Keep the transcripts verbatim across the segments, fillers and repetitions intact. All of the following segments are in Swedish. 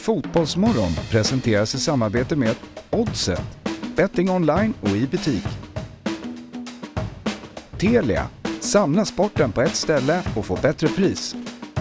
Fotbollsmorgon presenteras i samarbete med Oddset, betting online och i butik. Telia, samla sporten på ett ställe och få bättre pris.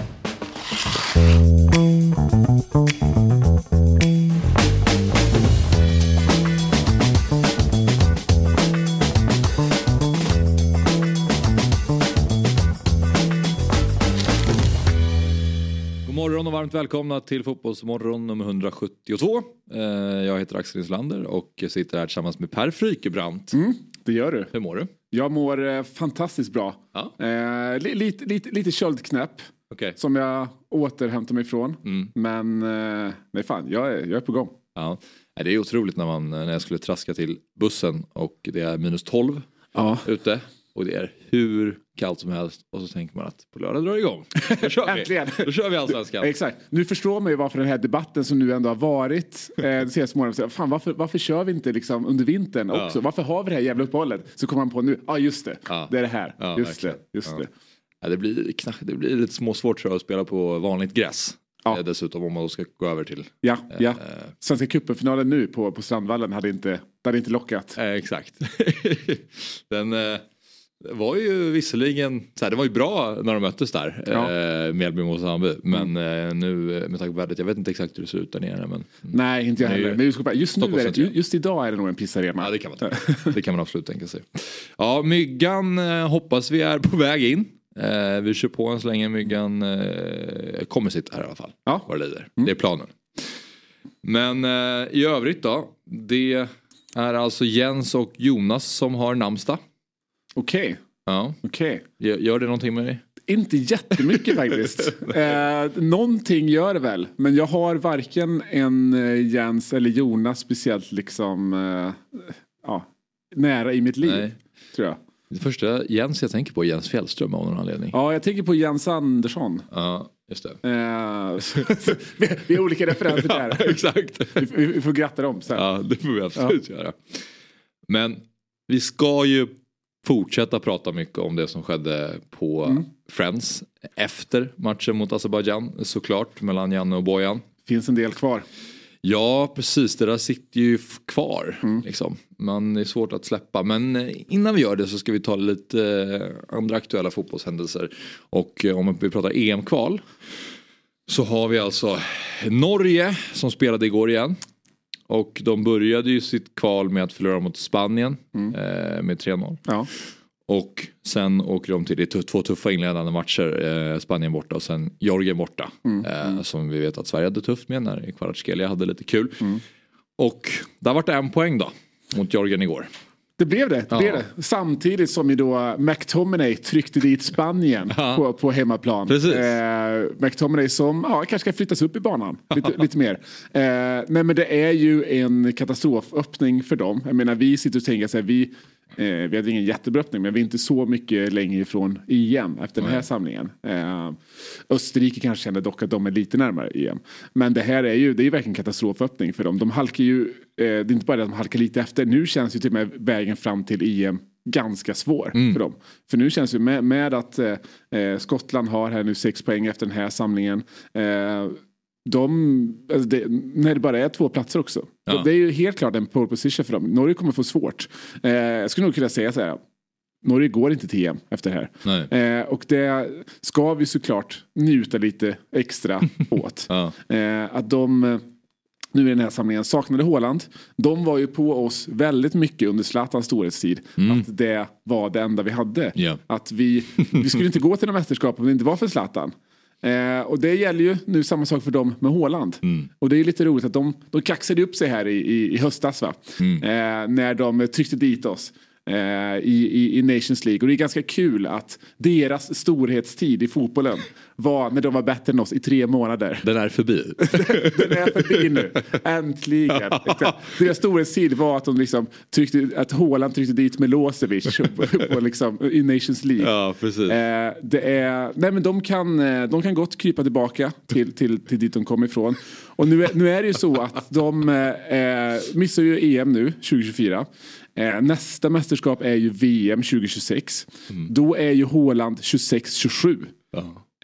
Och varmt välkomna till Fotbollsmorgon nummer etthundrasjuttiotvå. Jag heter Axel Islander och sitter här tillsammans med Per Frykebrant. Mm, det gör du. Hur mår du? Jag mår eh, fantastiskt bra. Ja. Eh, li, lite, lite, lite köldknäpp okay. som jag återhämtar mig ifrån. Mm. Men eh, nej fan, jag är, jag är på gång. Ja. Det är otroligt när, man, när jag skulle traska till bussen och det är minus tolv ja. ute. Och det är hur kallt som helst. Och så tänker man att på lördag drar igång. Då kör vi. Äntligen. Då kör vi allsvenskan. Exakt. Nu förstår man ju varför den här debatten som nu ändå har varit eh, de senaste månaderna. Fan, varför, varför kör vi inte liksom under vintern ja. också? Varför har vi det här jävla uppehållet? Så kommer man på nu. Ja, ah, just det. Ja. Det är det här. Ja, just verkligen. det. Just ja. det. Ja, det, blir, det blir lite småsvårt tror jag att spela på vanligt gräs. Ja. Dessutom om man då ska gå över till. Ja, ja. Äh, Svenska cupen-finalen nu på, på Strandvallen hade inte, hade inte lockat. Äh, exakt. Den... Eh, Det var ju visserligen så här, det var ju bra när de möttes där ja. eh, Mjällby mot Hammarby men mm. eh, nu med tanke på värdet jag vet inte exakt hur det ser ut där nere men nej inte jag heller men just, just nu är det, just idag är det nog en pissarena. Ja det kan man det kan man absolut tänka sig. Ja Myggan eh, hoppas vi är på väg in. Eh, vi kör på en så länge Myggan eh, kommer sitta här i alla fall. Ja. Vad det lider. Mm. Det är planen. Men eh, i övrigt då det är alltså Jens och Jonas som har namnsdag. Okej. Okay. Ja. Okay. Gör, gör det någonting med dig? Inte jättemycket faktiskt. eh, någonting gör det väl. Men jag har varken en eh, Jens eller Jonas speciellt liksom eh, ja, nära i mitt liv. Nej. Tror jag. Det första Jens jag tänker på är Jens Fjällström av någon anledning. Ja, jag tänker på Jens Andersson. Ja, just det. Eh, vi, vi har olika referenser där. Ja, exakt. Vi, vi får gratta dem sen. Ja, det får vi absolut ja. göra. Men vi ska ju fortsätta prata mycket om det som skedde på mm. Friends efter matchen mot Azerbaijan såklart mellan Janne och Bojan. Finns en del kvar. Ja precis, det där sitter ju kvar mm. liksom. Men det är svårt att släppa. Men innan vi gör det så ska vi ta lite andra aktuella fotbollshändelser. Och om vi pratar E M-kval så har vi alltså Norge som spelade igår igen. Och de började ju sitt kval med att förlora mot Spanien mm. eh, med tre noll. Ja. Och sen åker de till det två tuffa inledande matcher. Eh, Spanien borta och sen Georgien borta. Mm. Eh, mm. Som vi vet att Sverige hade tufft med när Kvaratskhelia hade lite kul. Mm. Och där var det en poäng då mot Georgien igår. Det blev det, det, ja. blev det. Samtidigt som ju då McTominay tryckte dit Spanien ja. på, på hemmaplan. Eh, McTominay som ja, kanske ska flyttas upp i banan lite, lite mer. Eh, nej men det är ju en katastroföppning för dem. Jag menar vi sitter och tänker så här, vi, eh, vi hade ingen jättebra öppning men vi är inte så mycket längre ifrån E M efter den här mm. samlingen. Eh, Österrike kanske känner dock att de är lite närmare E M. Men det här är ju, det är ju verkligen katastroföppning för dem. De halkar ju det är inte bara att de halkar lite efter. Nu känns ju till och med vägen fram till E M ganska svår mm. för dem. För nu känns det med, med att eh, Skottland har här nu sex poäng efter den här samlingen. Eh, de, alltså det, när det bara är två platser också. Ja. Det är ju helt klart en pole position för dem. Norge kommer få svårt. Eh, jag skulle nog kunna säga så här. Norge går inte till E M efter det här. Eh, och det ska vi såklart njuta lite extra åt. Ja. Eh, att de... Nu i den här samlingen saknade Haaland. De var ju på oss väldigt mycket under Zlatans storhetstid. Mm. Att det var det enda vi hade. Yeah. Att vi, vi skulle inte gå till några mästerskap om det inte var för Zlatan. Eh, och det gäller ju nu samma sak för dem med Haaland. Mm. Och det är lite roligt att de, de kaxade upp sig här i, i, i höstas va? Mm. Eh, när de tryckte dit oss. I, i, i Nations League. Och det är ganska kul att deras storhetstid i fotbollen var när de var bättre än oss i tre månader. Den är förbi. Den är förbi nu. Äntligen. Deras storhetstid var att de liksom tryckte, att Haaland tryckte dit Milosevic på, på liksom, i Nations League. Ja, precis. Eh, det är, nej men de kan, de kan gott krypa tillbaka till, till, till dit de kom ifrån. Och nu är, nu är det ju så att de eh, missar ju E M nu tjugo tjugofyra. Eh, nästa mästerskap är ju V M tjugo tjugosex. Mm. Då är ju Haaland tjugosex tjugosju. Ja.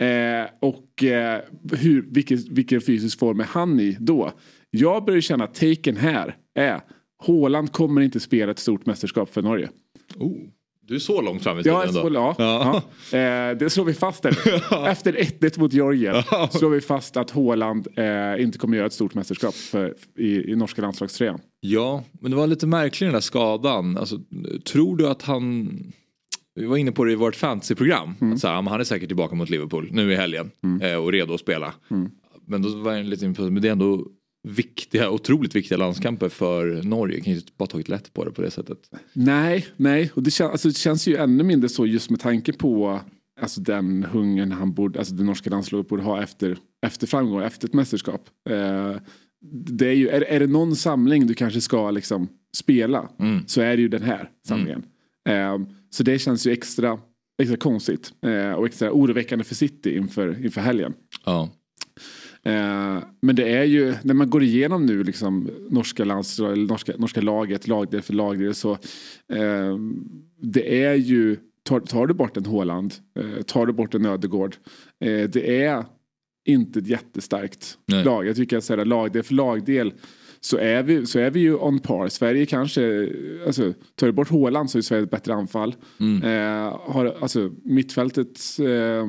Eh, och eh, hur, vilken, vilken fysisk form är han i då? Jag börjar känna att taken här är Haaland kommer inte spela ett stort mästerskap för Norge. Oh. Du är så långt fram i tiden ja, ändå. Ja, ja. ja. Eh, det slår vi fast där. Efter ett ett mot Georgien slår vi fast att Haaland eh, inte kommer göra ett stort mästerskap för, i, i norska landslagströjan. Ja, men det var lite märkligt den där skadan. Alltså, tror du att han... Vi var inne på det i vårt fantasyprogram. Mm. Att så här, han är säkert tillbaka mot Liverpool nu i helgen. Mm. Eh, och redo att spela. Mm. Men då var jag lite inför, men det är ändå viktiga, otroligt viktiga landskamper för Norge. Jag kan ju inte bara tagit lätt på det på det sättet. Nej, nej. Och det, kän, alltså, det känns ju ännu mindre så just med tanke på alltså, den hungern han borde, alltså det norska landslaget borde ha efter, efter framgång, efter ett mästerskap. Eh, det är, ju, är, är det någon samling du kanske ska liksom, spela mm. så är det ju den här samlingen. Mm. Eh, så det känns ju extra, extra konstigt eh, och extra oroväckande för City inför, inför helgen. Ja. Eh, men det är ju när man går igenom nu liksom norska landslag eller norska, norska laget lagdel för lagdel så eh, det är ju tar, tar du bort en Haaland eh, tar du bort en Ödegård eh, det är inte ett jättestarkt Nej. lag. Jag tycker att säga lagdel för lagdel så är vi så är vi ju on par. Sverige kanske alltså tar du bort Haaland så är Sverige ett bättre anfall. Mm. Eh, har, alltså mittfältet eh,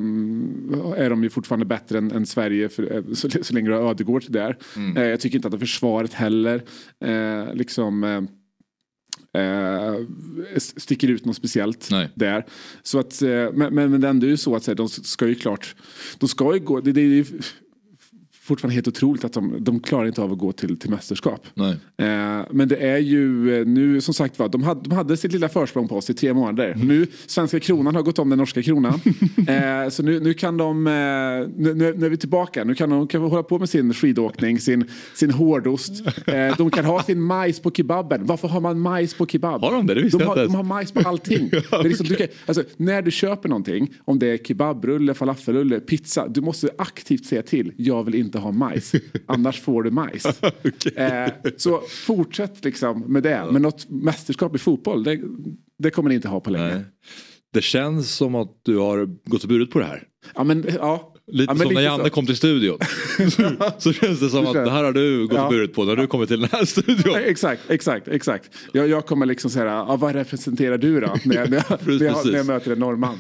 är de ju fortfarande bättre än, än Sverige för, så, så länge du har Ödegård där. Mm. Eh, jag tycker inte att det försvaret heller eh, liksom eh, eh, sticker ut något speciellt Nej. där. Så att eh, men, men, men det ändå är ju så att säga, de ska ju klart de ska ju gå det, det är ju fortfarande helt otroligt att de, de klarar inte av att gå till, till mästerskap. Nej. Eh, men det är ju nu som sagt var, de hade, de hade sitt lilla försprång på oss i tre månader. Mm. Nu, svenska kronan har gått om den norska kronan. eh, så nu, nu kan de, eh, nu, nu är vi tillbaka. Nu kan de kan hålla på med sin skidåkning, sin, sin hårdost. Eh, de kan ha sin majs på kebaben. Varför har man majs på kebab? Har de det? Det visste de, jag har, inte. de har majs på allting. ja, det är liksom, okay. du kan, alltså, när du köper någonting, om det är kebabrulle, falafelrulle, pizza, du måste aktivt säga till. Jag vill inte ha majs. Annars får du majs. okay. eh, så fortsätt liksom med det. Ja. Men något mästerskap i fotboll, det, det kommer ni inte ha på länge. Nej. Det känns som att du har gått och burit på det här. Ja, men ja. Lite ja, men som lite när Janne så. kom till studion. så, så känns det som att det här har du gått ja. och burit på när du kommer till den här studion. exakt, exakt, exakt. Jag, jag kommer liksom säga, ja, vad representerar du då? När jag, när jag, när jag, när jag möter en norrman.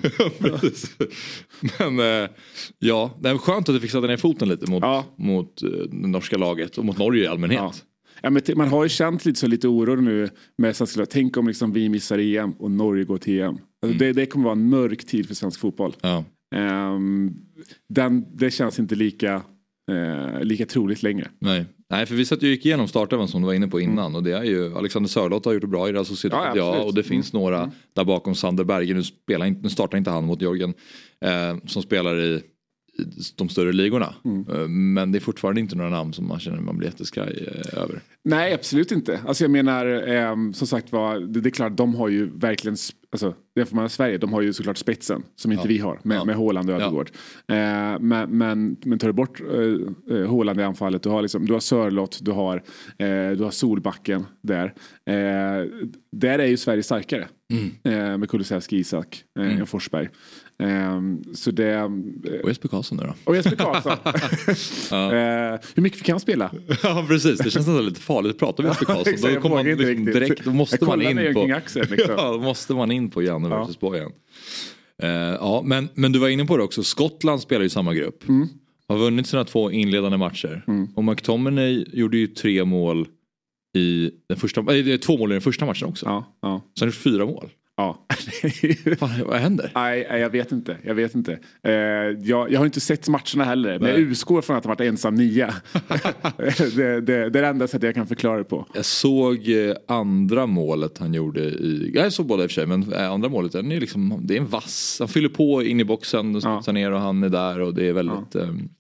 men äh, ja, det är skönt att du fick sätta ner foten lite mot, ja. mot uh, det norska laget och mot Norge i allmänhet. Ja. Ja, men t- man har ju känt lite så lite oro nu med svenska. Tänk om liksom vi missar E M och Norge går till E M. Alltså mm. det, det kommer vara en mörk tid för svensk fotboll. Ja. Um, den, det känns inte lika, uh, lika troligt längre. Nej. Nej, för vi satt ju gick igenom starten som du var inne på innan. Mm. Och det är ju, Alexander Sörloth har gjort det bra i det här societet. Ja, ja, och det finns mm. några mm. där bakom Sander Berge. Nu, spelar inte, nu startar inte han mot Jörgen. Eh, som spelar i de större ligorna. Mm. Men det är fortfarande inte några namn som man känner man blir jätteskraj över. Nej, absolut inte. Alltså jag menar, eh, som sagt var, det, det är klart, de har ju verkligen, alltså det får man i Sverige, de har ju såklart spetsen som inte ja. vi har med, ja. med Haaland och Ödegård. Ja. Eh, men, men, men tar du bort eh, Haaland i anfallet, du har, liksom, du har Sörloth, du har, eh, du har Solbacken där. Eh, där är ju Sverige starkare. Mm. Eh, med Kulusevski, Isak eh, mm. och Forsberg. Um, så det, uh, och Jesper Karlsson då? Och Jesper Karlsson. ja. uh, hur mycket kan han spela? Ja, precis. Det känns nästan lite farligt att prata med Jesper Karlsson. Då, kommer man liksom direkt, då måste man in på axeln, liksom. ja, då måste man in på Janne versus ja. Bojan. Uh, ja, men, men du var inne på det också. Skottland spelar ju samma grupp. Mm. Har vunnit sina två inledande matcher. Mm. Och McTominay gjorde ju tre mål i den första, äh, två mål i den första matchen också. Ja, ja. Så han gjorde fyra mål. Ja. Fan, vad händer? Nej, jag vet inte. Jag vet inte. Eh, jag, jag har inte sett matcherna heller. Men jag utgår från att han varit ensam nia. det, det, det är det enda sättet jag kan förklara det på. Jag såg andra målet han gjorde i... Jag såg båda i och för sig, men andra målet är liksom, det är en vass. Han fyller på in i boxen och ja. ner och han är där och det är väldigt... Ja. Um,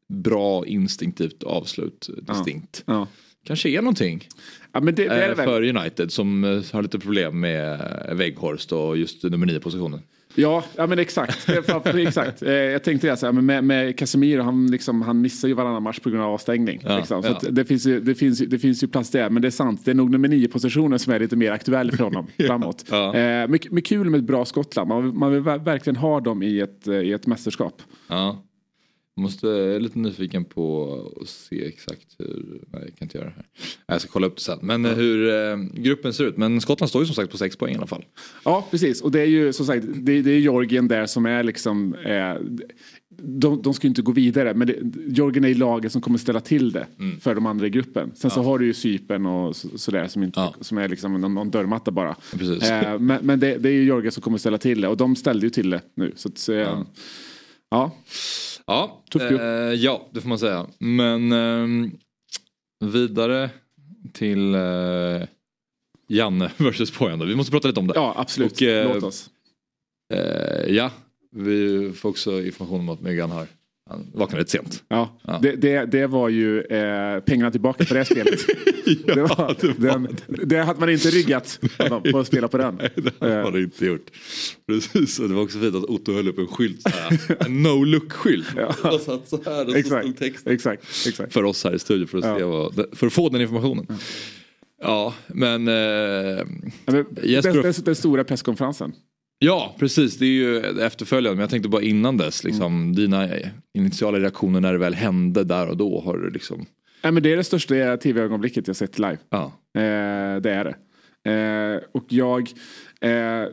bra instinktivt avslut distinkt. Ja. Ja. Kanske är någonting. Ja, men det, det är eh, för United som eh, har lite problem med Weghorst och just nummer nio positionen. Ja, ja men exakt. exakt. Eh, jag tänkte det så här, med, med Casemiro, han, liksom, han missar ju varannan match på grund av avstängning. Ja, liksom. Så ja. att det, finns ju, det, finns ju, det finns ju plats där, men det är sant. Det är nog nummer nio positionen som är lite mer aktuell för honom ja, framåt. Ja. Eh, men, men kul med ett bra Skottland. Man, man vill verkligen ha dem i ett, i ett mästerskap. Ja. Jag måste, jag är lite nyfiken på att se exakt hur, nej jag kan inte göra det här. Jag ska kolla upp det sen. Men ja. hur eh, gruppen ser ut. Men Skottland står ju som sagt på sex poäng i alla fall. Ja, precis. Och det är ju som sagt, det, det är Georgien där som är liksom, eh, de, de ska ju inte gå vidare. Men det, Georgien är i laget som kommer ställa till det mm. för de andra i gruppen. Sen ja. så har du ju Cypern och så, sådär som, inte, ja. som är liksom någon, någon dörrmatta bara. Precis. Eh, men men det, det är ju Georgien som kommer ställa till det. Och de ställde ju till det nu. Så att, eh, ja. ja. Ja, eh, ja, det får man säga. Men eh, vidare till eh, Janne versus Pojan. Vi måste prata lite om det. Ja, absolut. Och, eh, Låt oss. Eh, ja, vi får också information om att Megan har han vaknade lite sent. Ja, ja. Det, det, det var ju eh, pengarna tillbaka på det spelet. ja, det, var, det, var den, det hade man inte ryggat på att spela på den. Nej, det hade man inte gjort. Precis, och det var också fint att Otto höll upp en skylt så här. En no-look-skylt. Ja. Och satt så här och så exakt, stod texten. Exakt, exakt. För oss här i studion för att, ja. se vad, för att få den informationen. Ja, ja men... Eh, ja, men Jesper... den, den stora presskonferensen. Ja, precis. Det är ju efterföljande. Men jag tänkte bara innan dess. Liksom, mm. Dina initiala reaktioner när det väl hände där och då. Har du liksom... Nej, men det är det största tv-ögonblicket jag sett live. Ja. Eh, det är det. Eh, och jag... Eh,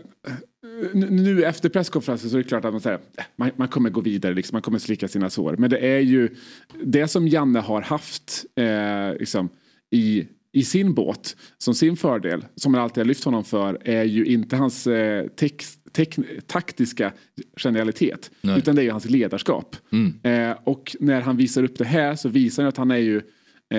nu efter presskonferensen så är det klart att man säger man, man kommer gå vidare. Liksom, man kommer slicka sina sår. Men det är ju det som Janne har haft eh, liksom, i... i sin båt, som sin fördel, som han alltid har lyft honom för, är ju inte hans eh, text, tek, taktiska genialitet. Nej. Utan det är ju hans ledarskap. Mm. Eh, och när han visar upp det här så visar han att han är ju eh,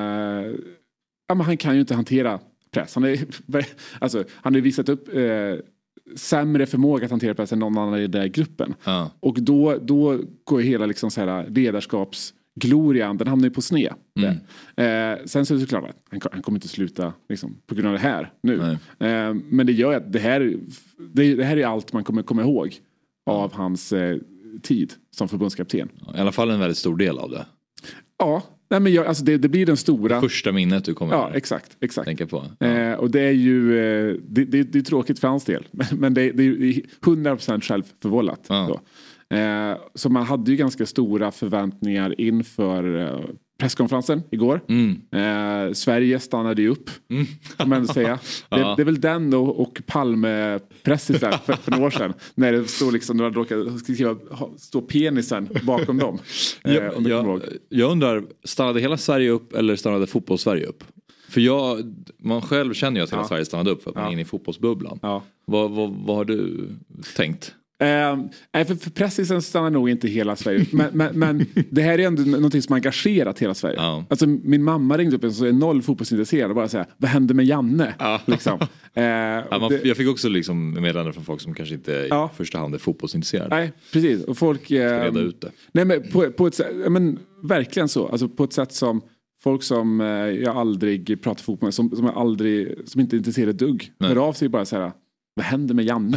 ja, men han kan ju inte hantera press. Han, är, alltså, han har ju visat upp eh, sämre förmåga att hantera press än någon annan i den där gruppen. Ja. Och då, då går ju hela liksom så här ledarskaps glorian, den hamnar ju på sned. Mm. Eh, sen så är det såklart att han, han kommer inte sluta liksom, på grund av det här nu. Eh, men det gör att det här, det, det här är allt man kommer komma ihåg av hans eh, tid som förbundskapten. I alla fall en väldigt stor del av det. Ja, nej, men jag, alltså det, det blir den stora... Det första minnet du kommer ja, exakt, exakt. tänka på. Ja. Eh, och det är ju eh, det, det, det är tråkigt för hans del. Men, men det, det är hundra procent självförvållat. Ja. Då. Eh, så man hade ju ganska stora förväntningar inför eh, presskonferensen igår. Mm. Eh, Sverige stannade ju upp, mm. kan man säga. ja. det, det är väl den och, och Palme-pressen för, för några år sedan. När det står liksom, några råkade skriva, stå penisen bakom dem. Eh, jag, jag, jag undrar, stannade hela Sverige upp eller stannade fotboll-Sverige upp? För jag, man själv känner ju att hela ja. Sverige stannade upp för att man ja. är inne i fotbollsbubblan. Ja. Vad, vad, vad har du tänkt? Nej, uh, för, för pressisen stannar nog inte hela Sverige. men, men, men det här är ändå någonting som engagerat hela Sverige. Ja. Alltså min mamma ringde upp en så är noll fotbollsintresserad och bara säga vad hände med Janne? Ja. Liksom. uh, ja, man, det, jag fick också liksom meddelanden från folk som kanske inte i ja. första hand är fotbollsintresserade. Nej, precis. Och folk... Uh, reda ut det. Nej, men på, på ett sätt, men verkligen så. Alltså på ett sätt som folk som uh, jag aldrig pratar fotboll med, som, som, jag aldrig, som inte är intresserade dugg. Hör av sig bara så här... Vad händer med Janne?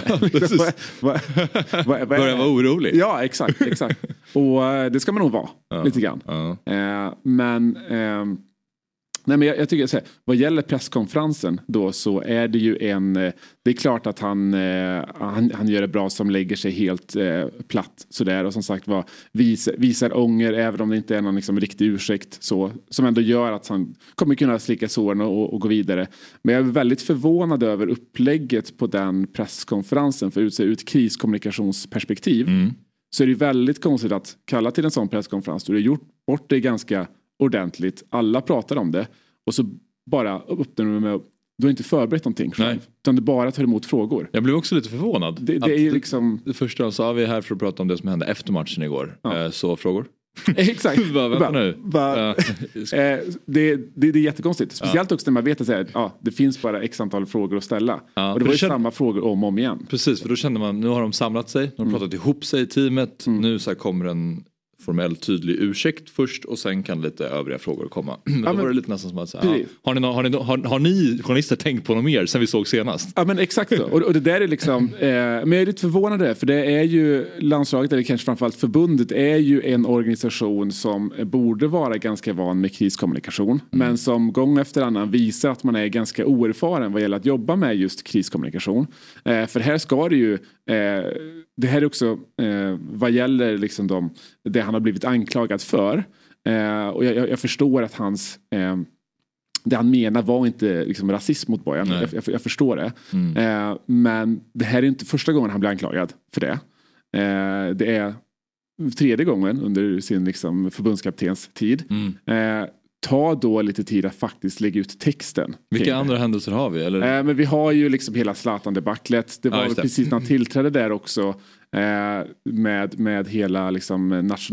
va, va, Börjar vara orolig. Ja, exakt. exakt. Och uh, det ska man nog vara. Ja, lite grann. Ja. Uh, men... Uh, nej, men jag, jag tycker så här, vad gäller presskonferensen då så är det ju en... Uh, det är klart att han, uh, han, han gör det bra som lägger sig helt uh, platt. Sådär. Och som sagt var, vis, visar ånger även om det inte är någon liksom, riktig ursäkt. Så, som ändå gör att han kommer kunna slicka såren och, och gå vidare. Men jag är väldigt förvånad över upplägget på den presskonferensen. För ut, ur ett kriskommunikationsperspektiv mm. så är det väldigt konstigt att kalla till en sån presskonferens. Du har gjort bort det ganska ordentligt. Alla pratar om det. Och så bara öppnar du med... Du har inte förberett någonting själv. Nej. Utan du bara tar emot frågor. Jag blev också lite förvånad. Det, det är ju liksom... Det, det första så är vi här för att prata om det som hände efter matchen igår. Ja. Så frågor. Exakt. bara, vänta nu. Bara, ja. eh, det, det, det är jättekonstigt. Speciellt ja. också när man vet att säga, ja, det finns bara x antal frågor att ställa. Ja, och det var ju kände... samma frågor om och om igen. Precis, för då kände man, nu har de samlat sig. De har pratat mm. ihop sig i teamet. Mm. Nu så här kommer en formell tydlig ursäkt först och sen kan lite övriga frågor komma. Men ja, då men, var det lite nästan som att säga, ja, har, ni, har, ni, har, har ni journalister tänkt på något mer sen vi såg senast? Ja men exakt så. Och, och det där är liksom, eh, men jag är lite förvånad där, för det är ju landslaget, eller kanske framförallt förbundet, är ju en organisation som borde vara ganska van med kriskommunikation, mm. men som gång efter annan visar att man är ganska oerfaren vad gäller att jobba med just kriskommunikation. Eh, för här ska det ju, eh, det här är också eh, vad gäller liksom de, det han har blivit anklagad för. Eh, och jag, jag förstår att hans eh, det han menar var inte liksom rasism mot Bojan. Jag, jag, jag förstår det. Mm. Eh, men det här är inte första gången han blir anklagad för det. Eh, det är tredje gången under sin liksom förbundskaptens tid. Mm. Eh, ta då lite tid att faktiskt lägga ut texten. Vilka andra händelser har vi? Eller? Eh, men vi har ju liksom hela Zlatan-debaclet. Det var ja, det. precis när han tillträdde där också. Eh, med, med hela liksom,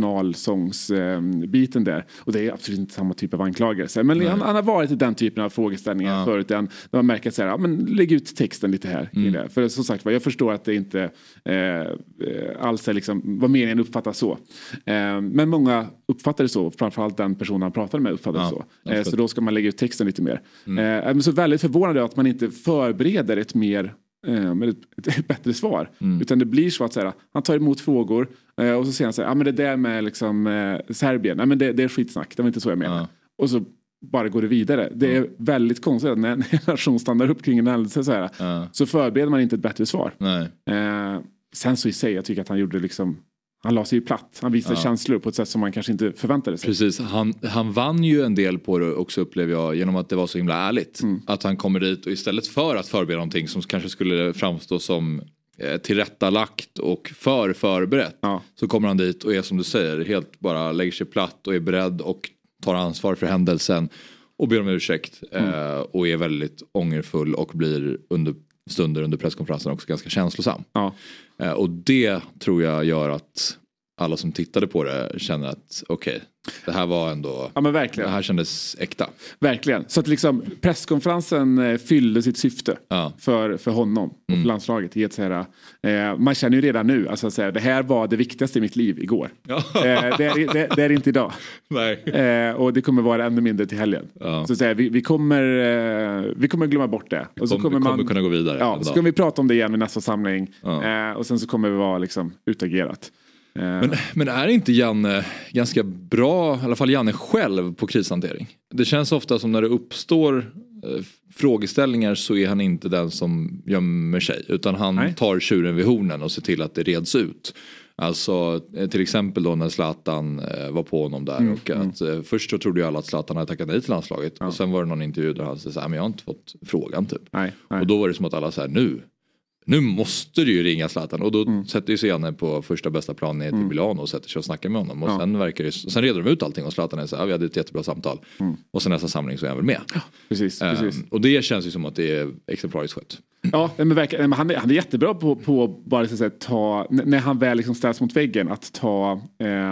nationalsångsbiten eh, där. Och det är absolut inte samma typ av anklagelse. Men han, han har varit i den typen av frågeställningar ja. förut. Där man märker att ja, men lägg ut texten lite här. Mm. Det. För som sagt, jag förstår att det inte eh, alls är liksom, vad meningen uppfattas så. Eh, men många uppfattar det så. Framförallt den personen han pratade med uppfattar det ja, så. Eh, så då ska man lägga ut texten lite mer. Mm. Eh, men så väldigt förvånad att man inte förbereder ett mer med ett, ett bättre svar. Mm. Utan det blir så att så här, han tar emot frågor eh, och så säger han så här, ja ah, men det där med liksom, eh, Serbien, nej men det, det är skitsnack, det var inte så jag menar. Ja. Och så bara går det vidare. Det är mm. väldigt konstigt att när en nation stannar upp kring en händelse så här, ja. så förbereder man inte ett bättre svar. Nej. Eh, sen så i sig, jag tycker att han gjorde liksom, han la sig ju platt. Han visade ja. känslor på ett sätt som man kanske inte förväntade sig. Precis, han, han vann ju en del på det också, upplever jag, genom att det var så himla ärligt. Mm. Att han kommer dit och istället för att förbereda någonting som kanske skulle framstå som eh, tillrättalagt och för förberett. Ja. Så kommer han dit och är som du säger, helt bara lägger sig platt och är beredd och tar ansvar för händelsen. Och ber om ursäkt. Mm. Eh, och är väldigt ångerfull och blir under stunder under presskonferensen också ganska känslosam. Ja. Eh, och det tror jag gör att alla som tittade på det känner att okej, okay, det här var ändå, ja, men verkligen. Det här kändes äkta. Verkligen, så att liksom presskonferensen fyllde sitt syfte ja. för, för honom och mm. för landslaget. I ett så här, eh, man känner ju redan nu, alltså, så här, det här var det viktigaste i mitt liv igår. Ja. Eh, det, är, det, det är inte idag. Nej. Eh, och det kommer vara ännu mindre till helgen. Ja. Så, så här, vi, vi, kommer, eh, vi kommer glömma bort det. Och så Kom, kommer vi man kommer kunna gå vidare. Ja, så kommer vi prata om det igen i nästa samling. Ja. Eh, och sen så kommer vi vara liksom, utagerat. Men, men är inte Janne ganska bra, i alla fall Janne själv, på krishantering? Det känns ofta som när det uppstår eh, frågeställningar så är han inte den som gömmer sig. Utan han Nej. tar tjuren vid hornen och ser till att det reds ut. Alltså till exempel då när Zlatan eh, var på honom där. Mm, och att, mm. eh, först så trodde ju alla att Zlatan hade tackat nej till landslaget. Ja. Och sen var det någon intervju där han sa så här, men jag har inte fått frågan typ. Nej, nej. Och då var det som att alla så här, nu... Nu måste du ju ringa Zlatan. Och då mm. sätter ju sig Janne på första bästa plan ner till mm. Milano och sätter sig och snackar med honom. Och ja. sen, verkar det, sen reder de ut allting och Zlatan är så här, vi hade ett jättebra samtal. Mm. Och sen nästa samling så är han väl med. Ja, precis, um, precis. Och det känns ju som att det är exemplariskt skött. Ja, men, verkligen, men han, är, han är jättebra på, på bara så att säga, ta, när han väl liksom ställs mot väggen, att ta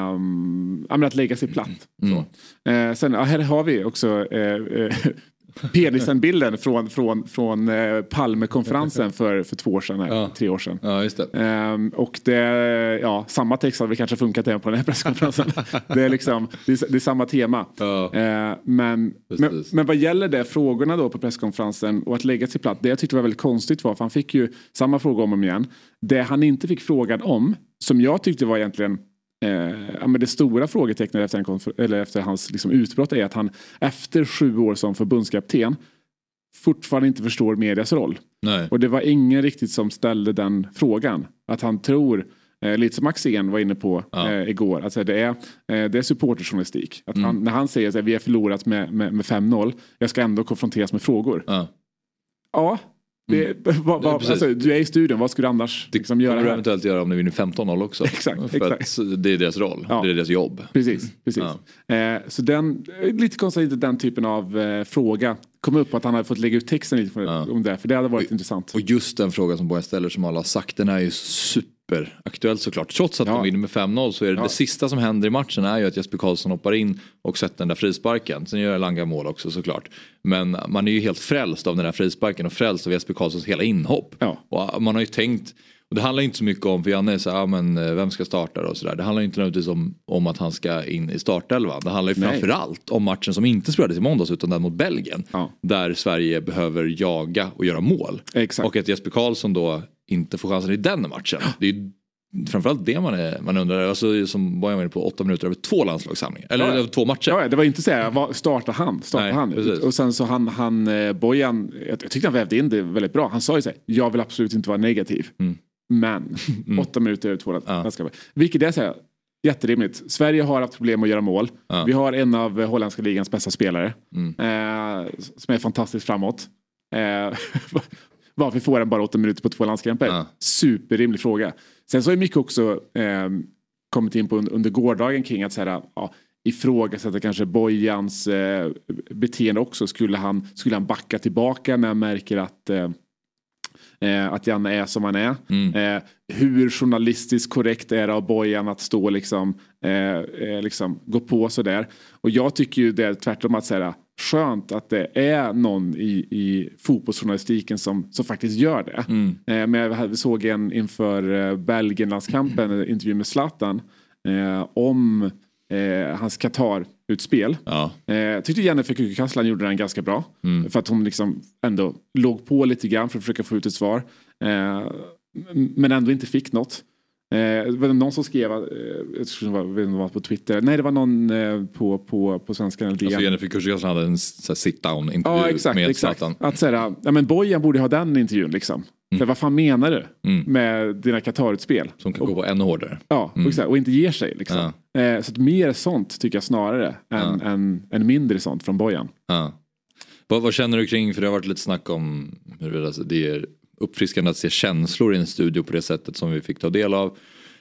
um, att lägga sig platt. Mm. Så. Uh, sen, ja, här har vi också uh, uh, penisen-bilden från, från, från eh, Palme-konferensen för, för två år sedan, här, ja. tre år sedan. Ja, just det. Ehm, och det, ja, samma text hade vi kanske funkat även på den här presskonferensen. det, är liksom, det, är, det är samma tema. Ja. Ehm, men, men, men vad gäller det, frågorna då på presskonferensen och att lägga sig platt, det jag tyckte var väldigt konstigt var, för han fick ju samma fråga om och om igen. Det han inte fick frågan om, som jag tyckte var egentligen Eh, ja, men det stora frågetecknet efter, en konfer- eller efter hans liksom, utbrott är att han efter sju år som förbundskapten fortfarande inte förstår medias roll. Nej. Och det var ingen riktigt som ställde den frågan. Att han tror, eh, lite som Axén var inne på ja. eh, igår, alltså det är, eh, det är supporterjournalistik. Att mm. han, när han säger att vi har förlorat med, med, med fem noll, jag ska ändå konfronteras med frågor. Ja. Ja. Det, mm. va, va, alltså, du är i studion, vad skulle du annars det liksom göra? Det kommer du eventuellt göra om du vinner femton noll också. Exakt, för exakt. Att det är deras roll, ja. det är deras jobb. Precis, precis. Ja. Eh, så den, lite konstigt att den typen av eh, fråga kom upp, att han hade fått lägga ut texten lite för, ja. om det, för det hade varit och, intressant. Och just den frågan som Bojan ställer, som alla har sagt, den är ju super aktuellt såklart. Trots att ja. de vinner med fem noll så är det ja. det sista som händer i matchen är ju att Jesper Karlsson hoppar in och sätter den där frisparken. Sen gör Elanga mål också såklart. Men man är ju helt frälst av den där frisparken och frälst av Jesper Karlssons hela inhopp. Ja. Och man har ju tänkt, Och det handlar inte så mycket om, för Janne är så här, ja, men vem ska starta och sådär. Det handlar inte nödvändigtvis om, om att han ska in i startelvan. Det handlar ju framförallt om matchen som inte spelades i måndags utan den mot Belgien. Ja. Där Sverige behöver jaga och göra mål. Exakt. Och att Jesper Karlsson då inte får chansen i den matchen. Det är ju framförallt det man, är, man undrar. Alltså, som var jag med på åtta minuter över två landslagssamlingar. Eller ja. över två matcher. Ja, det var inte så här, starta han. Starta Nej, han. Precis. Och sen så han, han Bojan, jag tyckte han vävde in det väldigt bra. Han sa ju så här, jag vill absolut inte vara negativ. Mm. Men, mm. åtta minuter över två landslagssamlingar. Ja. Vilket är så här, jätterimligt. Sverige har haft problem att göra mål. Ja. Vi har en av holländska ligans bästa spelare. Mm. Eh, som är fantastiskt framåt. Eh, varför får han bara åtta minuter på två landskamper? Ja. Superrimlig fråga. Sen så har mycket också eh, kommit in på under gårdagen kring att så här, ja, ifrågasätta kanske Bojans eh, beteende också. Skulle han, skulle han backa tillbaka när han märker att eh, Eh, att Janne är som han är. Mm. Eh, hur journalistiskt korrekt är det av Bojan att stå liksom, eh, eh, liksom gå på sådär. Och jag tycker ju det är tvärtom att säga skönt att det är någon i, i fotbollsjournalistiken som, som faktiskt gör det. Mm. Eh, men jag såg en inför eh, Belgien-landskampen, en intervju med Zlatan eh, om eh, hans Qatar-utspel. Ja. Eh, tyckte Jennifer Kukukasslan gjorde den ganska bra. Mm. För att hon liksom ändå låg på lite grann för att försöka få ut ett svar. Eh, men ändå inte fick något. Eh, det var någon som skrev, eh, jag tror det var, vet inte, var på Twitter. Nej, det var någon eh, på, på, på svenska. Alltså Jennifer Kukukasslan hade en sit-down intervju ja, exakt, med exakt. Zlatan. Att säga, ja men Bojan borde ha den intervjun liksom. Mm. Så, vad fan menar du mm. med dina Qatar-utspel? Som kan gå på ännu hårdare. Ja, mm. och, och inte ger sig liksom. Ja. Eh, så att mer sånt tycker jag snarare än, ja. än, än mindre sånt från Bojan. Ja. Vad, vad känner du kring, för det har varit lite snack om hur alltså, det är uppfriskande att se känslor i en studio på det sättet som vi fick ta del av.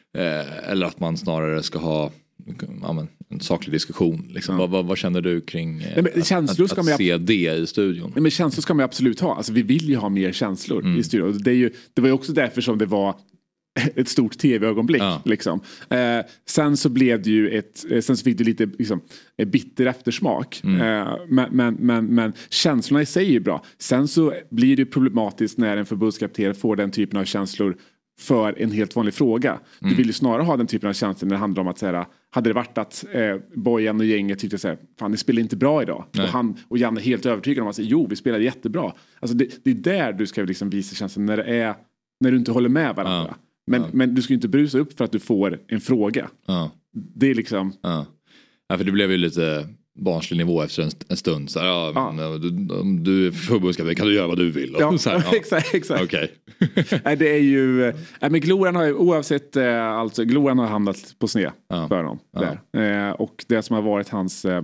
Eh, eller att man snarare ska ha ja, men, en saklig diskussion. Liksom. Ja. Vad, vad, vad känner du kring eh, Nej, att, att, att, att se det i studion? Nej, men känslor ska man absolut ha. Alltså, vi vill ju ha mer känslor mm. i studion. Det, är ju, det var ju också därför som det var ett stort tv-ögonblick. Ja. Liksom. Eh, sen så blev det ju ett, sen så fick du lite liksom, bitter eftersmak. Mm. Eh, men, men, men, men känslorna i sig är ju bra. Sen så blir det problematiskt när en förbundskapten får den typen av känslor för en helt vanlig fråga. Mm. Du vill ju snarare ha den typen av känslor när det handlar om att säga, hade det varit att eh, Bojan och gänget tyckte så här, fan det spelar inte bra idag. Och, han, och Janne är helt övertygad om att säga, jo vi spelar jättebra. Alltså det, det är där du ska liksom visa känslan när det är, när du inte håller med varandra. Ja. Men, ja. men du ska ju inte brusa upp för att du får en fråga. Ja. Det är liksom... Ja. Ja, för det blev ju lite barnslig nivå efter en, en stund. Så här, ja, ja. Men, du, om du är förbundskapten kan du göra vad du vill. Ja, så här, ja. exakt. exakt. Okay. Nej, det är ju... Nej, men Gloran har ju oavsett... Alltså, Gloran har hamnat på sned ja. för honom. Ja. Där. Eh, och det som har varit hans... Eh,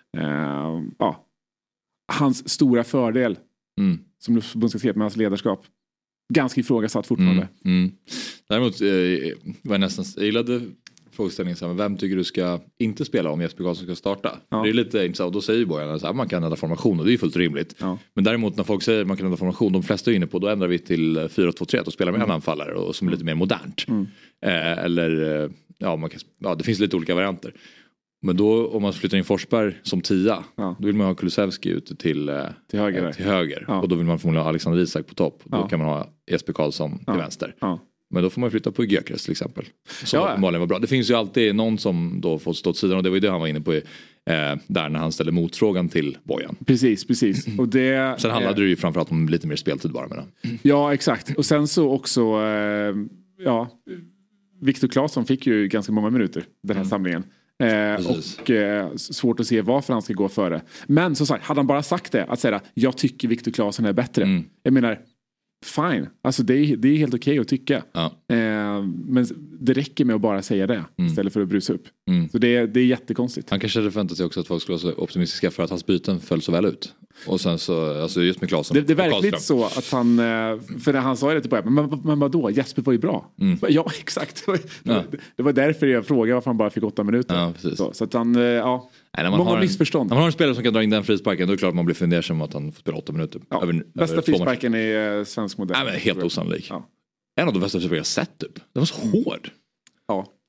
ja, hans stora fördel mm. som förbundskapten med hans ledarskap. Ganska ifrågasatt fortfarande. Mm, mm. Däremot eh, var jag nästan jag gillade frågeställningen så här, vem tycker du ska inte spela om Jesper Karlsson ska starta? Ja. Det är lite intressant och då säger ju Bojan att man kan ändra formation och det är fullt rimligt. Ja. Men däremot när folk säger att man kan ändra formation, de flesta är inne på då ändrar vi till fyra två tre och spelar med mm. en anfallare och som är lite mer modernt. Mm. Eh, eller ja, man kan, ja, det finns lite olika varianter. Men då om man flyttar in Forsberg som tia ja. då vill man ha Kulusevski ute till, till höger, eh, till höger. Ja. Och då vill man förmodligen ha Alexander Isak på topp. Då ja. kan man ha Jesper Karlsson ja. till vänster. Ja. Men då får man flytta på Gyökeres till exempel. Som ja. uppenbarligen var bra. Det finns ju alltid någon som då får stå åt sidan och det var ju det han var inne på eh, där när han ställde motfrågan till Bojan. Precis, precis. Och det, sen handlade eh, det ju framförallt om lite mer speltid bara med det. Ja, exakt. Och sen så också eh, ja, Viktor Claesson fick ju ganska många minuter den här mm. samlingen. Eh, och eh, svårt att se varför han ska gå före. Men som sagt, hade han bara sagt det att säga, jag tycker Viktor Claesson är bättre. Mm. Jag menar, fine. Alltså det är, det är helt okej okay att tycka. Ja. Eh, men det räcker med att bara säga det mm. istället för att brusa upp. Mm. Så det, det är jättekonstigt. Han kanske hade förväntat sig också att folk skulle vara så optimistiska för att hans byten föll så väl ut. Och sen så, alltså just med Claesson. Det, det är verkligen så att han, för när han sa det till början, men, men, men vadå, Jesper var ju bra. Mm. Ja, exakt. Ja. Det var därför jag frågade varför han bara fick åtta minuter. Ja, så, så att han, ja, nej, många har missförstånd. När man har en spelare som kan dra in den frisparken, då är det klart att man blir fundersam att han får spela åtta minuter. Ja, över, bästa över frisparken är svensk modell. Nej, men helt osannolik. Ja. En av de bästa frisparker jag sett typ. Den var så hård. Ja.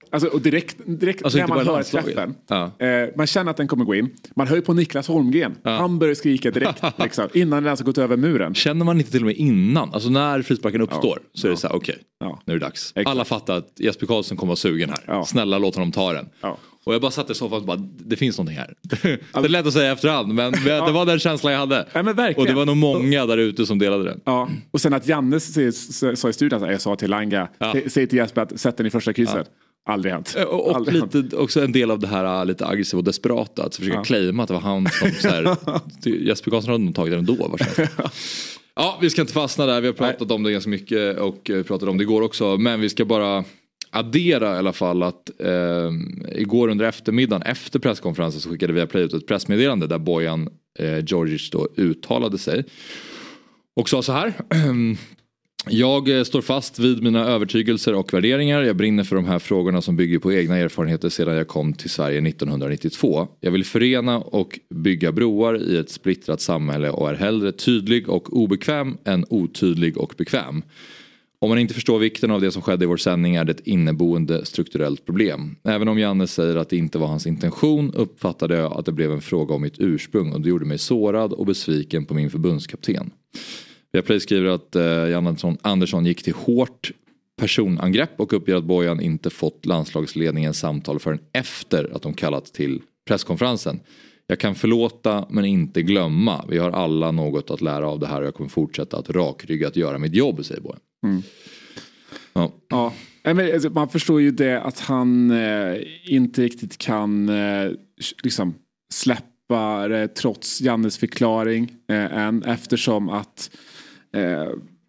Alltså, och direkt, direkt alltså, när man hör träffen. Ja. Eh, man känner att den kommer gå in. Man hör ju på Niklas Holmgren. Ja. Han börjar skrika direkt. liksom, innan den ens har gått över muren. Känner man inte till och med innan? Alltså när frisparken uppstår ja. så är det så här, okej, okay, ja. nu är det dags. Exakt. Alla fattar att Jesper Karlsson kommer vara sugen här. Ja. Snälla låt honom ta den. Ja. Och jag bara satt i soffan och bara, det finns någonting här. Det är lätt att säga efterhand, men ja. det var den känslan jag hade. Ja, men verkligen. Och det var nog många där ute som delade den. Ja. Och sen att Janne sa i studion, jag sa till Langa, ja. säg till Jesper att sätta den i första krysset. Ja. Aldrig hänt. Och, och Aldrig lite, hänt. Också en del av det här lite aggressiva och desperata. Att försöka ja. claima att det var han som så här, Jesper Karlsson hade nog tagit den ändå. Ja, vi ska inte fastna där. Vi har pratat Nej. om det ganska mycket och pratat om det igår också. Men vi ska bara addera i alla fall att eh, igår under eftermiddagen efter presskonferensen så skickade Viaplay ut ett pressmeddelande där Bojan eh, Djordjic då uttalade sig. Och sa så här. Jag står fast vid mina övertygelser och värderingar. Jag brinner för de här frågorna som bygger på egna erfarenheter sedan jag kom till Sverige nittonhundranittiotvå. Jag vill förena och bygga broar i ett splittrat samhälle och är hellre tydlig och obekväm än otydlig och bekväm. Om man inte förstår vikten av det som skedde i vår sändning är det ett inneboende strukturellt problem. Även om Janne säger att det inte var hans intention uppfattade jag att det blev en fråga om mitt ursprung och det gjorde mig sårad och besviken på min förbundskapten. Viaplay skriver att eh, Janne Andersson gick till hårt personangrepp och uppger att Bojan inte fått landslagsledningens samtal förrän efter att de kallat till presskonferensen. Jag kan förlåta men inte glömma. Vi har alla något att lära av det här och jag kommer fortsätta att rakryggat göra mitt jobb, säger Bojan. Mm. Ja. Ja. Men, alltså, man förstår ju det att han eh, inte riktigt kan eh, liksom släppa det trots Jannes förklaring eh, än eftersom att eh,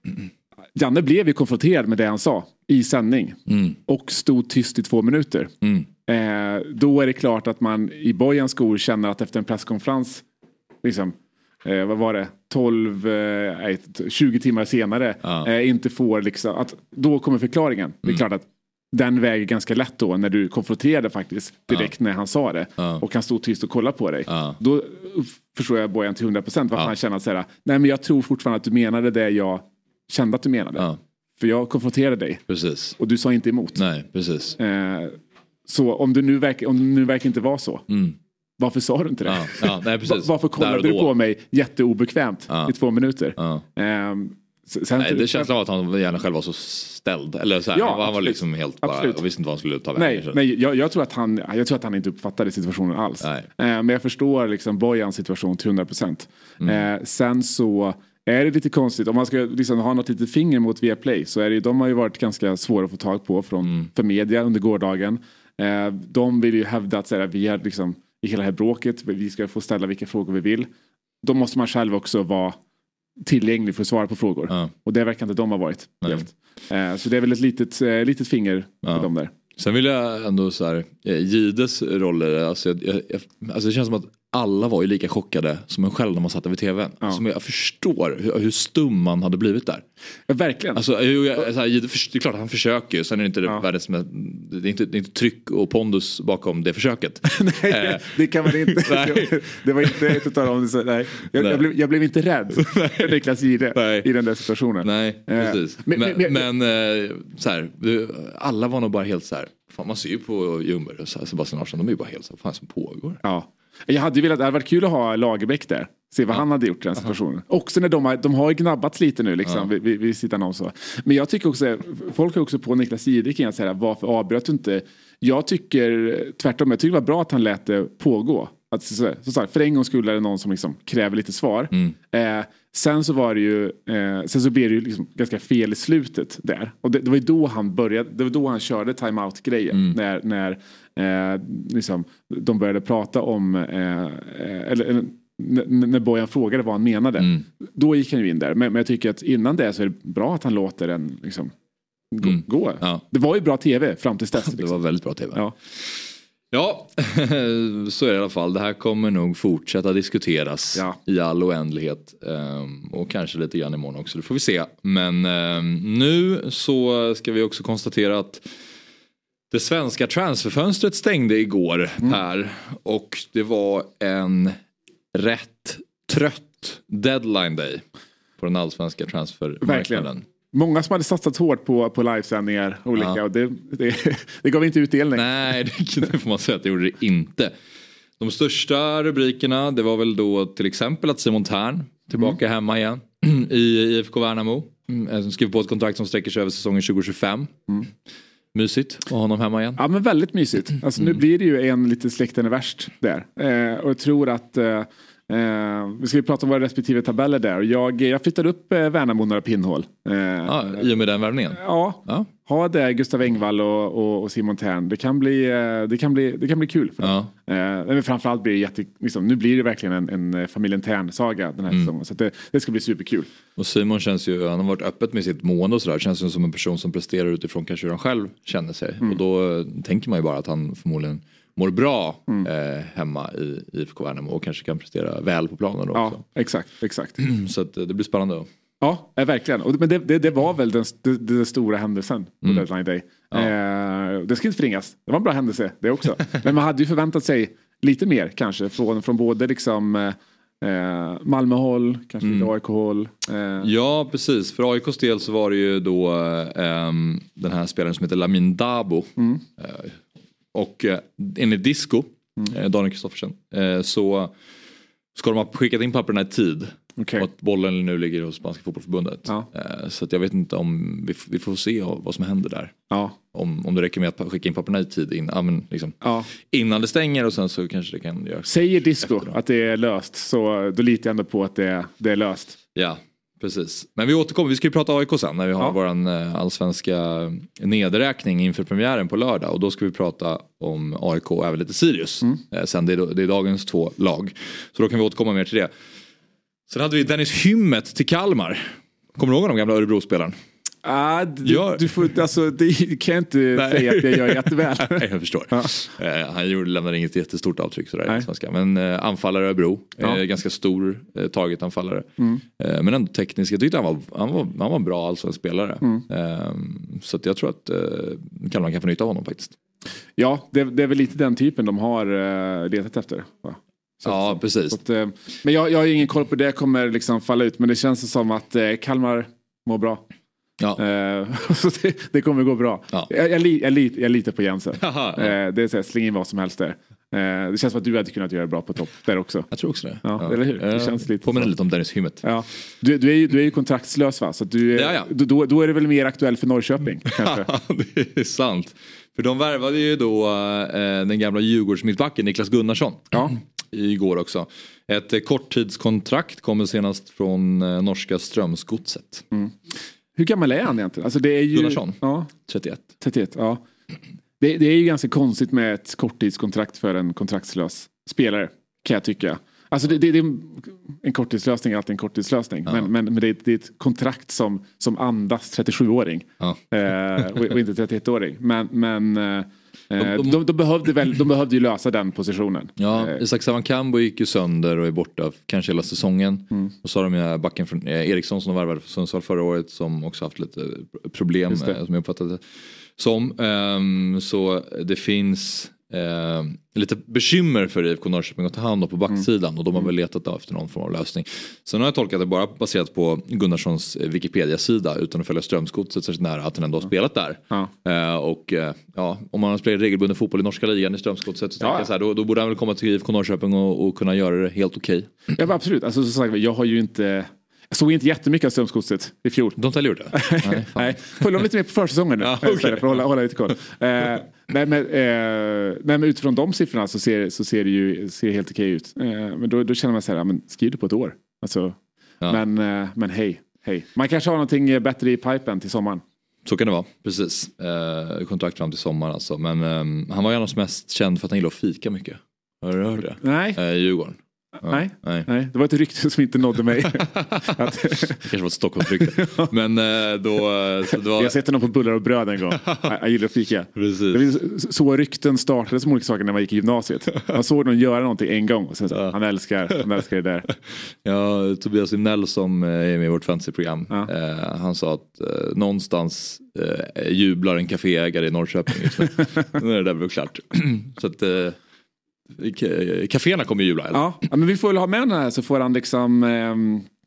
Janne blev ju konfronterad med det han sa i sändning mm. och stod tyst i två minuter. Mm. Eh, då är det klart att man i Bojans skor känner att efter en presskonferens liksom, eh, vad var det, tolv, eh, tjugo timmar senare ja. eh, inte får liksom, att då kommer förklaringen. Mm. Det är klart att den väger ganska lätt då när du konfronterade faktiskt direkt ja. när han sa det ja. och han stod tyst och kollade på dig. Ja. Då förstår jag Bojan till hundra procent varför ja. han känner att säga, nej men jag tror fortfarande att du menade det jag kände att du menade. Ja. För jag konfronterade dig. Precis. Och du sa inte emot. Nej, precis. Eh, så om du nu verkar, om du nu verkar inte vara så. Mm. Varför sa du inte det? Ja, ja, nej, precis. Varför kollade du på mig jätteobekvämt ja. i två minuter? Ja. Eh, sen, nej, det känns som att han gärna själv var så ställd. Eller så här, ja, han var liksom helt bara och visste inte vad han skulle ta vägen. Nej, nej jag, jag, tror att han, jag tror att han inte uppfattade situationen alls. Eh, men jag förstår liksom Bojans situation till hundra procent. Mm. Eh, sen så är det lite konstigt. Om man ska liksom ha något litet finger mot Viaplay så är det, de har ju varit ganska svåra att få tag på från, mm. för media under gårdagen. Eh, de vill ju hävda att så här, vi är liksom i hela det här bråket, vi ska få ställa vilka frågor vi vill. Då måste man själv också vara tillgänglig för att svara på frågor. Ja. Och det verkar inte de ha varit. Eh, så det är väl ett litet, eh, litet finger ja. på dem där. Sen vill jag ändå så här, Gides roller, alltså, jag, jag, alltså det känns som att alla var ju lika chockade som en själv när man satt över tvn. Ja. Som jag förstår hur, hur stum man hade blivit där. Ja, verkligen. Alltså, jag, så här, det är klart att han försöker. Sen är det inte ja. världens med, det är inte, det är inte tryck och pondus bakom det försöket. Nej, eh. det kan man inte. Det var inte ett av dem. Så, nej. Jag, nej. Jag, blev, jag blev inte rädd för Niklas Gide nej. i den där situationen. Nej, precis. Eh. Men, men, men, men eh, så här, alla var nog bara helt så här. Fan, man ser ju på Ljungberg och Sebastian Larsson, de är ju bara helt så fan som pågår. Ja. Jag hade ju velat, det hade varit kul att ha Lagerbäck där. Se vad ja. han hade gjort i den situationen. Aha. Också när de har, de har ju gnabbats lite nu liksom, ja. vid, vid sidan om så. Men jag tycker också, folk har också på Niklas Gide kan jag säga, varför avbröt du inte? Jag tycker tvärtom, jag tycker det var bra att han lät det pågå. Att, så, så sagt, för en gång skulle är det någon som liksom kräver lite svar. Mm. Eh, sen så var det ju eh, sen så blev det ju liksom ganska fel i slutet där. Och det, det var ju då han började, det var då han körde timeout-grejen. Mm. När, när eh, liksom, de började prata om eh, eller, eller n- när Bojan frågade vad han menade. Mm. Då gick han ju in där. Men, men jag tycker att innan det så är det bra att han låter den liksom gå. Mm. gå. Ja. Det var ju bra tv fram till dess. Liksom. Det var väldigt bra tv. Ja. Ja, så är det i alla fall. Det här kommer nog fortsätta diskuteras ja. i all oändlighet. Um, och kanske lite grann imorgon också, det får vi se. Men um, nu så ska vi också konstatera att det svenska transferfönstret stängde igår mm. här. Och det var en rätt trött deadline day på den allsvenska transfermarknaden. många som hade satsat hårt på, på livesändningar olika ja. och det, det, det gav inte utdelning. Nej, det, det får man säga att det gjorde det inte. De största rubrikerna, det var väl då till exempel att Simon Tern tillbaka mm. hemma igen i I F K Värnamo. Mm, skriver på ett kontrakt som sträcker sig över säsongen tjugo tjugofem. Mm. Mysigt att ha honom hemma igen. Ja, men väldigt mysigt. Alltså, mm. nu blir det ju en lite släkten är värst där. Eh, och jag tror att eh, Eh, vi ska ju prata om våra respektive tabeller där. Jag, jag flyttade upp eh, Värnamo några pinnhål. Eh, ja, i och med den värvningen? Ja, ja. Ha det Gustav Engvall och, och, och Simon Tern. Det kan bli, eh, det kan bli, det kan bli kul för dem. Ja. Eh, men framförallt blir det jätte, liksom, nu blir det verkligen en, en familjen Tern-saga den här mm. säsongen. Så det, det ska bli superkul. Och Simon känns ju, han har varit öppet med sitt mående och sådär. Känns ju som en person som presterar utifrån kanske hur han själv känner sig. Mm. Och då tänker man ju bara att han förmodligen mår bra mm. eh, hemma i I F K Värnamo och kanske kan prestera väl på planen också. Ja, exakt, exakt. Så att, det blir spännande då. Ja, verkligen. Och, men det, det, det var väl den, den, den stora händelsen på mm. Deadline Day. Ja. Eh, det ska inte förringas. Det var en bra händelse det också. Men man hade ju förväntat sig lite mer kanske från, från både liksom eh, Malmöhåll, kanske mm. lite A I K-håll. Eh. Ja, precis. För A I K:s del så var det ju då eh, den här spelaren som heter Lamin Dabo. Mm. Eh, Och eh, enligt Disco, mm. eh, Daniel Kristoffersen, eh, så ska de ha skickat in papperna i tid. Okay. Och att bollen nu ligger hos Spanska fotbollförbundet. Ja. Eh, så att jag vet inte om vi, vi får se vad som händer där. Ja. Om, om det räcker med att skicka in papperna i tid in, ja, men liksom, ja. innan det stänger och sen så kanske det kan göra. Säger Disco att det är löst, så då litar jag ändå på att det, det är löst. Ja. Precis. Men vi återkommer, vi ska ju prata A I K sen när vi har ja. våran allsvenska nedräkning inför premiären på lördag. Och då ska vi prata om A I K och även lite Sirius. Mm. Sen det är, det är dagens två lag. Så då kan vi återkomma mer till det. Sen hade vi Dennis Hymmet till Kalmar. Kommer du ihåg de gamla Örebro-spelaren? Ah, du, ja. du får, alltså, det kan jag inte Nej. säga att jag gör jätteväl. Nej, jag förstår. Ja. Eh, han gjorde, lämnade inget jättestort avtryck sådär, men eh, anfallare Örebro, ja. eh, ganska stor eh, taget anfallare. Mm. Eh, men ändå teknisk, jag tyckte han var, han var, han var en bra allsvensk spelare. Mm. Eh, så att jag tror att eh, Kalmar kan få nytta av honom faktiskt. Ja, det, det är väl lite den typen de har eh, letat efter. Va? Så, ja, precis. Så att, eh, men jag, jag har ingen koll på det, kommer liksom falla ut. Men det känns som att eh, Kalmar mår bra. Ja. Uh, så det, det kommer gå bra. Ja. Jag, jag, jag, jag, jag litar på Jensen. uh, det är så här, släng in vad som helst där. Uh, det känns som att du hade kunnat göra bra på topp där också. Jag tror också det. Ja, ja. Eller hur? Det känns lite. Påminner lite om Dennis Hymmet. Ja. Du, du, är ju, du är ju kontraktslös, va? Så att du är, ja, ja. Då, då är det väl mer aktuell för Norrköping kanske. Det är sant. För de värvade ju då uh, den gamla Djurgårdsmittbacken Niklas Gunnarsson. Ja. Igår också. Ett korttidskontrakt kommer senast från uh, norska Strömsgodset. Mm. Hur gammal är han egentligen? Alltså det är ju, Gunnarsson? Ja, trettioett. trettioett, ja. Det, det är ju ganska konstigt med ett korttidskontrakt för en kontraktslös spelare, kan jag tycka. Alltså det, det, det är en korttidslösning är alltid en korttidslösning. Ja. Men, men, men det, är, det är ett kontrakt som, som andas trettiosjuåring. Ja. Eh, och, och inte trettioettåring. Men... men eh, De, de, de, de, behövde väl, de behövde ju lösa den positionen. Ja, Isak Savankambo gick ju sönder och är borta kanske hela säsongen. Mm. Och så har de ju backen från Eriksson som de värvade för Sundsvall förra året som också haft lite problem som jag uppfattade som. Um, så det finns uh, lite bekymmer för I F K Norrköping att ta hand om på backsidan mm. och de har väl letat efter någon form av lösning. Sen har jag tolkat det bara baserat på Gunnarssons Wikipedia-sida utan att följa Strömsgodset särskilt nära att han ändå har spelat där. Ja. Uh, och uh, ja, om man har spelat regelbunden fotboll i norska ligan i Strömsgodset så ja. jag så här, då, då borde han väl komma till I F K Norrköping och, och kunna göra det helt okej. Okay. Ja, absolut. Alltså, så sagt, jag har ju inte... Jag såg inte jättemycket av Strömsgodset i fjol. De har inte gjort det? Nej, Nej. Följ dem lite mer på försäsongen nu. Ja, okay. För att hålla, hålla lite koll. Eh, men, men, eh, men utifrån de siffrorna så ser, så ser det ju ser helt okej ut. Eh, men då, då känner man så här, men skriv det på ett år. Alltså, ja. Men, eh, men hej, hej. Man kanske har någonting bättre i pipen till sommaren. Så kan det vara, precis. Eh, kontrakt fram till sommaren alltså. Men eh, han var ju annars mest känd för att han gillade att fika mycket. Har du hört det? Nej. Eh, Djurgården. Ja, nej, nej. nej, det var ett rykte som inte nådde mig. Att... Det kanske var ett Stockholmsrykte. Men då... Så det var... Jag har sett honom på bullar och bröd en gång. Jag, jag gillar att fika. Precis. Det var så rykten startade som olika saker när man gick i gymnasiet. Man såg någon göra någonting en gång och sen så, ja. han älskar han älskar det där. Ja, Tobias Imnell som är med i vårt fantasyprogram. Ja. Eh, han sa att eh, någonstans eh, jublar en kaféägare i Norrköping just nu. Nu är det där väl klart. Så att... Eh, Caféerna kommer ju jubla. Ja, men vi får väl ha med den här så får han liksom eh,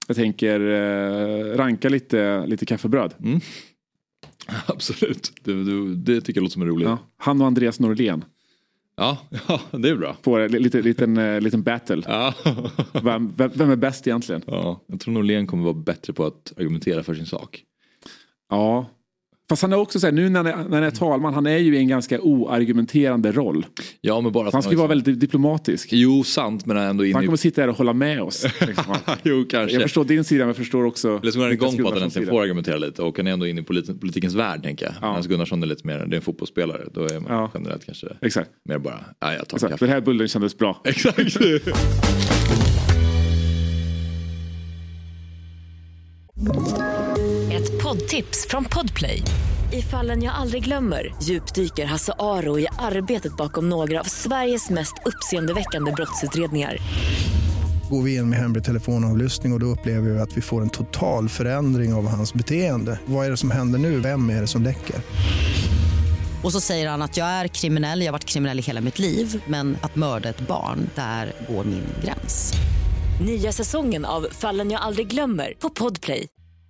Jag tänker uh, ranka lite, lite kaffebröd. Mm. Absolut, det, det, det tycker jag låter som en rolig. Ja. Han och Andreas Norlén. Ja, ja, det är bra. På en lite, liten, uh, liten battle. Ja. vem, vem, vem är bäst egentligen? Ja, jag tror Norlén kommer vara bättre på att argumentera för sin sak. Ja. Fast han är också så här, nu när han, är, när han är talman, han är ju i en ganska oargumenterande roll. Ja, men bara han ska liksom vara väldigt diplomatisk. Jo, sant, men ändå in han kommer i... sitta där och hålla med oss. Liksom. Jo, kanske. Jag förstår din sida, men jag förstår också... Eller så går han igång på att han äntligen får argumentera lite. Och han är ändå inne i polit- politikens värld, tänker jag. Ja. Hans Gunnarsson är lite mer, det är en fotbollsspelare. Då är man ja. generellt kanske Exakt. mer bara, ja, jag tar Exakt. kaffe. Den här bullen kändes bra. Exakt. Ett poddtips från Podplay. I Fallen jag aldrig glömmer djupdyker Hasse Aro i arbetet bakom några av Sveriges mest uppseendeväckande brottsutredningar. Går vi in med hemlig telefonavlyssning och, och då upplever vi att vi får en total förändring av hans beteende. Vad är det som händer nu? Vem är det som läcker? Och så säger han att jag är kriminell, jag har varit kriminell i hela mitt liv. Men att mörda ett barn, där går min gräns. Nya säsongen av Fallen jag aldrig glömmer på Podplay.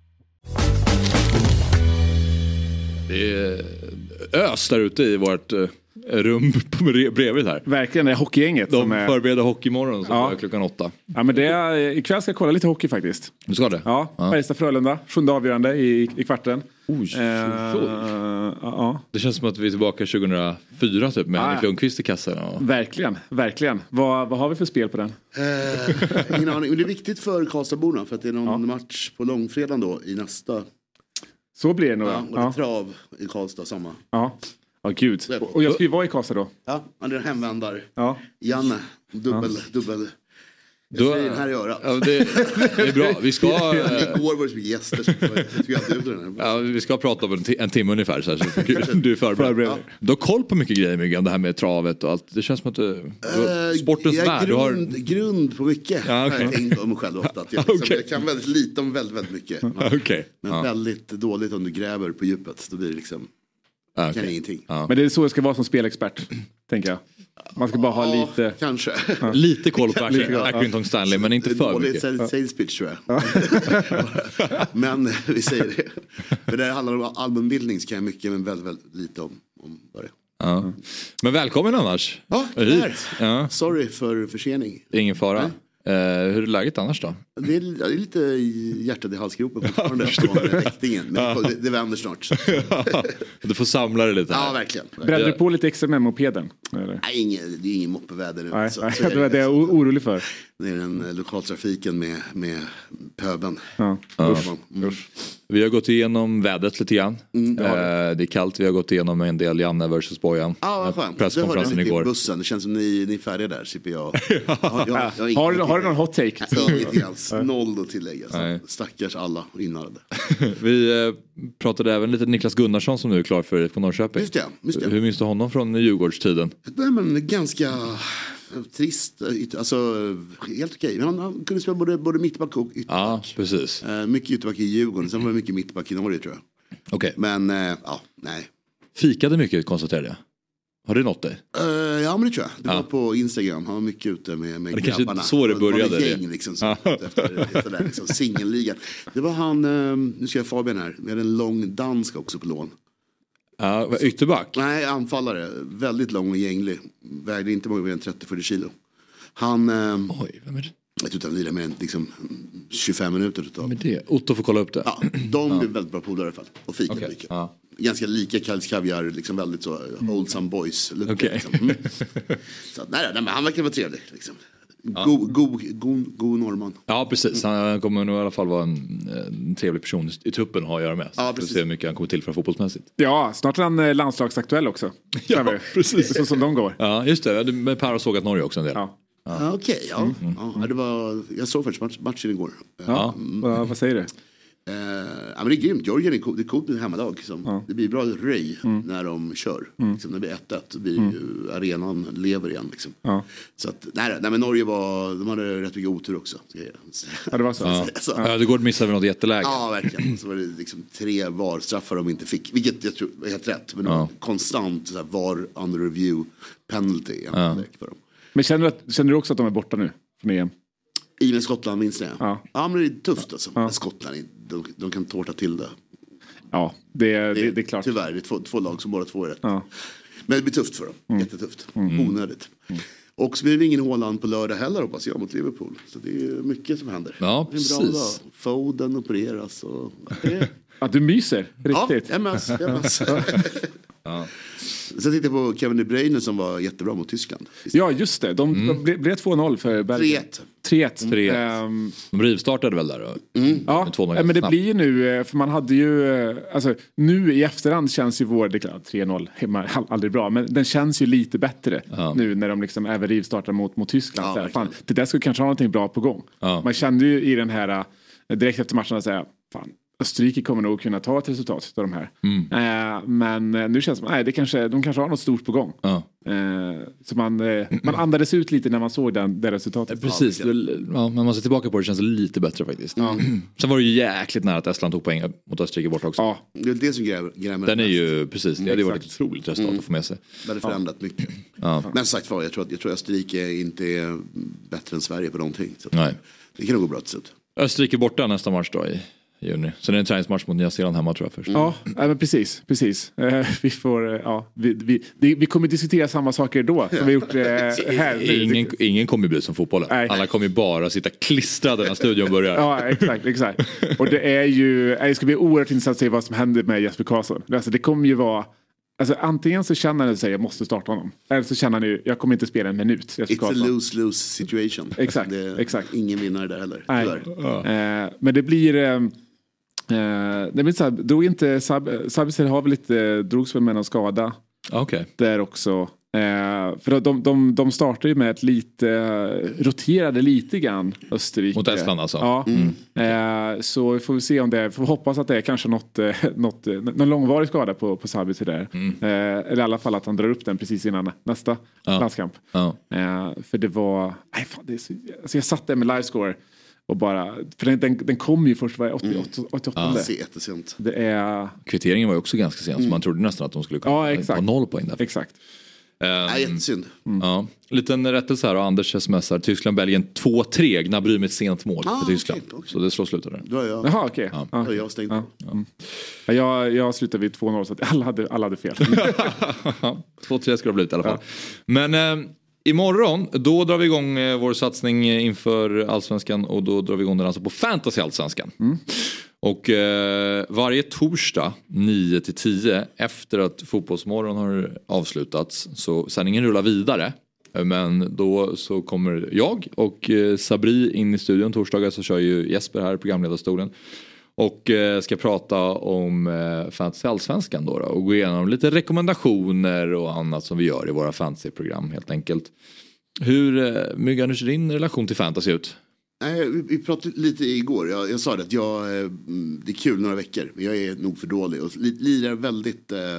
Det är ös där ute i vårt rum bredvid här. Verkligen, det är hockeygänget. De som är... förbereder hockey imorgon så ja. klockan åtta. Ja, men det är, ikväll ska jag kolla lite hockey faktiskt. Du ska det? Ja, ja. Färjestad-Frölunda, sjunde avgörande i, i kvarten. Oj, uh, uh, uh. Det känns som att vi är tillbaka tjugohundrafyra typ med Henrik Lundqvist i kassan. Och... Verkligen, verkligen. Vad, vad har vi för spel på den? Uh, ingen aning, men det är viktigt för Karlstadborna för att det är någon ja. match på långfredagen då i nästa. Så blir det nog. Ja, och det är trav i Karlstad samma. Ja. Ja, gud. Och jag ska ju vara i Karlstad då. Ja, han är en hemvändare. Ja. Janne, dubbel, ja. dubbel. Jag säger den här i örat. Ja, det, det är bra. Vi ska... Igår var det som gäster. Så jag ut den ja, vi ska prata om en, t- en timme ungefär. Så, här, så du är förberedd. Ja. Du har koll på mycket grejer, Myggan. Det här med travet och allt. Det känns som att du... Uh, sportens värld. Grund, har... grund på mycket. Ja, okay. Jag har tänkt om mig själv ofta. Att jag, okay. jag kan väldigt lite om väldigt, väldigt mycket. Men, okay. men ja. väldigt dåligt om du gräver på djupet. Då blir det liksom... Ah, okay. Kan ingenting. Ja. Men det är så jag ska vara som spelexpert, tänker jag. Man ska bara ha ja, lite... Kanske. Ja. Lite koll på Accrington Stanley, men inte för mycket. Det är dåligt sales pitch, tror jag. Ja. Men vi säger det. För det här handlar om allmänbildning, så kan jag mycket, men väldigt, väldigt lite om, om vad det är. Ja. Men välkommen annars. Ja, ja. Sorry för försening. Ingen fara. Nej. Uh, hur är läget annars då? Det är, det är lite hjärtat i halsgropen fortfarande. Men det, det vänder snart. Du får samla det lite här. Ja, verkligen. Brände du på lite extra med mopeden? Eller? Nej, ingen, det är ingen moppeväder nu. Nej, så, nej, så är det var det jag är orolig för. Det är den lokaltrafiken med, med pöben. Ja. Ja. Mm. Vi har gått igenom vädret lite grann. Mm, det, eh, det är kallt, vi har gått igenom en del Janne versus Bojan. Ja, vad skönt. Presskonferensen igår. Bussen. Det känns som ni, ni är färdiga där, slipper jag. jag, jag, jag, jag har, har, har du någon hot take? Nej, ingenting alls. Noll att tillägga. Så. Stackars alla innan. Vi eh, pratade även lite Niklas Gunnarsson som nu är klar för på Norrköping. Just det, just det. Hur minns du honom från Djurgårdstiden? Nej, men ganska... trist, alltså helt okej. Men han, han kunde spela både, både mittback och ytterback. Ja, precis. Uh, mycket ytterback i Djurgården, sen var det mycket mittback i Norge, tror jag. Okej. Okay. Men, uh, ja, nej. Fikade mycket, konstaterade jag. Har det nått dig? Uh, ja, men det tror jag. Det ja. var på Instagram. Han var mycket ute med, med det grabbarna. Kanske så det började. Det var gäng, liksom, så, efter, efter där, liksom, singelligan. Det var han, uh, nu ska jag Fabian här. Vi hade en lång dansk också på lån. Ja, ytterback? Nej, anfallare. Väldigt lång och gänglig. Vägde inte många mer än trettio till fyrtio kilo. Han... Eh, Oj, vem är det? Jag tror att han lirar med liksom tjugofem minuter totalt. Men det, Otto får kolla upp det. Ja, de ja. blir väldigt bra polare i alla fall. Och fika okay. mycket. Ja. Ganska lika Kalles Kaviar, liksom väldigt så wholesome boys. Okay. Liksom. Mm. Så nej, nej, men han verkar vara trevlig liksom. God, god, god, god norrman. Ja, precis. Han kommer nog i alla fall vara en, en trevlig person i truppen att ha att göra med. Ja, precis. Se hur mycket han kommer till för fotbollsmässigt. Ja, snart är han landslagsaktuell också. Ja, precis. Så som de går. Ja, just det. Men Per har sågat Norge också en del. Ja. Ja. Ja, okej, okay, ja. Mm. ja det var, jag såg faktiskt match, matchen igår. Ja, mm. vad, vad säger du? Uh, ja, men det är grymt, Georgien är cool, det är coolt med hemmalag liksom. Ja. Det blir bra röj mm. när de kör mm. liksom, när det blir ett ett då blir mm. ju arenan lever igen liksom. Ja. Så att, nej, nej men Norge var, de hade rätt mycket otur också. Ja, det var så. Ja, så. Ja, det går att missa vid något jätteläge. Ja, verkligen. Så var det liksom tre VAR-straffar de inte fick, vilket jag tror var helt rätt. Men ja. konstant så här, VAR under review penalty ja. för dem. Men känner du, att, känner du också att de är borta nu från E M? I med Skottland minst det. Ja. ja, men det är tufft alltså. Ja. Skottland, de, de kan tårta till det. Ja, det, det, det, det är klart. Tyvärr, det är två, två lag som båda två är rätt. Ja. Men det blir tufft för dem. Mm. Jättetufft. Mm. Onödigt. Mm. Och så blir det ingen Haaland på lördag heller, hoppas jag, mot Liverpool. Så det är mycket som händer. Ja, precis. Foden opereras och... Det... ja, du myser. Riktigt. Ja, M S. M S. ja. Sen tittade jag på Kevin De Bruyne som var jättebra mot Tyskland. Ja, just det. De mm. blev, blev två noll för Belgien. tre ett. tre ett. Um, de rivstartade väl där då? Mm. Ja, men det snabbt. Blir ju nu, för man hade ju, alltså nu i efterhand känns ju vår, det är klart, tre noll hemma, aldrig bra, men den känns ju lite bättre ja. Nu när de liksom även rivstartar mot, mot Tyskland. Ja, fan, det där skulle kanske ha någonting bra på gång. Ja. Man kände ju i den här, direkt efter matchen att säga, fan, Österrike kommer nog kunna ta ett resultat av de här. Mm. Eh, men nu känns det som att det kanske, de kanske har något stort på gång. Ja. Eh, så man, eh, man andades ut lite när man såg den, det resultatet. Ja, precis, ja, men man ser tillbaka på det, känns lite bättre faktiskt. Ja. Sen var det ju jäkligt nära att Estland tog poäng mot Österrike bort också. Ja. Det är det som grämer. Den är ju, precis, det hade ju varit ett otroligt resultat mm. att få med sig. Det hade förändrat ja. mycket. Ja. Men sagt var, jag tror att jag tror Österrike inte är bättre än Sverige på någonting. Så nej. Det kan nog gå bra till slut. Österrike borta nästa match då i juni. Så det är en träningsmatch mot Nya Zeeland hemma tror jag först. Mm. Ja, men precis, precis. Uh, vi får, uh, ja, vi, vi, vi, vi kommer diskutera samma saker då som vi gjort uh, här. Ingen, ingen kommer bli som fotbollen. Nej. Alla kommer bara sitta klistrade när studion börjar. Ja, exakt, exakt. Och det är ju, det ska bli oerhört intressant att se vad som händer med Jesper Karlsson. Alltså, det kommer ju vara, alltså antingen så känner ni sig jag måste starta honom. Eller så känner ni jag kommer inte spela en minut. It's Karlsson. A lose-lose situation. Exakt, det exakt. Ingen vinnare där heller. Nej. Uh, men det blir... Uh, Uh, det blir så här, drog inte Sab- Sabitzer har väl lite drogs väl med någon skada okay. där också uh, för de, de, de startar ju med ett lite uh, roterade lite grann Österrike mot Estland alltså ja. mm. uh, så vi får vi se om det får hoppas att det är kanske något, uh, något, uh, någon långvarig skada på, på Sabitzer där mm. uh, eller i alla fall att han drar upp den precis innan nästa ja. landskamp ja. uh, för det var nej, fan, det är så, alltså jag satt där med livescore och bara, för den, den, den kom ju först var åttioåtta. Mm. Ja, jättesent. Det är... Kvitteringen var ju också ganska sent mm. så man trodde nästan att de skulle kunna ja, ha noll poäng där. Exakt. Um, ja, jättesynd. Mm. Ja. Liten rättelse här och Anders smsar Tyskland-Belgien två tre Gnabry med ett sent mål ah, för Tyskland. Okay, okay. Så det slår slutet där. Då är jag. Jaha, okej. Okay. Ja. Ja. Jag stängt. Ja. Mm. Ja, jag, jag slutade vid två noll så att alla hade, alla hade fel. två tre ska det ha blivit i alla fall. Ja. Men... Eh, imorgon, då drar vi igång eh, vår satsning inför Allsvenskan och då drar vi igång den alltså på Fantasy Allsvenskan. Mm. Och eh, varje torsdag nio till tio efter att Fotbollsmorgon har avslutats så sändningen rullar vidare. Men då så kommer jag och eh, Sabri in i studion torsdagar så kör ju Jesper här i programledarstolen. Och eh, ska prata om eh, Fantasy Allsvenskan då, då och gå igenom lite rekommendationer och annat som vi gör i våra fantasyprogram helt enkelt. Hur eh, Myggan, hur ser din relation till fantasy ut? Nej, vi, vi pratade lite igår. Jag, jag sa det att jag, eh, det är kul några veckor men jag är nog för dålig och lirar väldigt eh,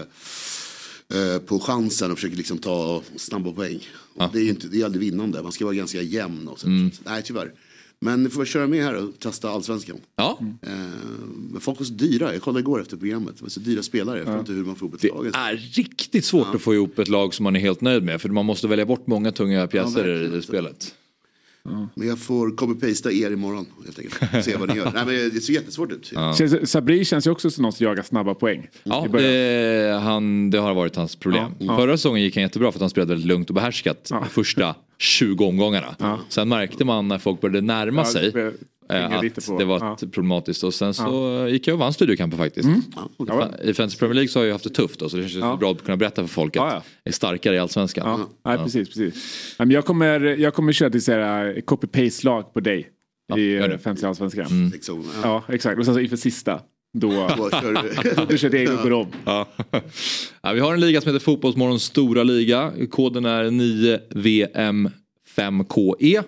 eh, på chansen och försöker liksom ta snabba poäng. Ja. Det är ju inte, det är aldrig vinnande. Man ska vara ganska jämn och så. Mm. Nej, tyvärr. Men nu får vi köra med här och testa Allsvenskan. Ja. Mm. Eh, folk är så dyra. Jag kollade igår efter programmet. Det var så dyra spelare. Jag vet inte hur man får ihop ett det lag. Det är riktigt svårt ja. att få ihop ett lag som man är helt nöjd med. För man måste välja bort många tunga pjäser ja, i spelet. Ja. Men jag får copy-pasta er imorgon helt enkelt. Se vad ni gör. Nej, men det ser jättesvårt ut. Ja. Känns, Sabri känns ju också som någon som jagar snabba poäng. Ja, det, han, det har varit hans problem. Ja. Mm. Förra säsongen gick han jättebra för att han spelade väldigt lugnt och behärskat ja. första tjugo omgångarna. Ja. Sen märkte man när folk började närma ja, sig det att det var ja. problematiskt. Och sen så ja. gick jag och vann studiokampen faktiskt. Mm. Ja. I Fantasy Premier League så har jag haft det tufft. Då, så det känns ja. bra att kunna berätta för folk att ja, ja. jag är starkare i Allsvenskan. Ja. Ja. Ja, precis, precis. Jag kommer, jag kommer köra till copy-paste-lag på dig ja, i Fantasy Allsvenskan. Mm. Ja, exakt. Och sen så inför sista. Då, då kör du kör det och går om. Ja. Ja, vi har en liga som heter Fotbollsmorgons stora liga. Koden är nio V M fem K E.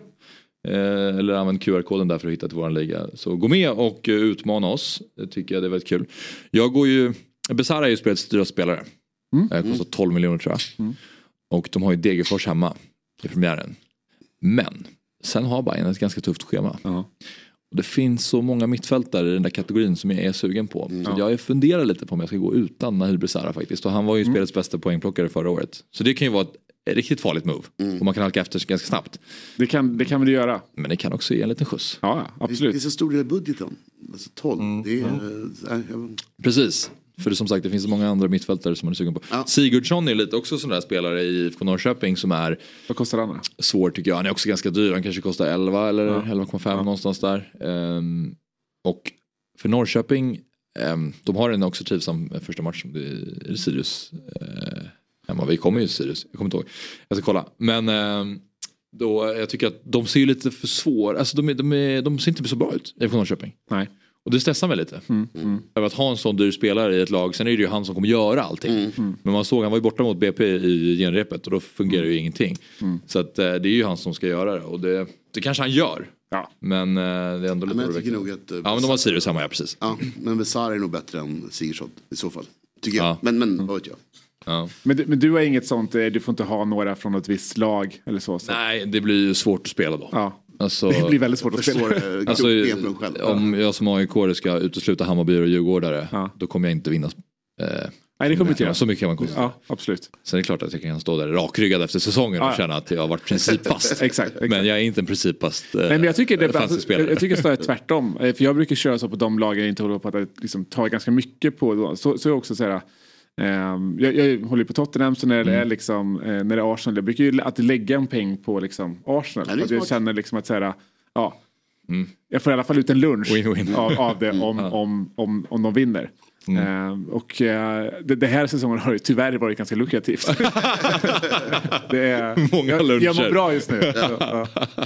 Eh, eller använd Q R-koden där för att hitta till våran liga. Så gå med och utmana oss. Det tycker jag det är väldigt kul. Jag går ju... Besara är ju spelets dyra spelare. Mm. Det kostar tolv miljoner tror jag. Mm. Och de har ju Degerfors hemma i premiären. Men sen har Bayern ett ganska tufft schema. Uh-huh. Och det finns så många mittfältare i den där kategorin som jag är sugen på. Mm. Så jag funderar lite på om jag ska gå utan Nahir Besara faktiskt. Och han var ju mm. spelets bästa poängplockare förra året. Så det kan ju vara ett riktigt farligt move. Mm. Och man kan halka efter ganska snabbt. Det kan, det kan vi göra. Men det kan också ge en liten skjuts. Ja, absolut. Det är så stor del av budgeten. Alltså tolv. Mm. Det är, mm. äh, jag... Precis. För det, som sagt, det finns så många andra mittfältare som man är sugen på. Ja. Sigurdsson är lite också sån där spelare i I F K Norrköping som är... Vad kostar han? Svår tycker jag. Han är också ganska dyr. Han kanske kostar elva eller ja. elva komma fem ja. någonstans där. Um, och för Norrköping, um, de har en också trivsam första match. Det är Sirius. Uh, hemma. Vi kommer ju Sirius. Jag kommer inte ihåg. Jag ska kolla. Men... Um, då, jag tycker att de ser lite för svår. Alltså de, är, de, är, de ser inte så bra ut I F K Norrköping. Nej. Och det stressar mig lite. Mm, mm. Över att ha en sån dyr spelare i ett lag. Sen är det ju han som kommer göra allting. Mm, mm. Men man såg, han var ju borta mot B P i genrepet. Och då fungerar mm. ju ingenting. Mm. Så att, eh, det är ju han som ska göra det. Och det, det kanske han gör. Ja. Men eh, det är ändå lite... Ja, men jag tycker nog att... Uh, ja, men de har Sirius hemma, ja, precis. Ja, men Besara är nog bättre än Sigurdsson i så fall. Tycker jag. Ja. Men, men mm. vad vet jag. Ja. Men, du, men du har inget sånt, du får inte ha några från ett visst lag eller så, så. Nej, det blir ju svårt att spela då. Ja. Alltså, det blir väldigt svårt att spela. Alltså, om jag som A I K ska utesluta Hammarby och Djurgårdare, ja. Då kommer jag inte vinna. Eh, Nej, det kommer inte göra. Så mycket kan man kosta. Ja, absolut. Sen är det klart att jag kan stå där rakryggad efter säsongen och ja. känna att jag har varit principfast. exakt, exakt. Men jag är inte en principfast eh, Nej, men jag tycker det alltså, jag tycker det är tvärtom. För jag brukar köra så på de lagen jag inte håller på att liksom, ta ganska mycket på. Så, så är också så här... Um, jag, jag håller på Tottenham, så när det mm. är liksom, eh, när det är Arsenal, jag brukar ju att lägga en peng på liksom Arsenal. Ja, att jag känner liksom att säga, ja, mm. jag får i alla fall ut en lunch win, win. Av, av det om, mm. om, om, om de vinner. Mm. Um, och uh, det, det här säsongen har ju tyvärr varit ganska lukrativt. Det är, många jag, luncher. Jag mår bra just nu. Så, ja.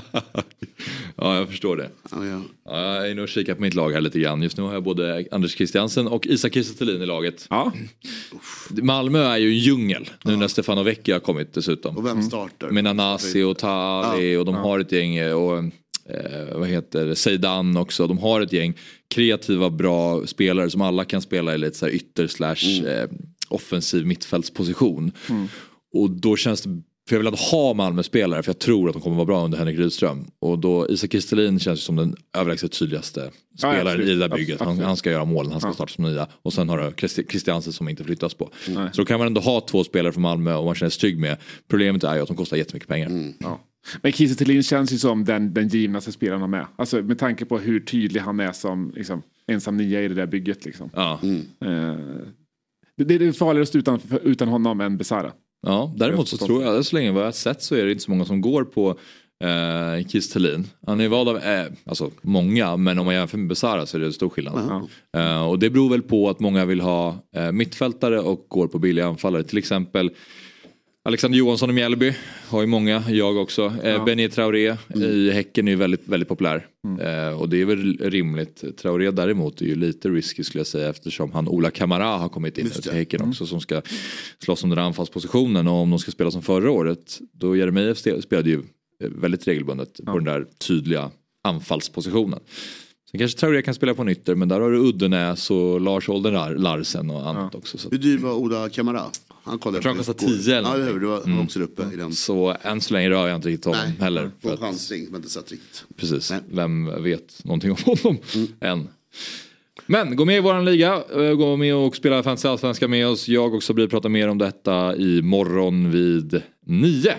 Ja, jag förstår det. Ja, ja. Ja, jag är nog och kikar på mitt lag här lite grann. Just nu har jag både Anders Christiansen och Isak Kiese Thelin i laget. Ja. Malmö är ju en djungel nu ja. när Stefano Vecchia har kommit dessutom. Och vem startar? Med Nanasi och Tali ja. och de ja. har ett gäng och eh, vad heter Seidan också. De har ett gäng kreativa bra spelare som alla kan spela i lite så här ytter slash mm. eh, offensiv mittfältsposition. Mm. Och då känns det, för jag vill att ha Malmö-spelare för jag tror att de kommer vara bra under Henrik Rydström. Och då Isak Kiese Thelin känns som den överlägset tydligaste spelaren ja, i det där bygget. Han, han ska göra målen, han ska ja. starta som nya. Och sen har du Christiansen som inte flyttas på. Nej. Så då kan man ändå ha två spelare från Malmö och man känner sig trygg med. Problemet är ju att de kostar jättemycket pengar. Mm. Ja. Men Kiese Thelin känns ju som den, den givnaste spelaren med. Alltså med tanke på hur tydlig han är som liksom, ensam nia i det där bygget. Liksom. Ja. Mm. Eh, det, det är farligast utan, utan honom än Besara. Ja, däremot så tror jag, så länge vad jag har sett så är det inte så många som går på eh, Kiese Thelin. Han är vald av, eh, alltså många, men om man jämför med Besara så är det en stor skillnad. Mm. Eh, och det beror väl på att många vill ha eh, mittfältare och går på billiga anfallare. Till exempel Alexander Johansson i Mjällby har ju många, jag också. Eh, ja. Benny Traoré mm. i Häcken är ju väldigt, väldigt populär. Mm. Eh, och det är väl rimligt. Traoré däremot är ju lite risky skulle jag säga eftersom han Ola Kamara har kommit in till Häcken mm. också som ska slåss om den anfallspositionen. Och om de ska spela som förra året, då Jeremejeff spelade ju väldigt regelbundet ja. på den där tydliga anfallspositionen. Sen kanske Traoré kan spela på nytter, men där har du Uddenäs och Lars Olden Larsen och annat ja. också. Så. Hur dyr var Ola Kamara? Han kollade jag tror han kostar tio eller ja, det var mm. också uppe i den. Så än så länge rör jag inte riktigt honom Nej, heller. På chansning, men inte satt riktigt. Precis, Nej. vem vet någonting om honom mm. än. Men gå med i våran liga, gå med och spela Fantasy Allsvenskan med oss. Jag också blir prata mer om detta i morgon vid nio.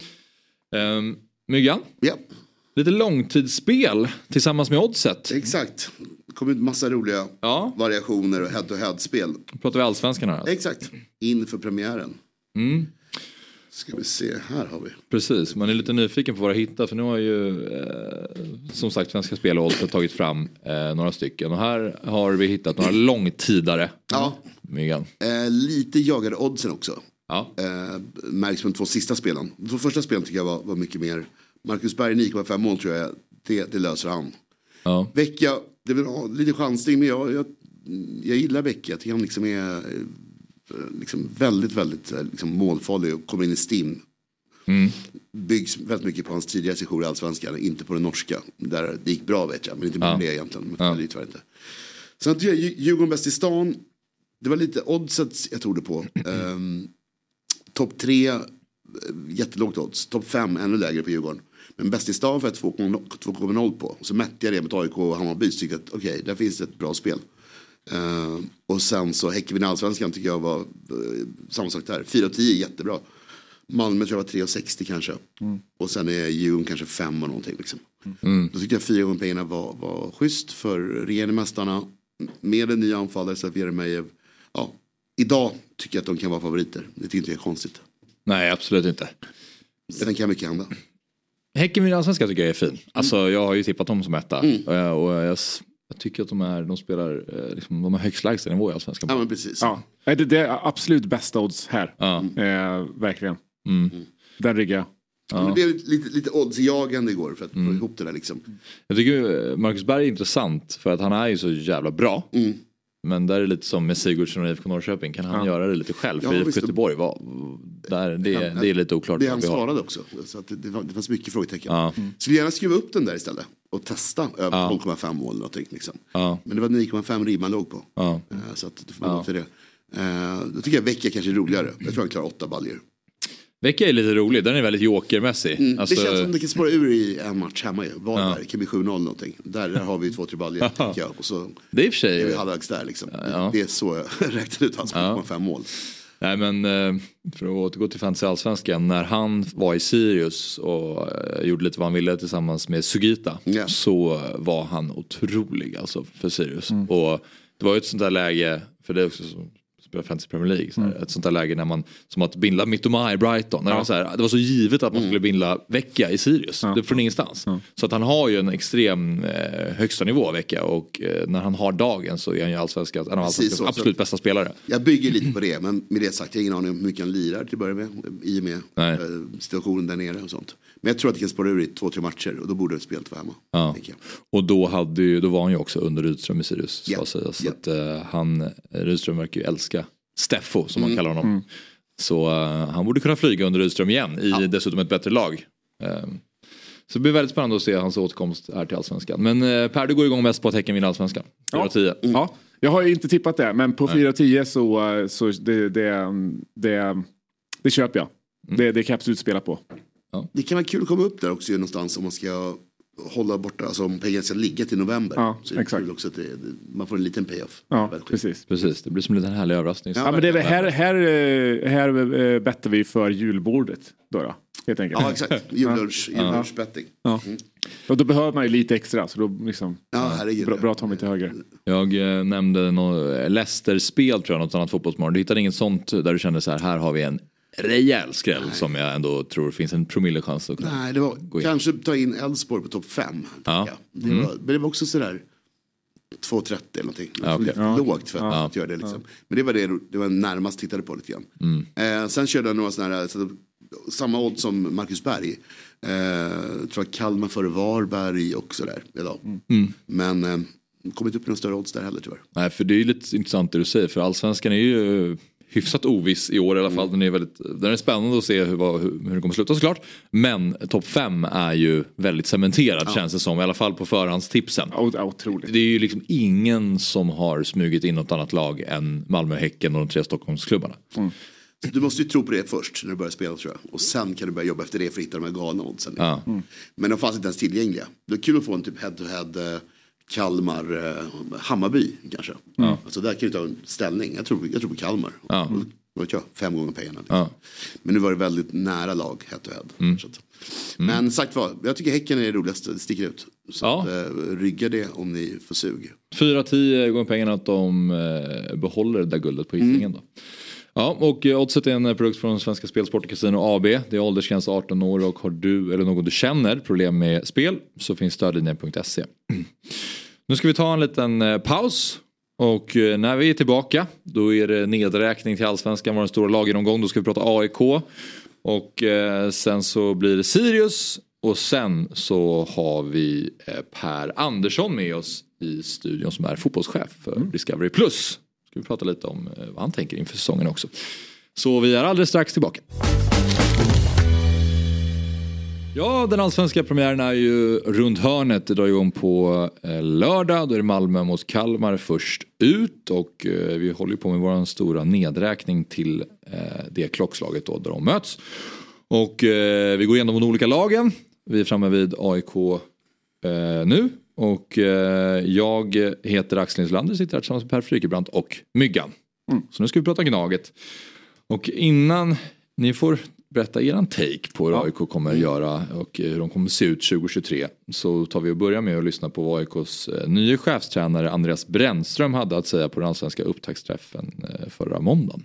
Um, Myggan? Ja. Lite långtidsspel tillsammans med Oddset. Exakt. Det kommer ut massa roliga ja. variationer och head-to-head-spel. Då pratar vi Allsvenskan här. Exakt. Inför premiären. Mm. Ska vi se, här har vi. Precis, man är lite nyfiken på vad det hittar. För nu har ju eh, som sagt Svenska Spel och Oddset tagit fram eh, några stycken. Och här har vi hittat några långtidare. Ja. Myggan. Eh, lite jagade oddsen också. Ja. Eh, märks på de två sista spelen. De två första spelen tycker jag var, var mycket mer. Marcus Berg nio komma fem mål tror jag. Det, det löser han. Ja. Vecka, det är väl lite chansning. Men jag, jag, jag gillar Vecka. Jag tycker han liksom är liksom väldigt, väldigt liksom målfarlig och kommer in i stim. Mm. Byggs väldigt mycket på hans tidigare session i Allsvenskan. Inte på den norska. Där det gick bra vet jag. Men inte på ja. det egentligen. Men ja. det tyvärr inte. Sen tycker jag Djurgården bäst i stan. Det var lite oddset jag trodde på. Um, Topp tre, jättelågt odds. Topp fem, ännu lägre på Djurgården. Men bäst i stan för två komma noll på. Så mätte jag det mot A I K och Hammarby. Så tyckte att okej, okay, där finns det ett bra spel. Uh, och sen så Häcken i Allsvenskan tycker jag var uh, samma sak där. fyra tio jättebra. Malmö tror jag var tre komma sextio kanske. Mm. Och sen är Djurgården kanske fem och någonting liksom. Mm. Då tyckte jag fyra gånger pengarna var, var schysst för regerande mästarna. Med en ny anfallare så att Jeremejeff. Ja, idag tycker jag att de kan vara favoriter. Det tycker inte jag är konstigt. Nej, absolut inte. Sen kan mycket hända. Häcken vid allsvenskan tycker jag är fin. Alltså mm. jag har ju tippat dem som etta. Mm. Och, jag, och jag, jag tycker att de är, de spelar, liksom, de har högst lägsta nivå i allsvenskan. Ja men precis. Ja. Det, det är absolut bästa odds här. Ja. Eh, verkligen. Mm. Den riggar. Ja. Det blev lite, lite oddsjagande igår för att mm. få ihop det där liksom. Jag tycker Marcus Berg är intressant för att han är ju så jävla bra. Mm. Men där är det lite som med Sigurdsson och I F K Norrköping. Kan han ja. göra det lite själv? För ja, I F K Göteborg var, där, det, han, det är lite oklart. Det han svarade också. Så att det, det, det fanns mycket frågetecken. Ja. Mm. Så vi gärna skruva upp den där istället. Och testa över ja. noll komma fem mål. Någonting, liksom. ja. Men det var nio komma fem ribban låg på. Ja. Så att, det får man ja. för det. Då tycker jag vecka kanske är roligare. Jag tror han klarar åtta baljor. Vecka är lite rolig, den är väldigt jokermässig. Mm, alltså... Det känns som det kan spåra ur i en match hemma ju. Var ja. där, det kan bli sju noll någonting. Där, där har vi två, tre baljor tycker jag. Och så det är i och för sig. Är vi halvvägs där liksom. Ja, ja. Det är så jag räknar ut hans ja. fem mål. Nej men för att återgå till Fantasy Allsvenskan. När han var i Sirius och gjorde lite vad han ville tillsammans med Sugita. Yeah. Så var han otrolig alltså för Sirius. Mm. Och det var ju ett sånt där läge, för det är också så, Fantasy Premier League så här, mm. ett sånt där läge när man som att bindla Mitoma i Brighton när ja. det, var så här, det var så givet att man skulle bindla Vecchia i Sirius ja. det från ingenstans ja. så att han har ju en extrem eh, högsta nivå Vecchia och eh, när han har dagen så är han ju allsvenska, en av allsvenskans absolut bästa spelare. Jag bygger lite på det, men med det sagt jag har ingen aning om hur mycket han lirar till att börja med i och med eh, situationen där nere och sånt. Men jag tror att det kan spåra ur i två, tre matcher och då borde det spelet vara hemma. Ja. Och då, hade ju, då var han ju också under Rydström i Sirius yeah. så, så yeah. att uh, han, Rydström verkar ju älska Steffo som man mm. kallar honom. Mm. Så uh, han borde kunna flyga under Rydström igen i ja. dessutom ett bättre lag. Um, så det blir väldigt spännande att se hans återkomst här till Allsvenskan. Men uh, Per, du går igång mest på att Häcken vinner Allsvenskan. fyra tio. Ja. Mm. ja, jag har ju inte tippat det, men på fyra tio så, så det, det, det, det köper jag. Mm. Det, det kan jag absolut spela på. Ja. Det kan vara kul att komma upp där också någonstans om man ska hålla borta, alltså om pengarna ska ligga till november. Ja, så exakt. Också att det, man får en liten payoff. Ja, precis. precis. Det blir som en liten härlig överraskning. Ja, men det är, här, här, här bettar vi för julbordet då, då helt enkelt. Ja, exakt. Jullunch, ja. Jullunchbetting. Ja. Mm. Och då behöver man ju lite extra, så då liksom ja, herregud. bra, bra att ta mig till höger. Jag eh, nämnde något Leicester-spel tror jag, något annat fotbollsmorgon. Du hittade inget sånt där du kände så här, här har vi en rejäl skräll Nej. som jag ändå tror finns en promillechans att Nej, det var gå in. Kanske ta in Elfsborg på topp fem. Ja. Det mm. var, men det var också sådär två trettio eller någonting. Ja, okay. ja. Lågt för att ja. göra det liksom. Ja. Men det var det, det var närmast tittade på lite grann. Mm. Eh, sen körde jag några sådana här, så, samma odd som Marcus Berg. Eh, jag tror att Kalmar före Varberg och sådär idag. Mm. Men eh, kommit upp några större odds där heller tyvärr. Nej, för det är ju lite intressant det du säger. För allsvenskan är ju hyfsat oviss i år i alla fall. Mm. Den är väldigt, den är spännande att se hur, hur, hur det kommer sluta såklart. Men topp fem är ju väldigt cementerad ja. känns det som. I alla fall på förhandstipsen. Ja, otroligt. Det är ju liksom ingen som har smugit in något annat lag än Malmö, Häcken och de tre Stockholmsklubbarna. Mm. Du måste ju tro på det först när du börjar spela tror jag. Och sen kan du börja jobba efter det för att hitta de här galna oddsen. Ja. Mm. Men de fanns inte ens tillgängliga. Det är kul att få en typ head-to-head Kalmar, eh, Hammarby kanske. Mm. Alltså där kan du ta en ställning. Jag tror, jag tror på Kalmar. Ja. Och, jag, fem gånger pengarna. Ja. Men nu var det väldigt nära lag head-to-head. Mm. Så att, mm. Men sagt vad, jag tycker Häcken är det roligaste, det sticker ut. Så ja. att, eh, rygga det om ni får sug. fyra tio gånger pengarna att de eh, behåller det där guldet på hittningen mm. då. Ja, och Oddset är en produkt från Svenska Spelsport och Casino A B. Det är åldersgräns arton år och har du eller någon du känner problem med spel så finns stödlinjen punkt se. Nu ska vi ta en liten paus och när vi är tillbaka då är det nedräkning till Allsvenskan, vår stora lagenomgång. Då ska vi prata A I K och sen så blir det Sirius och sen så har vi Per Andersson med oss i studion som är fotbollschef för mm. Discovery Plus. Vi pratar lite om vad han tänker inför säsongen också. Så vi är alldeles strax tillbaka. Ja, den allsvenska premiären är ju runt hörnet. Det drar igång på lördag. Då är det Malmö mot Kalmar först ut. Och vi håller på med vår stora nedräkning till det klockslaget då, där de möts. Och vi går igenom de olika lagen. Vi är framme vid A I K nu. Och eh, jag heter Axel Inslander, sitter här tillsammans med Per Frykebrant och Myggan. Mm. Så nu ska vi prata Gnaget. Och innan ni får berätta eran take på hur ja. A I K kommer att göra och hur de kommer att se ut tjugohundratjugotre. Så tar vi och börjar med att lyssna på vad A I K:s nya chefstränare Andreas Brännström hade att säga på den allsvenska upptaktsträffen förra måndagen.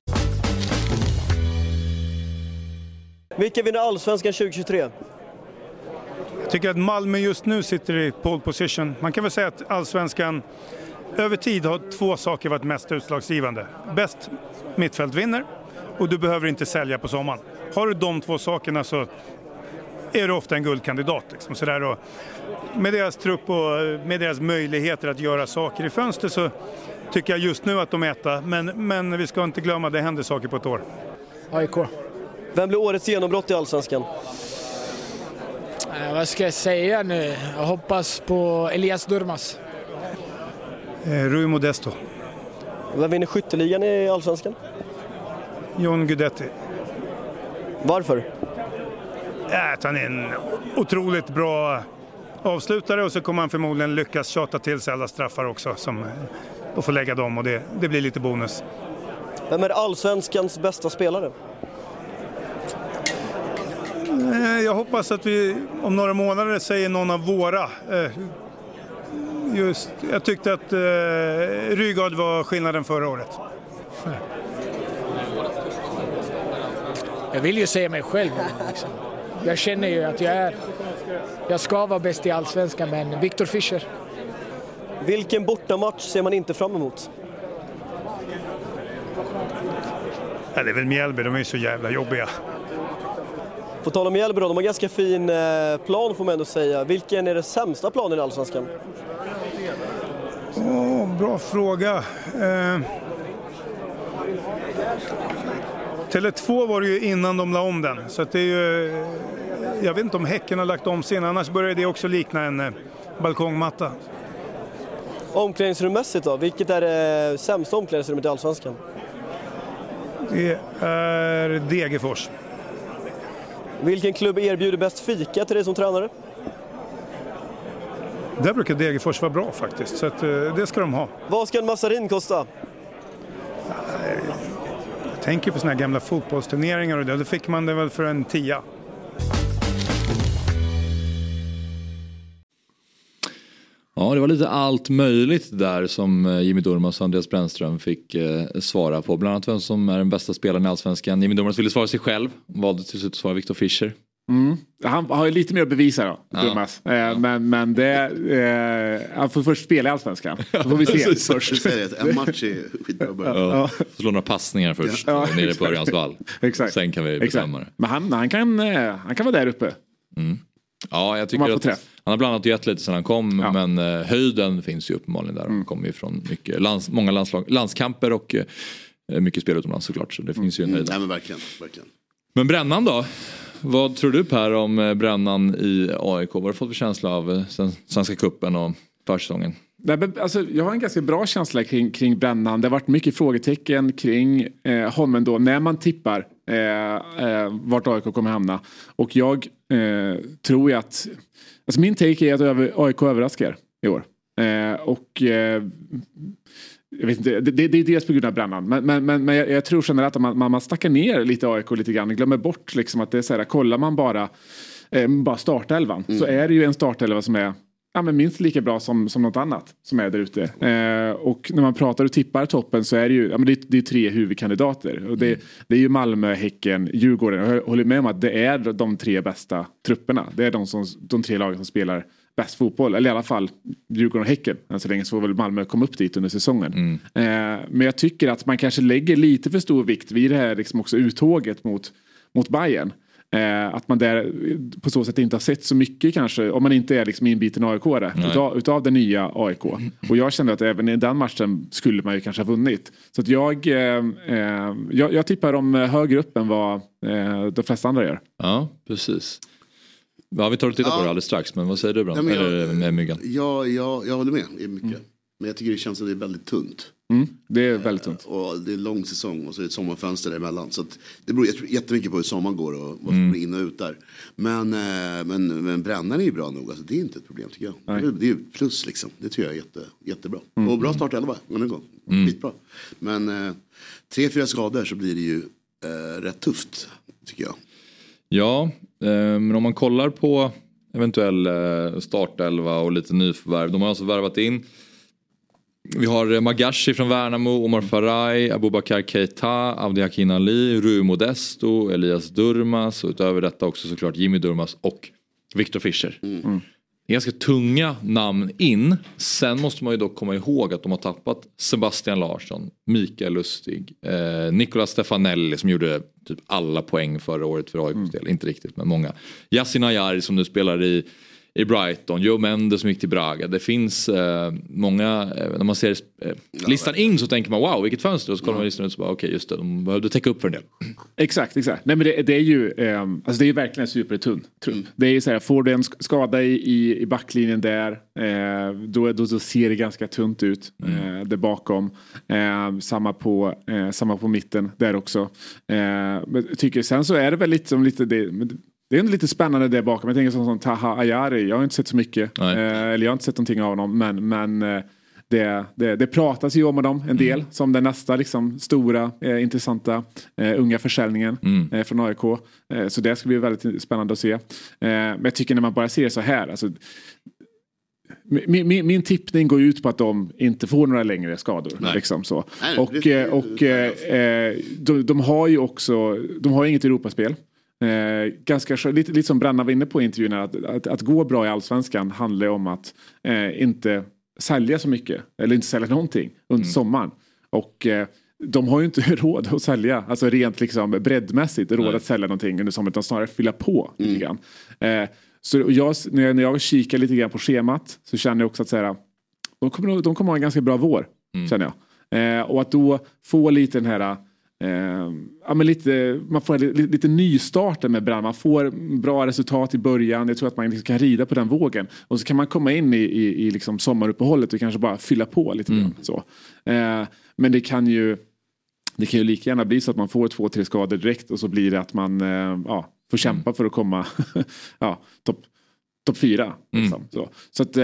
Vilka vinner allsvenskan tjugohundratjugotre? Jag tycker att Malmö just nu sitter i pole position. Man kan väl säga att allsvenskan över tid har två saker varit mest utslagsgivande. Bäst mittfält vinner och du behöver inte sälja på sommaren. Har du de två sakerna så är du ofta en guldkandidat. Liksom. Så där då, med deras trupp och med deras möjligheter att göra saker i fönster så tycker jag just nu att de äter. Men, men vi ska inte glömma att det händer saker på ett år. A I K. Vem blir årets genombrott i allsvenskan? Eh, vad ska jag säga nu? Jag hoppas på Elias Durmas. Eh, Rui Modesto. Vem vinner skytteligan i allsvenskan? John Guidetti. Varför? Äh, han är en otroligt bra avslutare och så kommer han förmodligen lyckas tjata till sig alla straffar också som, och få lägga dem och det, det blir lite bonus. Vem är allsvenskans bästa spelare? Jag hoppas att vi om några månader säger någon av våra. Just, jag tyckte att eh, Rygaard var skillnaden förra året. Jag vill ju säga mig själv. Liksom. Jag känner ju att jag är... Jag ska vara bäst i allsvenskan, men Victor Fischer. Vilken bortamatch ser man inte fram emot? Ja, det är väl Mjällby, de är ju så jävla jobbiga. På tal om Mjällby då, de har ganska fin eh, plan får man ändå säga. Vilken är det sämsta planen i allsvenskan? Oh, bra fråga. Eh... Tele två var det ju innan de la om den. Så att det är ju... Jag vet inte om Häcken har lagt om sin, annars börjar det också likna en eh, balkongmatta. Omklädningsrummässigt då? Vilket är det sämsta omklädningsrummet i allsvenskan? Det är Degerfors. Vilken klubb erbjuder bäst fika till dig som tränare? Där brukar Degerfors vara bra faktiskt, så att, det ska de ha. Vad ska en massarin kosta? Jag tänker på såna här gamla fotbollsturneringar och det. Då fick man det väl för en tia. Ja, det var lite allt möjligt där som Jimmy Durmaz och Andreas Brännström fick eh, svara på. Bland annat vem som är den bästa spelaren i allsvenskan. Jimmy Durmaz ville svara sig själv. Valde till slut att svara Victor Fischer. Mm. Han har ju lite mer att bevisa då, ja. Durmaz. Eh, ja. Men, men det, eh, han får först spela i allsvenskan. Då får vi se först. En match är skitbra. Ja. Ja. Får slå några passningar först. Ja. Nere på Örjans vall. Exakt. Sen kan vi bestämma det. Men han, han, kan, han kan vara där uppe. Mm. Ja, jag tycker att träff. Han har bland annat gett lite sedan han kom, ja. Men eh, höjden finns ju uppenbarligen där. Han mm. kommer ju från mycket lands, många landslag, landskamper och eh, mycket spel utomlands såklart. Så det mm. finns ju en höjd. Nej, men verkligen, verkligen. Men Brännan då? Vad tror du Per om eh, Brännan i A I K? Vad har du fått för känsla av eh, Svenska cupen och försäsongen? Alltså, jag har en ganska bra känsla kring, kring Brännan. Det har varit mycket frågetecken kring eh, honom då när man tippar eh, eh, vart A I K kommer hamna. Och jag eh, tror ju att alltså min take är att A I K överraskar i år. Eh, och eh, jag vet inte, det, det, det är dels på grund av Brännan. Men, men, men, men jag, jag tror generellt att man, man, man stackar ner lite A I K lite grann. Glömmer bort liksom att det är så här, kollar man bara, eh, bara startelvan mm. så är det ju en startelva som är ja, men minst lika bra som, som något annat som är där ute. Eh, och när man pratar och tippar toppen så är det ju ja, men det, det är tre huvudkandidater. Och det, det är ju Malmö, Häcken, Djurgården. Jag håller med om att det är de tre bästa trupperna. Det är de, som, de tre lagen som spelar bäst fotboll. Eller i alla fall Djurgården och Häcken. Än så länge så får väl Malmö komma upp dit under säsongen. Mm. Eh, men jag tycker att man kanske lägger lite för stor vikt vid det här liksom också uttåget mot, mot Bayern. Eh, att man där på så sätt inte har sett så mycket kanske om man inte är liksom inbiten A I K-are utav, utav den nya A I K. Och jag kände att även i den matchen skulle man ju kanske ha vunnit. Så att jag, eh, eh, jag, jag tippar dem högre upp än vad eh, de flesta andra gör. Ja, precis. Ja, vi tar och tittar ja. på det alldeles strax, men vad säger du Brand? Ja, jag, Eller med Myggan? Ja, jag, jag håller med i mycket. Mm. Men jag tycker det känns att det är väldigt tunt. Mm, det är väldigt tunt. Och det är lång säsong och så är det ett sommarfönster däremellan. Så att det beror jättemycket på hur sommaren går och vad som mm. blir in och ut där. Men, men, men Brännan är ju bra nog. Alltså, det är inte ett problem tycker jag. Nej. Det är ju plus liksom. Det tycker jag är jätte, jättebra. Mm. Och bra start elva. Mm. Skitbra. Men tre, fyra skador så blir det ju äh, rätt tufft. tycker jag. Ja, eh, men om man kollar på eventuell eh, startelva och lite nyförvärv. De har alltså värvat in. Vi har Magashi från Värnamo, Omar Faraj, Abubakar Keita, Abdi Hakim Ali, Rui Modesto, Elias Durmas och utöver detta också såklart Jimmy Durmas och Victor Fischer. Mm. Det är ganska tunga namn in. Sen måste man ju dock komma ihåg att de har tappat Sebastian Larsson, Mikael Lustig, eh, Nicolas Stefanelli som gjorde typ alla poäng förra året för A I K:s del. Mm. Inte riktigt, men många. Yasin Ayari som nu spelar i, i Brighton, Joe Mendes som gick till Braga. Det finns eh, många, eh, när man ser eh, listan in så tänker man wow, vilket fönster. Och så kollar man listan ut och så bara okej, okay, just det, de behövde täcka upp för en del. Exakt, exakt. Nej, men det, det är ju eh, alltså det är ju verkligen en supertunn trupp. Mm. Det är ju så här, får du en skada i, i, i backlinjen där eh, då, då, då ser det ganska tunt ut mm. eh, där bakom. Eh, samma, på, eh, samma på mitten där också. Eh, men jag tycker sen så är det väl lite som lite det, men det är lite spännande där bakom. Jag tänker som, som Taha Ayari. Jag har inte sett så mycket. Eh, eller jag har inte sett någonting av honom. Men, men eh, det, det, det pratas ju om dem en del. Mm. Som den nästa liksom, stora, eh, intressanta eh, unga försäljningen mm. eh, från A I K. Eh, så det ska bli väldigt spännande att se. Eh, men jag tycker när man bara ser så här. Alltså, min, min, min tippning går ut på att de inte får några längre skador. Liksom så. Nej, och det, och eh, de, de har ju också, de har inget Europaspel. Eh, ganska lite, lite som Branna var inne på i intervjun, att, att, att gå bra i Allsvenskan handlar om att eh, inte sälja så mycket eller inte sälja någonting under mm. sommaren. Och eh, de har ju inte råd att sälja, alltså rent liksom breddmässigt råd Nej. att sälja någonting under sommaren, utan snarare fylla på mm. lite grann. Eh, så jag, när, jag, när jag kikar lite grann på schemat så känner jag också att så här, de kommer de kommer ha en ganska bra vår mm. känner jag. Eh, och att då få lite den här Eh, ja, men lite, man får lite, lite nystarten med Brann. Man får bra resultat i början. Jag tror att man liksom kan rida på den vågen. Och så kan man komma in i, i, i liksom sommaruppehållet och kanske bara fylla på lite mm. så. Eh, men det kan ju det kan ju lika gärna bli så att man får två, tre skador direkt och så blir det att man eh, ja, får kämpa mm. för att komma ja, topp topp fyra. Liksom. Mm. Så, så att,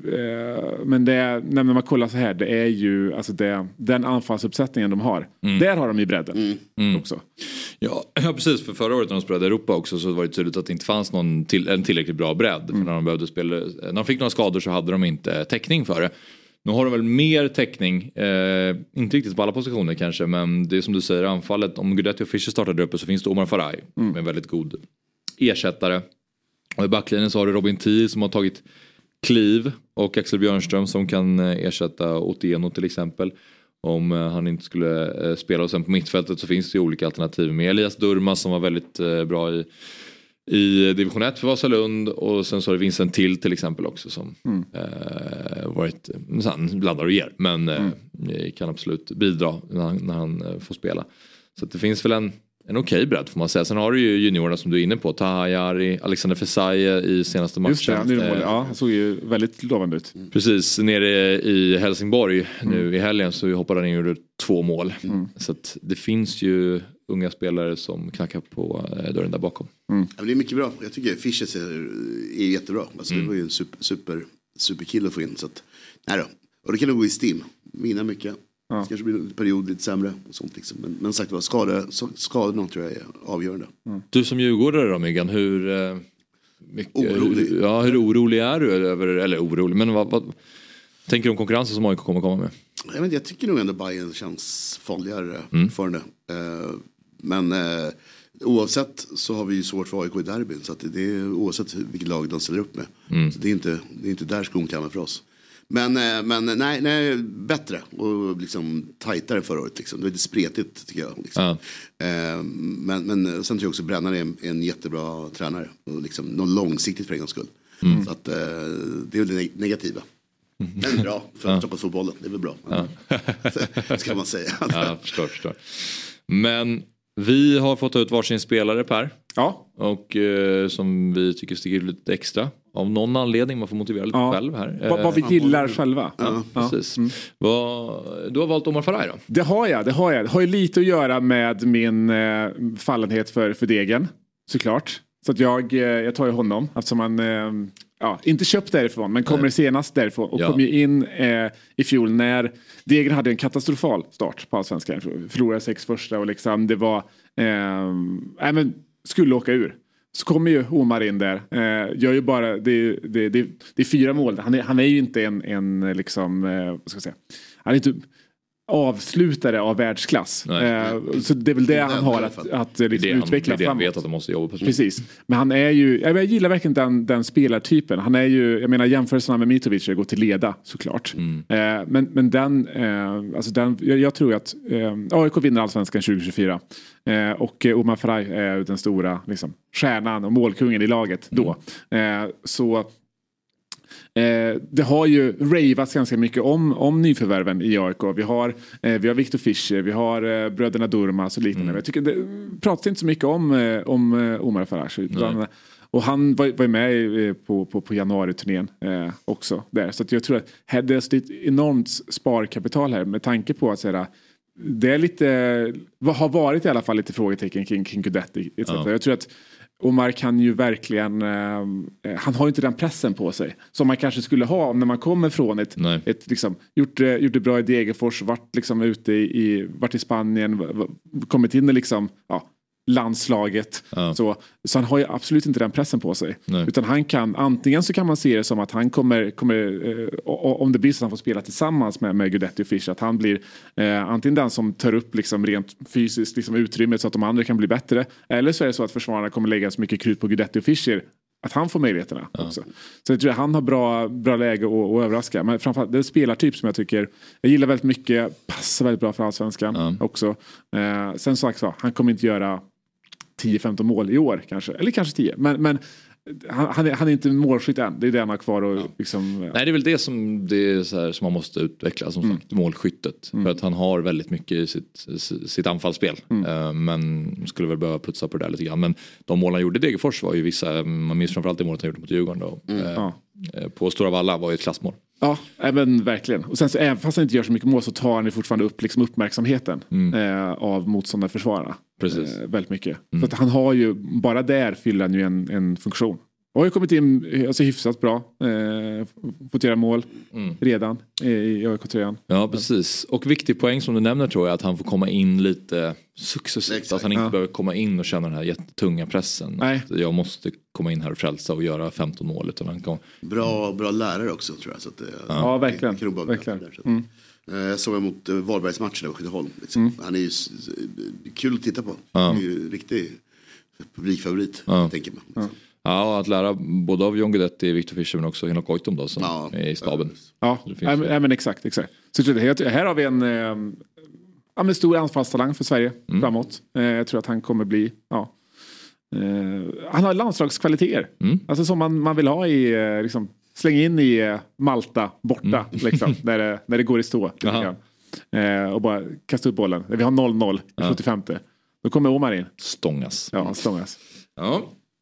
eh, men det, när man kollar så här, det är ju alltså det, den anfallsuppsättningen de har. Mm. Där har de ju bredden mm. också. Ja, ja, precis. För förra året när de spelade Europa också så var det tydligt att det inte fanns någon till, en tillräckligt bra bredd. Mm. För när de behövde spela, när de fick några skador så hade de inte täckning för det. Nu har de väl mer täckning, eh, inte riktigt på alla positioner kanske, men det är som du säger, anfallet, om Guidetti och Fischer startade uppe så finns det Omar Faraj mm. med en väldigt god ersättare. Och i backlinjen så har du Robin Tii som har tagit kliv och Axel Björnström som kan ersätta Otieno till exempel. Om han inte skulle spela, och sen på mittfältet så finns det ju olika alternativ med Elias Durmas som var väldigt bra i, i division ett för Vasalund, och sen så har det Vincent Till till exempel också som mm. eh, varit, han blandar och ger, men mm. eh, kan absolut bidra när han, när han eh, får spela. Så att det finns väl en En okej bredd får man säga. Sen har du ju juniorerna som du är inne på. Tahayari, Alexander Fesaye i senaste matchen. Just det, det ja, han såg ju väldigt lovande ut. Mm. Precis, nere i Helsingborg mm. nu i helgen så hoppade han in och gjorde två mål. Mm. Så att det finns ju unga spelare som knackar på dörren där bakom. Mm. Ja, men det är mycket bra. Jag tycker Fischer är, är jättebra. Alltså, mm. Det var ju en super, super, super kill att få in. Så att, nej då. Och det kan nog gå i Steam. Vinna mycket. Ja. Det kanske blir en period lite sämre och sånt liksom. Men, men sagt vad, skada, skadorna tror jag är avgörande. Mm. Du som djurgårdare då, Myggan, hur, mycket, orolig. Hur, ja, hur orolig är du över, eller orolig, men vad, vad tänker du om konkurrensen som A I K kommer komma med? Jag, vet, jag tycker nog ändå Bayern känns farligare mm. fortfarande. Uh, men uh, oavsett så har vi ju svårt för A I K i derbyn, så att det är oavsett vilket lag de ställer upp med. Mm. Så det är inte, det är inte där skon klämmer för oss. Men, men nej, nej, bättre och liksom tajtare förra året. Liksom. Det är lite spretigt tycker jag. Liksom. Ja. Eh, men, men sen tror jag också Brännare är en, en jättebra tränare. Och liksom, någon långsiktigt för en gångs skull. Mm. Så att, eh, det är väl det negativa. Mm. Men bra för att ja. stoppa fotbollen. Det är väl bra. Ja. Ska man säga. Ja, förstår, förstår. Men vi har fått ut varsin spelare, Per. Ja. Och eh, som vi tycker stiger lite extra. Av någon anledning, man får motivera lite ja. själv här. Vad, vad vi gillar ja. själva. Ja, ja. Precis. Mm. Vad, du har valt Omar Faraj då? Det har jag, det har jag. Det har ju lite att göra med min eh, fallenhet för, för degen, såklart. Så att jag, eh, jag tar ju honom, eftersom han eh, ja, inte köpt därifrån, men kommer Nej. senast därifrån. Och ja. kom ju in eh, i fjol när Degen hade en katastrofal start på Allsvenskan. Förlorade sex första och liksom det var... Eh, nej men skulle åka ur. Så kommer ju Omar in där. Eh, gör ju bara, det, det, det, det är fyra mål. Han är, han är ju inte en, en liksom, eh, vad ska jag säga. Han är inte avslutare av världsklass. Eh, så det är väl det, det han har att, att liksom, det utveckla han, det framåt. Det vet att han måste jobba på. Precis. Men han är ju, jag gillar verkligen den, den spelartypen. Han är ju, jag menar jämförelserna med Mitrovic går till leda såklart. Mm. Eh, men, men den, eh, alltså den jag, jag tror att eh, A I K vinner Allsvenskan tjugo tjugofyra. Eh, och Omar Faraj är den stora liksom, stjärnan och målkungen i laget då. Mm. Eh, så Eh, det har ju ravats ganska mycket om, om nyförvärven i A I K. Vi har, eh, vi har Victor Fischer, vi har eh, bröderna Durmaz och liknande. Mm. Jag tycker det pratas inte så mycket om, eh, om eh, Omar Faraj. Utan, och han var, var med eh, på, på, på januari-turnén eh, också där. Så att jag tror att här, det är ett enormt sparkapital här med tanke på att säga, det är lite, vad har varit i alla fall lite frågetecken kring, kring Guidetti. Ja. Jag tror att Omar kan ju verkligen, eh, han har ju inte den pressen på sig som man kanske skulle ha när man kommer från ett, ett liksom, gjort, gjort det bra i Degerfors, varit liksom ute i, varit i Spanien, kommit in i liksom, ja, landslaget. Ja. Så, så han har ju absolut inte den pressen på sig. Nej. Utan han kan, antingen så kan man se det som att han kommer, kommer eh, om det blir så att han får spela tillsammans med, med Guidetti och Fischer, att han blir eh, antingen den som tar upp liksom rent fysiskt liksom utrymmet så att de andra kan bli bättre. Eller så är det så att försvararna kommer lägga så mycket krut på Guidetti och Fischer att han får möjligheterna ja. också. Så jag tror att han har bra, bra läge att, att överraska. Men framförallt det är en spelartyp som jag tycker jag gillar väldigt mycket, passar väldigt bra för Allsvenskan ja. också. Eh, sen sagt så, han kommer inte göra tio femton mål i år kanske. Eller kanske tio. Men, men han, är, han är inte målskytt än. Det är det han har kvar. Och ja. liksom, ja. Nej, det är väl det som, det är så här, som man måste utveckla. Som sagt, mm. målskyttet. Mm. För att han har väldigt mycket i sitt, sitt anfallsspel. Mm. Uh, men skulle väl behöva putsa på det där lite grann. Men de mål han gjorde i Degerfors var ju vissa. Man minns framförallt det målet han gjorde mot Djurgården då. Mm. Uh, ja. På Stora Valla var ju ett klassmål. Ja, men verkligen. Och sen så även fast han inte gör så mycket mål så tar han fortfarande upp liksom uppmärksamheten mm. eh, av motståndarförsvararna. Precis. Eh, väldigt mycket. Mm. Så att han har ju, bara där fyller han ju en, en funktion. Och har ju kommit in alltså, hyfsat bra. Eh, fått göra mål mm. redan eh, i A I K-tröjan. Ja, precis. Och viktig poäng som du nämner tror jag att han får komma in lite successivt. Exakt. Att han inte ja. behöver komma in och känna den här jättetunga pressen. Nej. Att jag måste komma in här och frälsa och göra femton mål. Utan han kan... bra, bra lärare också tror jag. Så att det, ja. ja, verkligen. Det, verkligen. Där, mm. Jag såg mot Varbergs match där på Skytteholm. Liksom. Mm. Han är ju kul att titta på. Ja. Han är ju riktig publikfavorit, ja. tänker man. Liksom. Ja. Ja, att lära både av John Guidetti, Victor Fischer men också Henok Goitom då som ja, är i staben. Ja, ja men, men exakt, exakt. Så här, här har vi en eh, ja, men stor anfallstalang för Sverige mm. framåt. Eh, jag tror att han kommer bli, ja. Eh, han har landslagskvaliteter. Mm. Alltså som man, man vill ha i, eh, liksom, släng in i eh, Malta borta, mm. liksom, när, det, när det går i stå. Eh, och bara kasta upp bollen. Vi har noll noll i ja. sjuttiofemte. Då kommer Omar in. Stångas. Ja, stångas. Ja.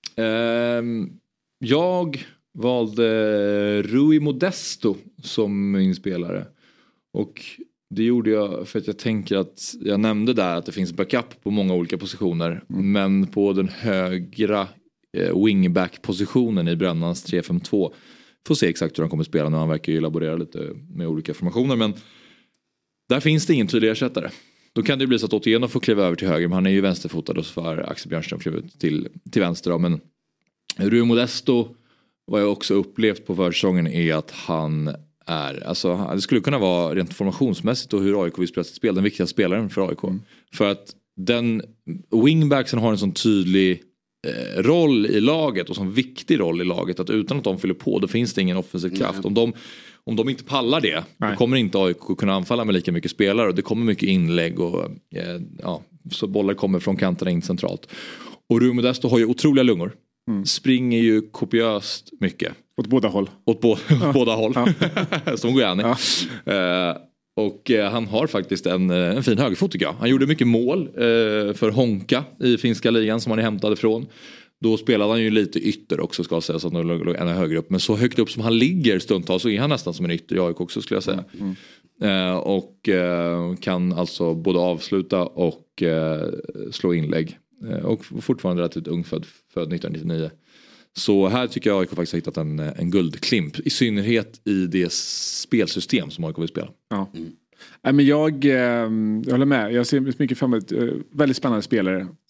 Um, jag valde Rui Modesto som min spelare. Och det gjorde jag för att jag tänker att jag nämnde där att det finns backup på många olika positioner. Mm. Men på den högra eh, wingback-positionen i Brännans tre fem två får se exakt hur han kommer spela när han verkar ju laborera lite med olika formationer. Men där finns det ingen tydlig ersättare. Då kan det bli så att Otieno får kliva över till höger. Men han är ju vänsterfotad och så får Axel Björnström kliva ut till, till vänster. Då. Men Rui Modesto, vad jag också upplevt på försäsongen är att han är, alltså det skulle kunna vara rent formationsmässigt och hur A I K vill spela sitt spel, den viktiga spelaren för A I K. Mm. För att den wingbacksen har en sån tydlig eh, roll i laget och sån viktig roll i laget att utan att de fyller på då finns det ingen offensiv kraft. Mm. Om de Om de inte pallar det, Nej. då kommer inte A I K kunna anfalla med lika mycket spelare. Och det kommer mycket inlägg och eh, ja, så bollar kommer från kanterna in centralt. Och Rui Modesto har ju otroliga lungor. Mm. Springer ju kopiöst mycket. Åt båda håll. Åt bo- ja. båda håll. Ja. Som Guiani. Ja. Eh, och eh, han har faktiskt en, en fin högerfot tycker jag. Han gjorde mycket mål eh, för Honka i finska ligan som han är hämtad ifrån. Då spelade han ju lite ytter också ska jag säga så att han låg ännu högre upp. Men så högt upp som han ligger stundtals så är han nästan som en ytter i A I K också skulle jag säga. Mm. Mm. Eh, och eh, kan alltså både avsluta och eh, slå inlägg. Eh, och fortfarande relativt ung född, född nittonhundranittionio. Så här tycker jag A I K faktiskt har hittat en, en guldklimp. I synnerhet i det spelsystem som A I K vill spela. Ja. Mm. Nej, men jag, eh, jag håller med. Jag ser mycket fram emot eh, väldigt spännande spelare.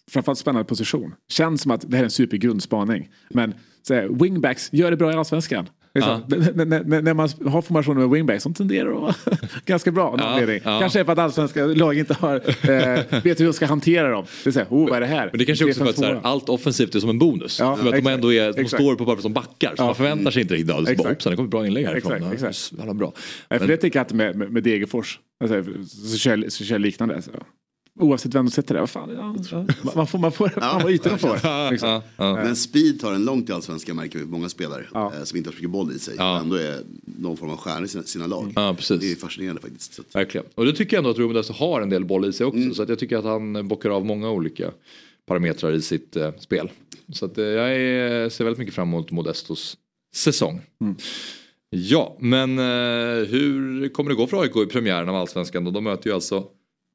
framförallt spännande position. Känns som att det här är en supergrundspaning. Men så här, wingbacks gör det bra i Allsvenskan. Ja. När man har formationer med wingbacks som tenderar att vara ganska bra. Ja, ja. Kanske är för att allsvenska lag inte har eh, vet hur de ska hantera dem. Det är så här, oh, vad är det här? Men det kanske också för att så här, allt offensivt är som en bonus. Ja, för att de ändå är, de står på papper som backar. Så ja. man förväntar sig inte riktigt. Så bara, hoppsan, det kommer bra inlägg härifrån. Exakt, exakt. Ja, bra. Men, för det tycker jag att med, med, med Degerfors alltså, så, kör, så kör liknande. Så. Oavsett vem du sätter det, vad fan, ja, man får man får ja, vad ytorna får. Liksom. Ja, ja. Men speed tar en långt i allsvenskan märker vi många spelare ja. eh, som inte har så mycket boll i sig. Ja. Ändå är någon form av stjärna i sina, sina lag. Ja, precis. Det är fascinerande faktiskt. Så att... Verkligen. Och det tycker jag ändå att Ruben Östlund har en del boll i sig också. Mm. Så att jag tycker att han bockar av många olika parametrar i sitt eh, spel. Så att eh, jag är, ser väldigt mycket fram emot Modestos säsong. Mm. Ja, men eh, hur kommer det gå för A I K i premiären av allsvenskan då? De möter ju alltså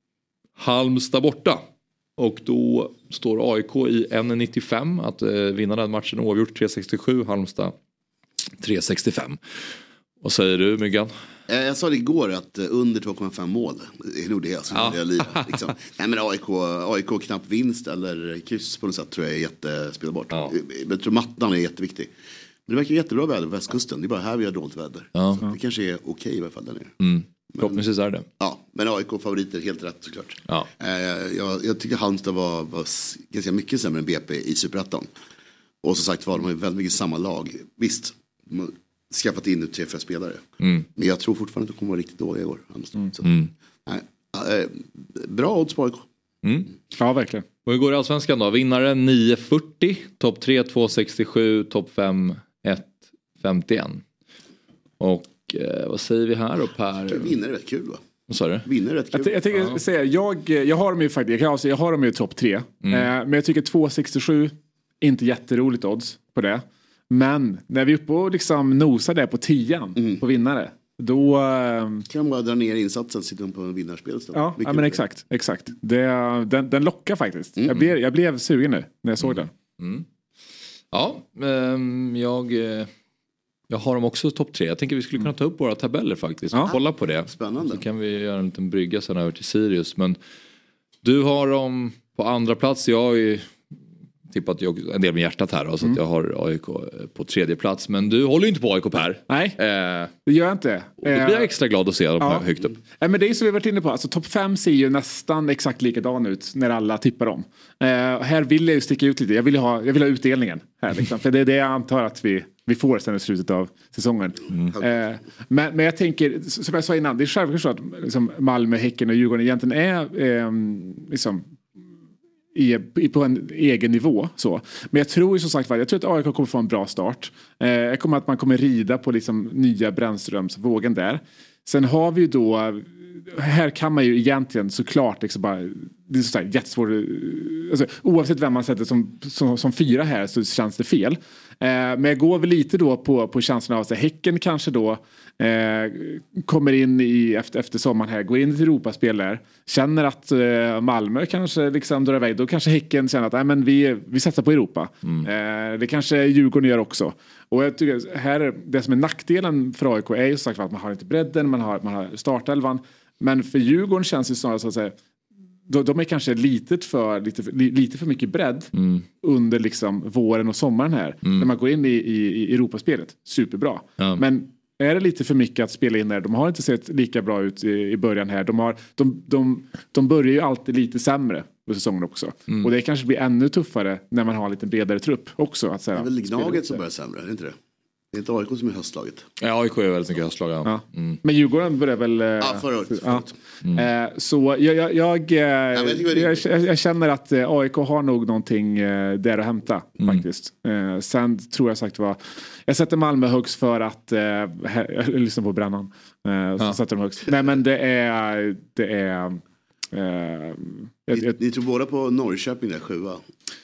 Halmstad borta. Och då står A I K i en nittiofem att eh, vinna den matchen oavgjort tre sextiosju, Halmstad tre sextiofem. Vad säger du, Myggan? Jag sa det igår att under två komma fem mål är nog det som ja. är livet. Liksom. Nej, men A I K, A I K knappt vinst eller kryss på något sätt tror jag är jättespelbart. Ja. Jag tror mattan är jätteviktig. Men det verkar jättebra väder på västkusten. Det är bara här vi har dåligt väder. Ja. Så det kanske är okej i alla fall där nere. Mm. Förhoppningsvis är det. Ja, men A I K-favoriter helt rätt såklart. Ja. Eh, jag, jag tycker Halmstad var, var ganska mycket sämre än B P i Superettan. Och som sagt var, de har ju väldigt mycket samma lag. Visst, de har skaffat in nu tre, fyra spelare. Mm. Men jag tror fortfarande att de kommer vara riktigt dåliga i år. Mm. Så, mm. nej, eh, bra odds på A I K. Mm. Ja, verkligen. Och hur går det i Allsvenskan då? Vinnare nio fyrtio, topp tre två sextiosju, topp fem ett femtioett. Och eh, vad säger vi här upp här? Vinner är rätt kul va? Vad sa du? Vinner är rätt kul. Jag, jag, tänker, ja. säga, jag, jag har dem ju faktiskt, jag kan alltså, jag har dem ju i topp tre. Mm. Eh, men jag tycker två sextiosju, inte jätteroligt odds på det. Men när vi är uppe och liksom nosar där på tian mm. på vinnare. Då kan man bara dra ner insatsen, sitta på en vinnarspel. Ja, ja men exakt, exakt. Det, den, den lockar faktiskt. Mm. Jag, blev, jag blev sugen nu när jag såg mm. den. Mm. Ja, um, jag, jag har dem också topp tre. Jag tänker vi skulle kunna ta upp våra tabeller faktiskt. Ja. Kolla på det. Spännande. Så kan vi göra en liten brygga sen över till Sirius. Men du har dem på andra plats. Jag har ju tippat en del med hjärtat här då, så mm. att jag har A I K på tredje plats. Men du håller ju inte på A I K, Per. Nej, eh, det gör jag inte. Då blir jag extra glad att se dem ja. högt upp. Nej, men det är som vi varit inne på. Alltså, topp fem ser ju nästan exakt likadan ut när alla tippar dem. Eh, här vill jag ju sticka ut lite. Jag vill ha, jag vill ha utdelningen här. Liksom. För det är det jag antar att vi, vi får sen i slutet av säsongen. Mm. Eh, men, men jag tänker, som jag sa innan, det är självklart så att liksom, Malmö, Häcken och Djurgården egentligen är eh, liksom I, i, på en egen nivå så. Men jag tror ju som sagt jag tror att A I K kommer få en bra start. Eh, jag kommer att man kommer rida på liksom nya Brännströmsvågen där. Sen har vi ju då, här kan man ju egentligen såklart liksom bara, det är så här jättesvårt, alltså, oavsett vem man sätter som, som, som fyra här så känns det fel. Eh, men jag går väl lite då på, på chansen av att Häcken kanske då eh, kommer in i, efter, efter sommaren här, går in till Europaspel där, känner att eh, Malmö kanske liksom drar iväg, då kanske Häcken känner att nej, men vi, vi satsar på Europa. Mm. Eh, det kanske Djurgården gör också. Och jag tycker här, det som är nackdelen för A I K är ju sagt att man har inte bredden, man har, man har startelvan. Men för Djurgården känns det snarare så att säga, de, de är kanske lite för, lite, lite för mycket bredd mm. under liksom våren och sommaren här. Mm. När man går in i, i, i Europaspelet. Superbra. Ja. Men är det lite för mycket att spela in där? De har inte sett lika bra ut i, i början här. De, har, de, de, de börjar ju alltid lite sämre på säsongen också. Mm. Och det kanske blir ännu tuffare när man har en lite bredare trupp också. Att säga, det är väl Gnaget som börjar sämre, är det inte det? Det är inte A I K som är höstlaget. Ja, A I K är väldigt mycket höstlag. Ja. Ja. Mm. Men Djurgården börjar väl... Ja, förra året. Ja. Mm. Eh, så jag, jag, jag, ja, jag, jag, jag känner att A I K har nog någonting där att hämta mm. faktiskt. Eh, sen tror jag sagt var... Jag sätter Malmö högst för att... Eh, jag lyssnar på Brännan. Eh, ja. Så sätter de högst. Nej, men det är... Det är eh, ni, jag, ni tror båda på Norrköping där, sjua?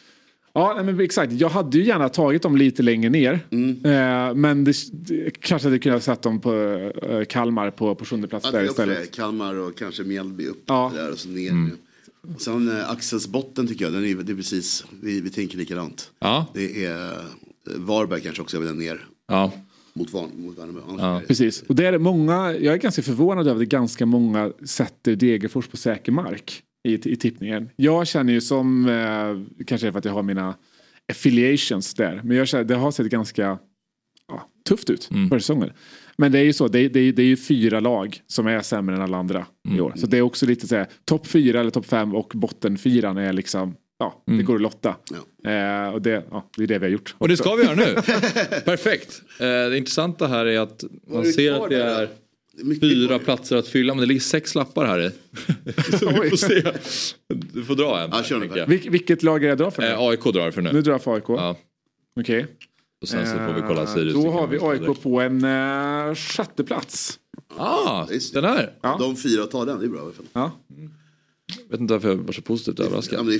Ja, men exakt. Jag hade ju gärna tagit dem lite längre ner. Mm. Eh, men det, det, kanske hade kunnat sätta dem på eh, Kalmar på, på sjunde plats ja, där istället. Det. Kalmar och kanske Mjällby upp ja. där och så ner. Mm. Och sen eh, Axels botten tycker jag, den är, det är precis, vi, vi tänker likadant. Ja. Det är eh, Varberg kanske också över den ner. Ja. Mot, van, mot Värnamo. Ja. Precis. Och det är många, jag är ganska förvånad över att ganska många sätter Degerfors på säker mark i, i tippningen. Jag känner ju som, eh, kanske för att jag har mina affiliations där, men jag känner, det har sett ganska ja, tufft ut mm. för säsongen. Men det är ju så, det är, det är, det är ju fyra lag som är sämre än alla andra mm. i år. Så det är också lite så här, topp fyra eller topp fem och botten fyran är liksom, ja, mm. det går att lotta. Ja. Eh, och det, ja, det är det vi har gjort. Och det ska vi göra nu. Perfekt. Eh, det intressanta här är att man ser att det är fyra platser att fylla, men det ligger sex lappar här i. Så vi får se. Du får dra en. Ja, kör Vil- vilket lag är jag drar för nu? Eh, A I K drar för nu. Nu drar jag för A I K. Ja. Okej. Okay. Och sen så får vi kolla Sirius. Då har vi A I K på en uh, sjätte plats. Ah, den här. Ja. De fyra tar den, det är bra i alla fall. Ja. Mm. Jag vet inte varför jag var så positivt överraskad. Ja, men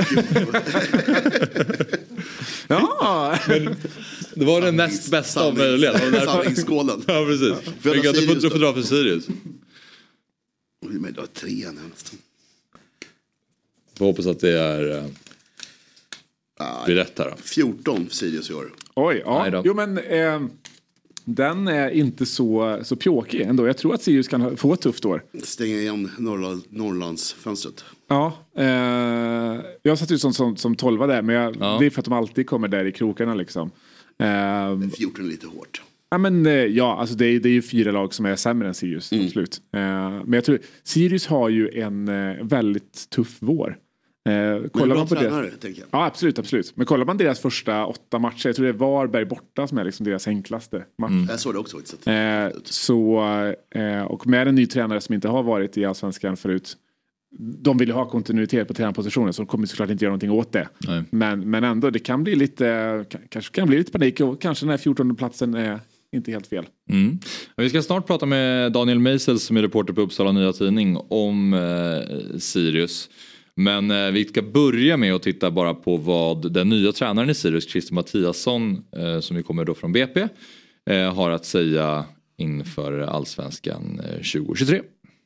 ja. Men det var den näst bästa av möjlighet. Sanningsskålen. Ja, precis. Ja. Jag du får, får dra för Sirius. Men det var tre nu nästan. Jag hoppas att det är... Uh, blir rätt här då. fjorton för Sirius i år. Oj, ja. Jo men... Eh, den är inte så, så pjåkig ändå. Jag tror att Sirius kan få ett tufft år. Stänga igen Norrland, Norrlandsfönstret. Ja, eh, jag satt ju som, som, som tolva där. Men jag, ja. Det är för att de alltid kommer där i krokarna liksom. Eh, fjorton är lite hårt. Ja, men, ja alltså det, är, det är ju fyra lag som är sämre än Sirius. Mm. Absolut. Eh, men jag tror Sirius har ju en eh, väldigt tuff vår. Eh, kollar man på tränare, det? Jag. Ja, absolut, absolut. Men kollar man deras första åtta matcher, jag tror det är Varberg borta som är liksom deras enklaste match. Mm. Jag såg det också. Eh, så, eh, och med en ny tränare som inte har varit i Allsvenskan förut, de vill ha kontinuitet på tränarpositionen, så de kommer såklart inte göra någonting åt det. Men, men ändå, det kan bli lite, kanske kan bli lite panik, och kanske den här fjortonde platsen är inte helt fel. Mm. Vi ska snart prata med Daniel Meisels som är reporter på Uppsala Nya Tidning om eh, Sirius. Men eh, vi ska börja med att titta bara på vad den nya tränaren i Sirius, Christer Mattiasson, eh, som ju kommer då från B P, eh, har att säga inför Allsvenskan eh, tjugo tjugotre.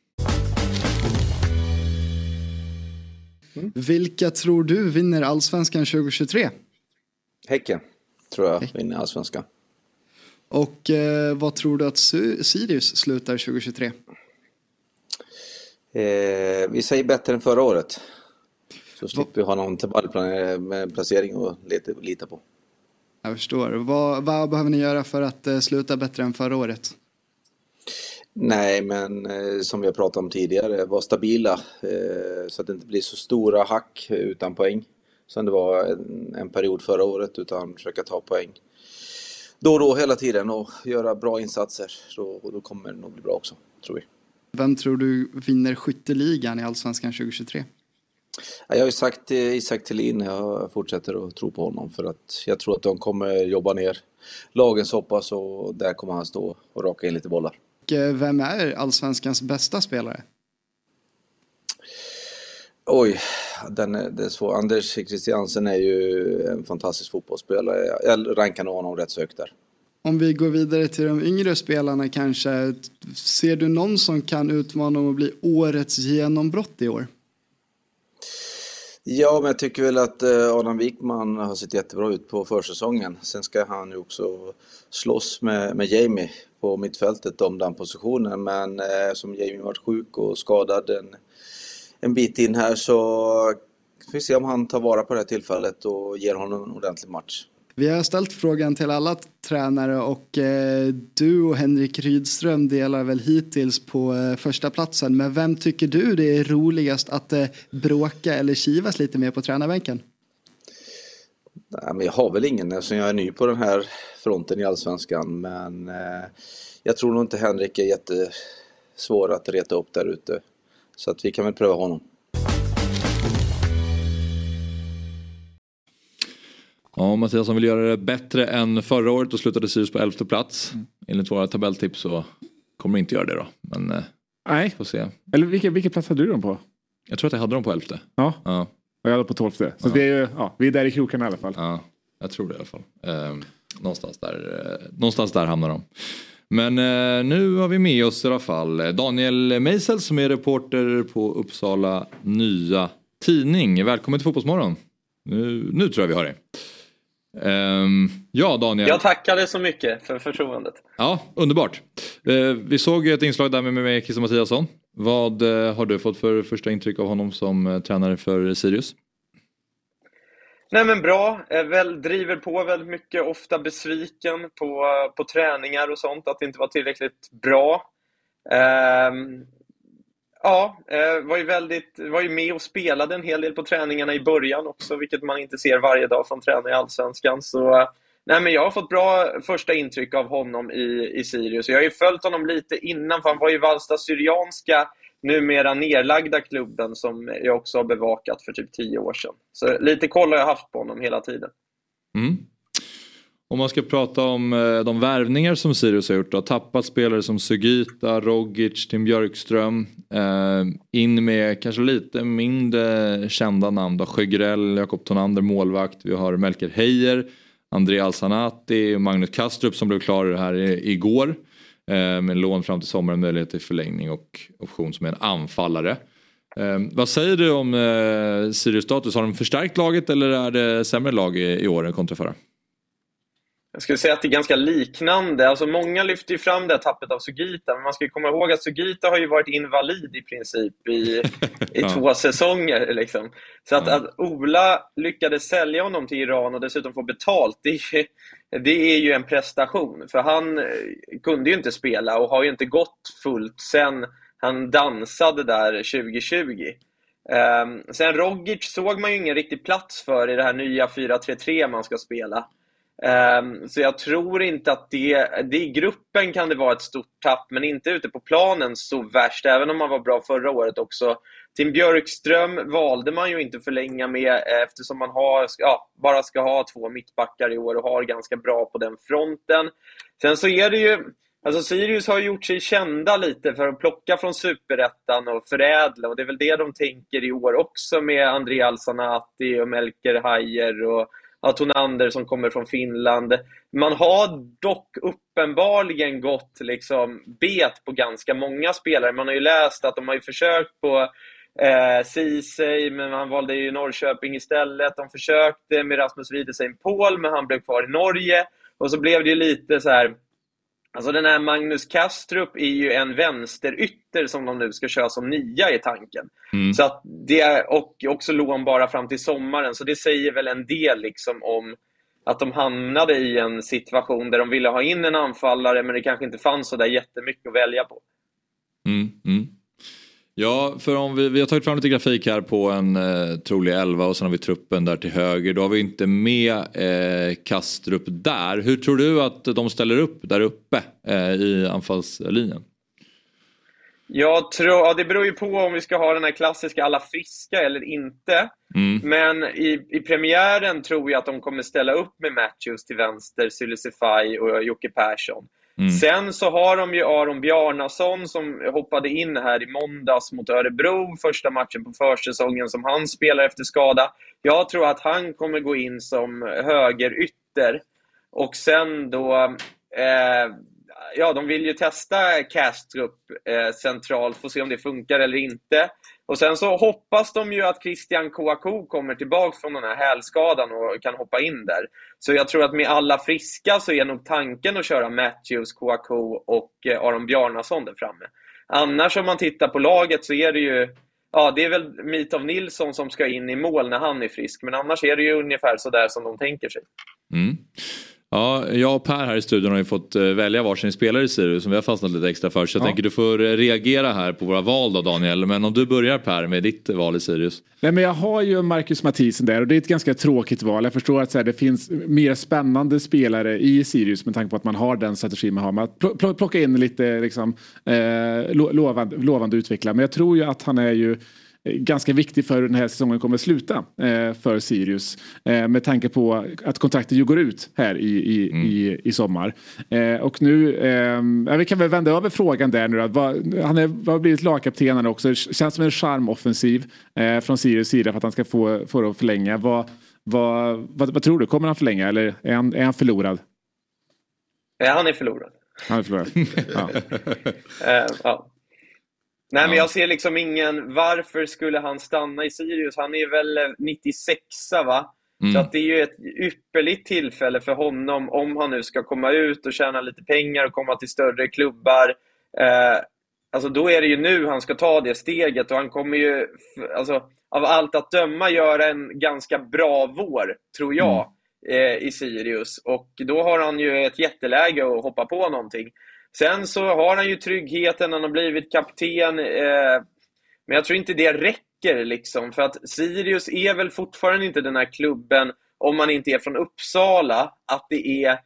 Mm. Vilka tror du vinner Allsvenskan tjugo tjugotre? Häcken tror jag Häcken. vinner Allsvenskan. Och eh, vad tror du att Sirius slutar tjugo tjugotre? Eh, vi säger bättre än förra året. Så slipper vi ha någon tabellplan med placering och lite, lita på. Jag förstår. Vad, vad behöver ni göra för att eh, sluta bättre än förra året? Nej, men eh, som vi har pratat om tidigare, vara stabila. Eh, så att det inte blir så stora hack utan poäng. Som det var en, en period förra året, utan försöka ta poäng. Då och då hela tiden och göra bra insatser. Då, då kommer det nog bli bra också, tror vi. Vem tror du vinner skytteligan i Allsvenskan tjugo tjugotre? Jag har ju sagt Isak Thelin, jag fortsätter att tro på honom för att jag tror att de kommer jobba ner lagen så pass, och där kommer han stå och raka in lite bollar. Och vem är Allsvenskans bästa spelare? Oj, den är, det är svår. Anders Christiansen är ju en fantastisk fotbollsspelare. Jag rankar nog honom rätt så högt där. Om vi går vidare till de yngre spelarna kanske, ser du någon som kan utmana om att bli årets genombrott i år? Ja, men jag tycker väl att Adam Wikman har sett jättebra ut på försäsongen. Sen ska han ju också slåss med, med Jamie på mittfältet om den positionen. Men eh, som Jamie varit sjuk och skadad en, en bit in här, så får vi se om han tar vara på det här tillfället och ger honom en ordentlig match. Vi har ställt frågan till alla tränare och eh, du och Henrik Rydström delar väl hittills på eh, första platsen. Men vem tycker du det är roligast att eh, bråka eller kivas lite mer på tränarbänken? Nej, men jag har väl ingen eftersom jag är ny på den här fronten i Allsvenskan. Men eh, jag tror nog inte Henrik är jättesvår att reta upp där ute. Så att vi kan väl pröva honom. Ja, Mattias som vill göra det bättre än förra året och slutade Sirius på elfte plats. Mm. Enligt våra tabelltips så kommer de inte göra det då. Men eh, nej. Får se. Eller vilken, vilken plats hade du dem på? Jag tror att jag hade dem på elfte. Ja, ja. Och jag hade på tolfte. Så ja. Vi, är ju, ja, vi är där i krokarna i alla fall. Ja, jag tror det i alla fall. Eh, någonstans, där, eh, någonstans där hamnar de. Men eh, nu har vi med oss i alla fall Daniel Meisels som är reporter på Uppsala Nya Tidning. Välkommen till Fotbollsmorgon. Nu, nu tror jag vi har det. Um, ja, Daniel. Jag tackar dig så mycket för förtroendet. Ja, underbart. uh, Vi såg ett inslag där med, med Christer Mattiasson Vad eh, har du fått för första intryck av honom som eh, tränare för Sirius? Nej men bra, är väl, driver på väldigt mycket, ofta besviken på, på träningar och sånt, att det inte var tillräckligt bra. Um, ja, var ju, väldigt, var ju med och spelade en hel del på träningarna i början också, vilket man inte ser varje dag från tränare i Allsvenskan. Så nej, men jag har fått bra första intryck av honom i, i Sirius. Jag har ju följt honom lite innan, för han var ju Valsta Syrianska, numera nedlagda klubben, som jag också har bevakat för typ tio år sedan. Så lite koll har jag haft på honom hela tiden. Mm. Om man ska prata om eh, de värvningar som Sirius har gjort, har tappat spelare som Sugita, Rogic, Tim Björkström, eh, in med kanske lite mindre kända namn då, Sjögrell, Jakob Tonander, målvakt, vi har Melker Heier, André Alsanati, Magnus Kastrup som blev klar här i, igår. Med lån fram till sommaren, möjlighet till förlängning och option som är en anfallare. Eh, vad säger du om eh, Sirius status? Har de förstärkt laget eller är det sämre lag i, i år än kontra förra? Jag skulle säga att det är ganska liknande. Alltså många lyfter ju fram det här tappet av Sugita, men man ska ju komma ihåg att Sugita har ju varit invalid i princip i, i ja. två säsonger. Liksom. Så att, ja. att Ola lyckades sälja honom till Iran och dessutom få betalt, det är, det är ju en prestation. För han kunde ju inte spela och har ju inte gått fullt sen han dansade där tjugo tjugo. Um, sen Rogic såg man ju ingen riktig plats för i det här nya fyra tre tre man ska spela. Um, så jag tror inte att det, det i gruppen kan det vara ett stort tapp, men inte ute på planen så värst, även om man var bra förra året också. Tim Björkström valde man ju inte förlänga med, eftersom man har, ja, bara ska ha två mittbackar i år och har ganska bra på den fronten. Sen så är det ju, alltså Sirius har gjort sig kända lite för att plocka från superettan och förädla, och det är väl det de tänker i år också med André Alsanati och Melker Heier och ja, Tonander som kommer från Finland. Man har dock uppenbarligen gått liksom bet på ganska många spelare. Man har ju läst att de har ju försökt på eh, Ceesay, men han valde ju Norrköping istället. De försökte med Rasmus Wiedesheim Paul, men han blev kvar i Norge. Och så blev det ju lite så här. Alltså den här Magnus Kastrup är ju en vänsterytter som de nu ska köra som nia i tanken. Mm. Så att det är, och också lån bara fram till sommaren. Så det säger väl en del liksom om att de hamnade i en situation där de ville ha in en anfallare, men det kanske inte fanns så där jättemycket att välja på. Mm, mm. Ja, för om vi, vi har tagit fram lite grafik här på en eh, trolig elva och sen har vi truppen där till höger. Då har vi inte med eh, Kastrup där. Hur tror du att de ställer upp där uppe eh, i anfallslinjen? Jag tror, ja, det beror ju på om vi ska ha den här klassiska alla friska eller inte. Mm. Men i, i premiären tror jag att de kommer ställa upp med Matthews till vänster, Sylisify och Jocke Persson. Mm. Sen så har de ju Aron Bjarnason som hoppade in här i måndags mot Örebro, första matchen på försäsongen som han spelar efter skada. Jag tror att han kommer gå in som högerytter. Och sen då eh, ja, de vill ju testa Kastrup eh, centralt, får se om det funkar eller inte. Och sen så hoppas de ju att Christian Kouakou kommer tillbaka från den här hälskadan och kan hoppa in där. Så jag tror att med alla friska så är nog tanken att köra Matthews, Kouakou och eh, Aron Bjarnason där framme. Annars om man tittar på laget så är det ju, ja, det är väl Mitov Nilsson som ska in i mål när han är frisk. Men annars är det ju ungefär så där som de tänker sig. Mm. Ja, jag och Per här i studion har ju fått välja varsin spelare i Sirius som vi har fastnat lite extra för. Så jag ja. tänker du får reagera här på våra val då, Daniel. Men om du börjar, Per, med ditt val i Sirius. Nej, men jag har ju Marcus Mathisen där och det är ett ganska tråkigt val. Jag förstår att så här, det finns mer spännande spelare i Sirius med tanke på att man har den strategin man har. Man pl- plocka in lite liksom, eh, lovande, lovande utvecklare. Men jag tror ju att han är ju ganska viktig för hur den här säsongen kommer att sluta eh, för Sirius. Eh, med tanke på att kontraktet ju går ut här i, i, mm. i, i sommar. Eh, och nu, eh, vi kan väl vända över frågan där nu då. Vad, han är, har blivit lagkapten också. Känns som en charmoffensiv eh, från Sirius sida för att han ska få, få att förlänga. Vad, vad, vad, vad tror du? Kommer han förlänga eller är han, är han förlorad? Ja, han är förlorad. Han är förlorad. Ja. uh, ja. Nej, men jag ser liksom ingen, varför skulle han stanna i Sirius? Han är väl nittiosexa, va? Mm. Så att det är ju ett ypperligt tillfälle för honom om han nu ska komma ut och tjäna lite pengar och komma till större klubbar. Eh, alltså då är det ju nu han ska ta det steget, och han kommer ju alltså, av allt att döma göra en ganska bra vår, tror jag, mm. eh, i Sirius, och då har han ju ett jätteläge att hoppa på någonting. Sen så har han ju tryggheten, han har blivit kapten, eh, men jag tror inte det räcker liksom, för att Sirius är väl fortfarande inte den här klubben, om man inte är från Uppsala, att det är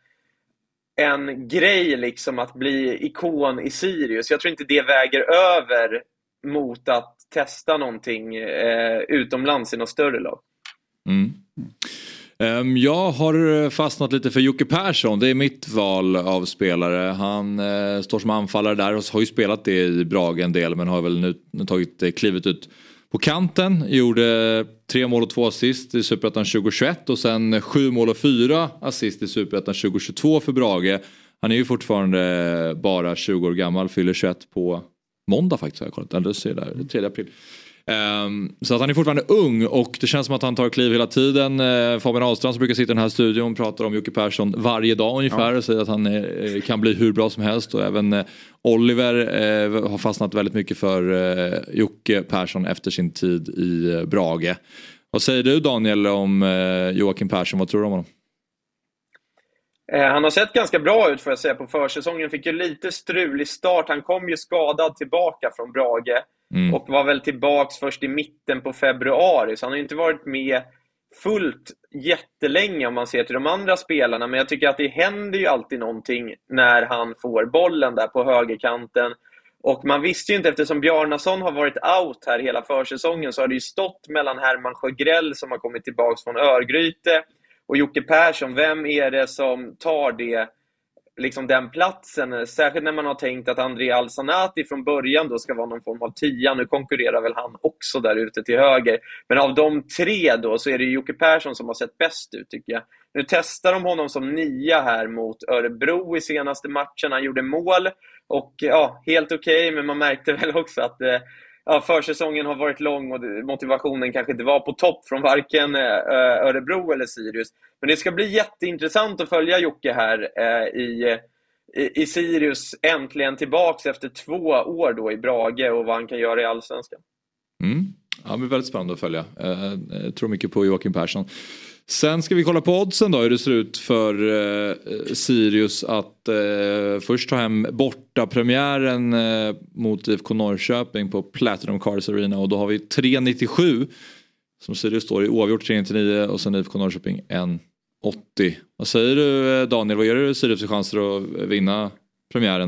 en grej liksom att bli ikon i Sirius. Jag tror inte det väger över mot att testa någonting eh, utomlands i något större lag. Mm. Um, jag har fastnat lite för Jocke Persson. Det är mitt val av spelare. Han uh, står som anfallare där och har ju spelat det i Brage en del, men har väl nu, nu tagit uh, klivet ut på kanten. Gjorde tre mål och två assist i Superettan tjugo tjugoett och sen sju mål och fyra assist i Superettan tjugo tjugotvå för Brage. Han är ju fortfarande bara tjugo år gammal, fyller tjugoett på måndag faktiskt, har jag kollat. Eller ser där, tredje april. Um, så att han är fortfarande ung, och det känns som att han tar kliv hela tiden. uh, Fabian Ahlstrand som brukar sitta i den här studion och pratar om Jocke Persson varje dag ungefär, ja. Och säger att han uh, kan bli hur bra som helst. Och även uh, Oliver uh, har fastnat väldigt mycket för uh, Jocke Persson efter sin tid i uh, Brage. Vad säger du, Daniel, om uh, Joakim Persson? Vad tror du om honom? Han har sett ganska bra ut, får jag säga, på försäsongen. Fick ju lite strulig start. Han kom ju skadad tillbaka från Brage. Mm. Och var väl tillbaks först i mitten på februari. Så han har inte varit med fullt jättelänge om man ser till de andra spelarna. Men jag tycker att det händer ju alltid någonting när han får bollen där på högerkanten. Och man visste ju inte, eftersom Bjarnason har varit out här hela försäsongen, så har det ju stått mellan Herman Sjögrell som har kommit tillbaks från Örgryte och Jocke Persson. Vem är det som tar det, liksom den platsen? Särskilt när man har tänkt att André Alsanati från början då ska vara någon form av tia. Nu konkurrerar väl han också där ute till höger. Men av de tre då så är det Jocke Persson som har sett bäst ut, tycker jag. Nu testar de honom som nia här mot Örebro i senaste matchen. Han gjorde mål och ja, helt okej. Okay, men man märkte väl också att eh, ja, försäsongen har varit lång och motivationen kanske inte var på topp från varken eh, Örebro eller Sirius. Men det ska bli jätteintressant att följa Jocke här eh, i, i, i Sirius, äntligen tillbaks efter två år då i Brage, och vad han kan göra i Allsvenskan. Mm. Ja, det blir väldigt spännande att följa. Jag tror mycket på Joakim Persson. Sen ska vi kolla på oddsen då, hur det ser ut för eh, Sirius att eh, först ta hem borta premiären eh, mot I F K Norrköping på Platinum Cars Arena, och då har vi tre nittiosju som Sirius står i, oavgjort tre nittionio och sen I F K Norrköping en åttio. Vad säger du, Daniel, vad ger du Sirius för chanser att vinna premiären?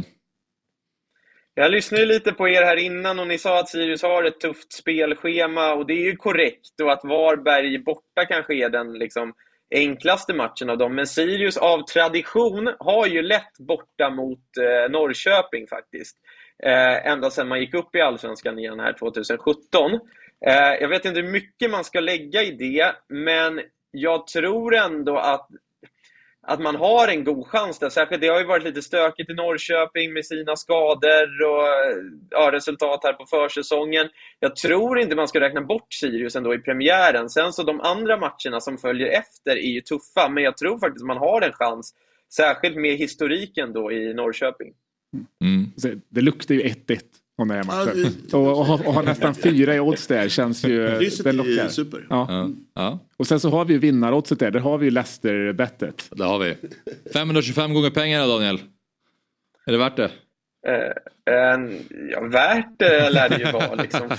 Jag lyssnade lite på er här innan och ni sa att Sirius har ett tufft spelschema, och det är ju korrekt, och att Varberg borta kanske är den liksom enklaste matchen av dem. Men Sirius av tradition har ju lätt borta mot eh, Norrköping faktiskt. Eh, ända sedan man gick upp i Allsvenskan igen här tjugohundrasjutton. Eh, jag vet inte hur mycket man ska lägga i det, men jag tror ändå att att man har en god chans där. Särskilt det har ju varit lite stökigt i Norrköping med sina skador och ja, resultat här på försäsongen. Jag tror inte man ska räkna bort Sirius ändå i premiären. Sen så de andra matcherna som följer efter är ju tuffa, men jag tror faktiskt man har en chans. Särskilt med historiken då i Norrköping. Mm. Det luktar ju ett ett om den här matchen. Ja, och, och, ha, och ha nästan fyra i odds där känns ju... Det är super. Ja. Ja. Ja. Och sen så har vi ju vinnaroddset där. Där har vi ju Leicester-bettet. Det har vi. femhundratjugofem gånger pengarna, Daniel. Är det värt det? Uh, uh, ja, värt det lär det ju vara liksom.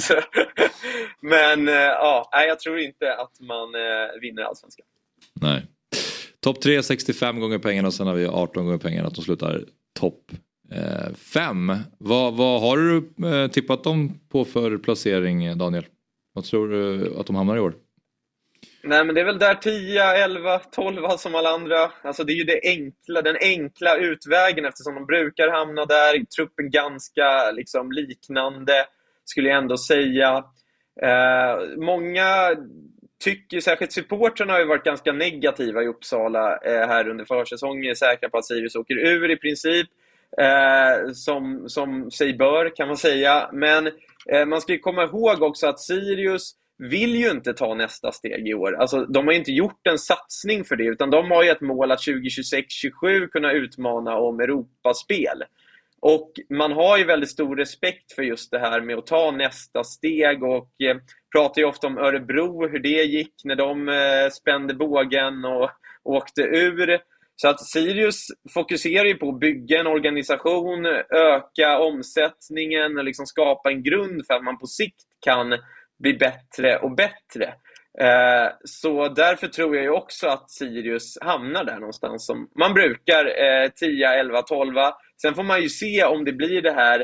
Men uh, ja, jag tror inte att man uh, vinner Allsvenskan. Nej. Topp tre sextiofem gånger pengarna, och sen har vi arton gånger pengarna att de slutar topp Eh, fem. Vad, vad har du eh, tippat dem på för placering, Daniel? Vad tror du att de hamnar i år? Nej, men det är väl där tio, elva, tolv som alla andra. Alltså det är ju det enkla, den enkla utvägen, eftersom de brukar hamna där. Truppen ganska liksom liknande, skulle jag ändå säga. Eh, många tycker, särskilt supportrarna har ju varit ganska negativa i Uppsala eh, här under försäsongen. Är säkra på att Sirius åker ur i princip. Eh, som, som sig bör, kan man säga. Men eh, man ska ju komma ihåg också att Sirius vill ju inte ta nästa steg i år. Alltså, de har ju inte gjort en satsning för det, utan de har ju ett mål att tjugo tjugosex tjugosju kunna utmana om Europaspel. Och man har ju väldigt stor respekt för just det här med att ta nästa steg och eh, pratar ju ofta om Örebro, hur det gick när de eh, spände bågen och åkte ur. Så att Sirius fokuserar ju på att bygga en organisation, öka omsättningen och liksom skapa en grund för att man på sikt kan bli bättre och bättre. Eh, så därför tror jag ju också att Sirius hamnar där någonstans som man brukar, eh, tio, elva, tolv. Sen får man ju se om det blir det här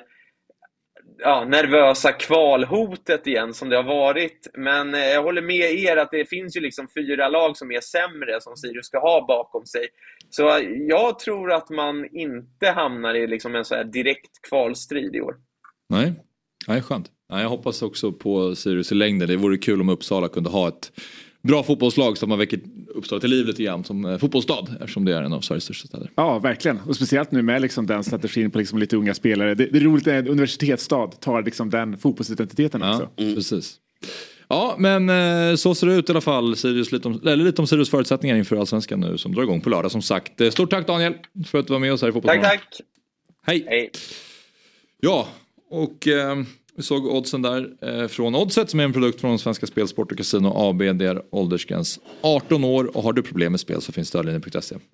ja, nervösa kvalhotet igen som det har varit. Men eh, jag håller med er att det finns ju liksom fyra lag som är sämre som Sirius ska ha bakom sig. Så eh, jag tror att man inte hamnar i liksom en så här direkt kvalstrid i år. Nej, nej skönt. Nej, jag hoppas också på Sirius i längden. Det vore kul om Uppsala kunde ha ett bra fotbollslag så att man väcker Uppsala till liv lite grann som fotbollsstad eftersom det är en av Sveriges största städer. Ja, verkligen. Och speciellt nu med liksom den strategin på liksom lite unga spelare. Det, det är roligt att en universitetsstad tar liksom den fotbollsidentiteten ja, också. Mm. Precis. Ja, men eh, så ser det ut i alla fall. Sirius, lite, om, eller lite om Sirius förutsättningar inför Allsvenskan nu som drar igång på lördag som sagt. Stort tack Daniel för att du var med oss här i Fotbollsmorgon. Tack, tack. Hej. Hej. Ja, och... Eh, vi såg oddsen där eh, från Oddset som är en produkt från Svenska Spel, Sport och Casino A B. Det är åldersgräns arton år och har du problem med spel så finns stödlinjen punkt se.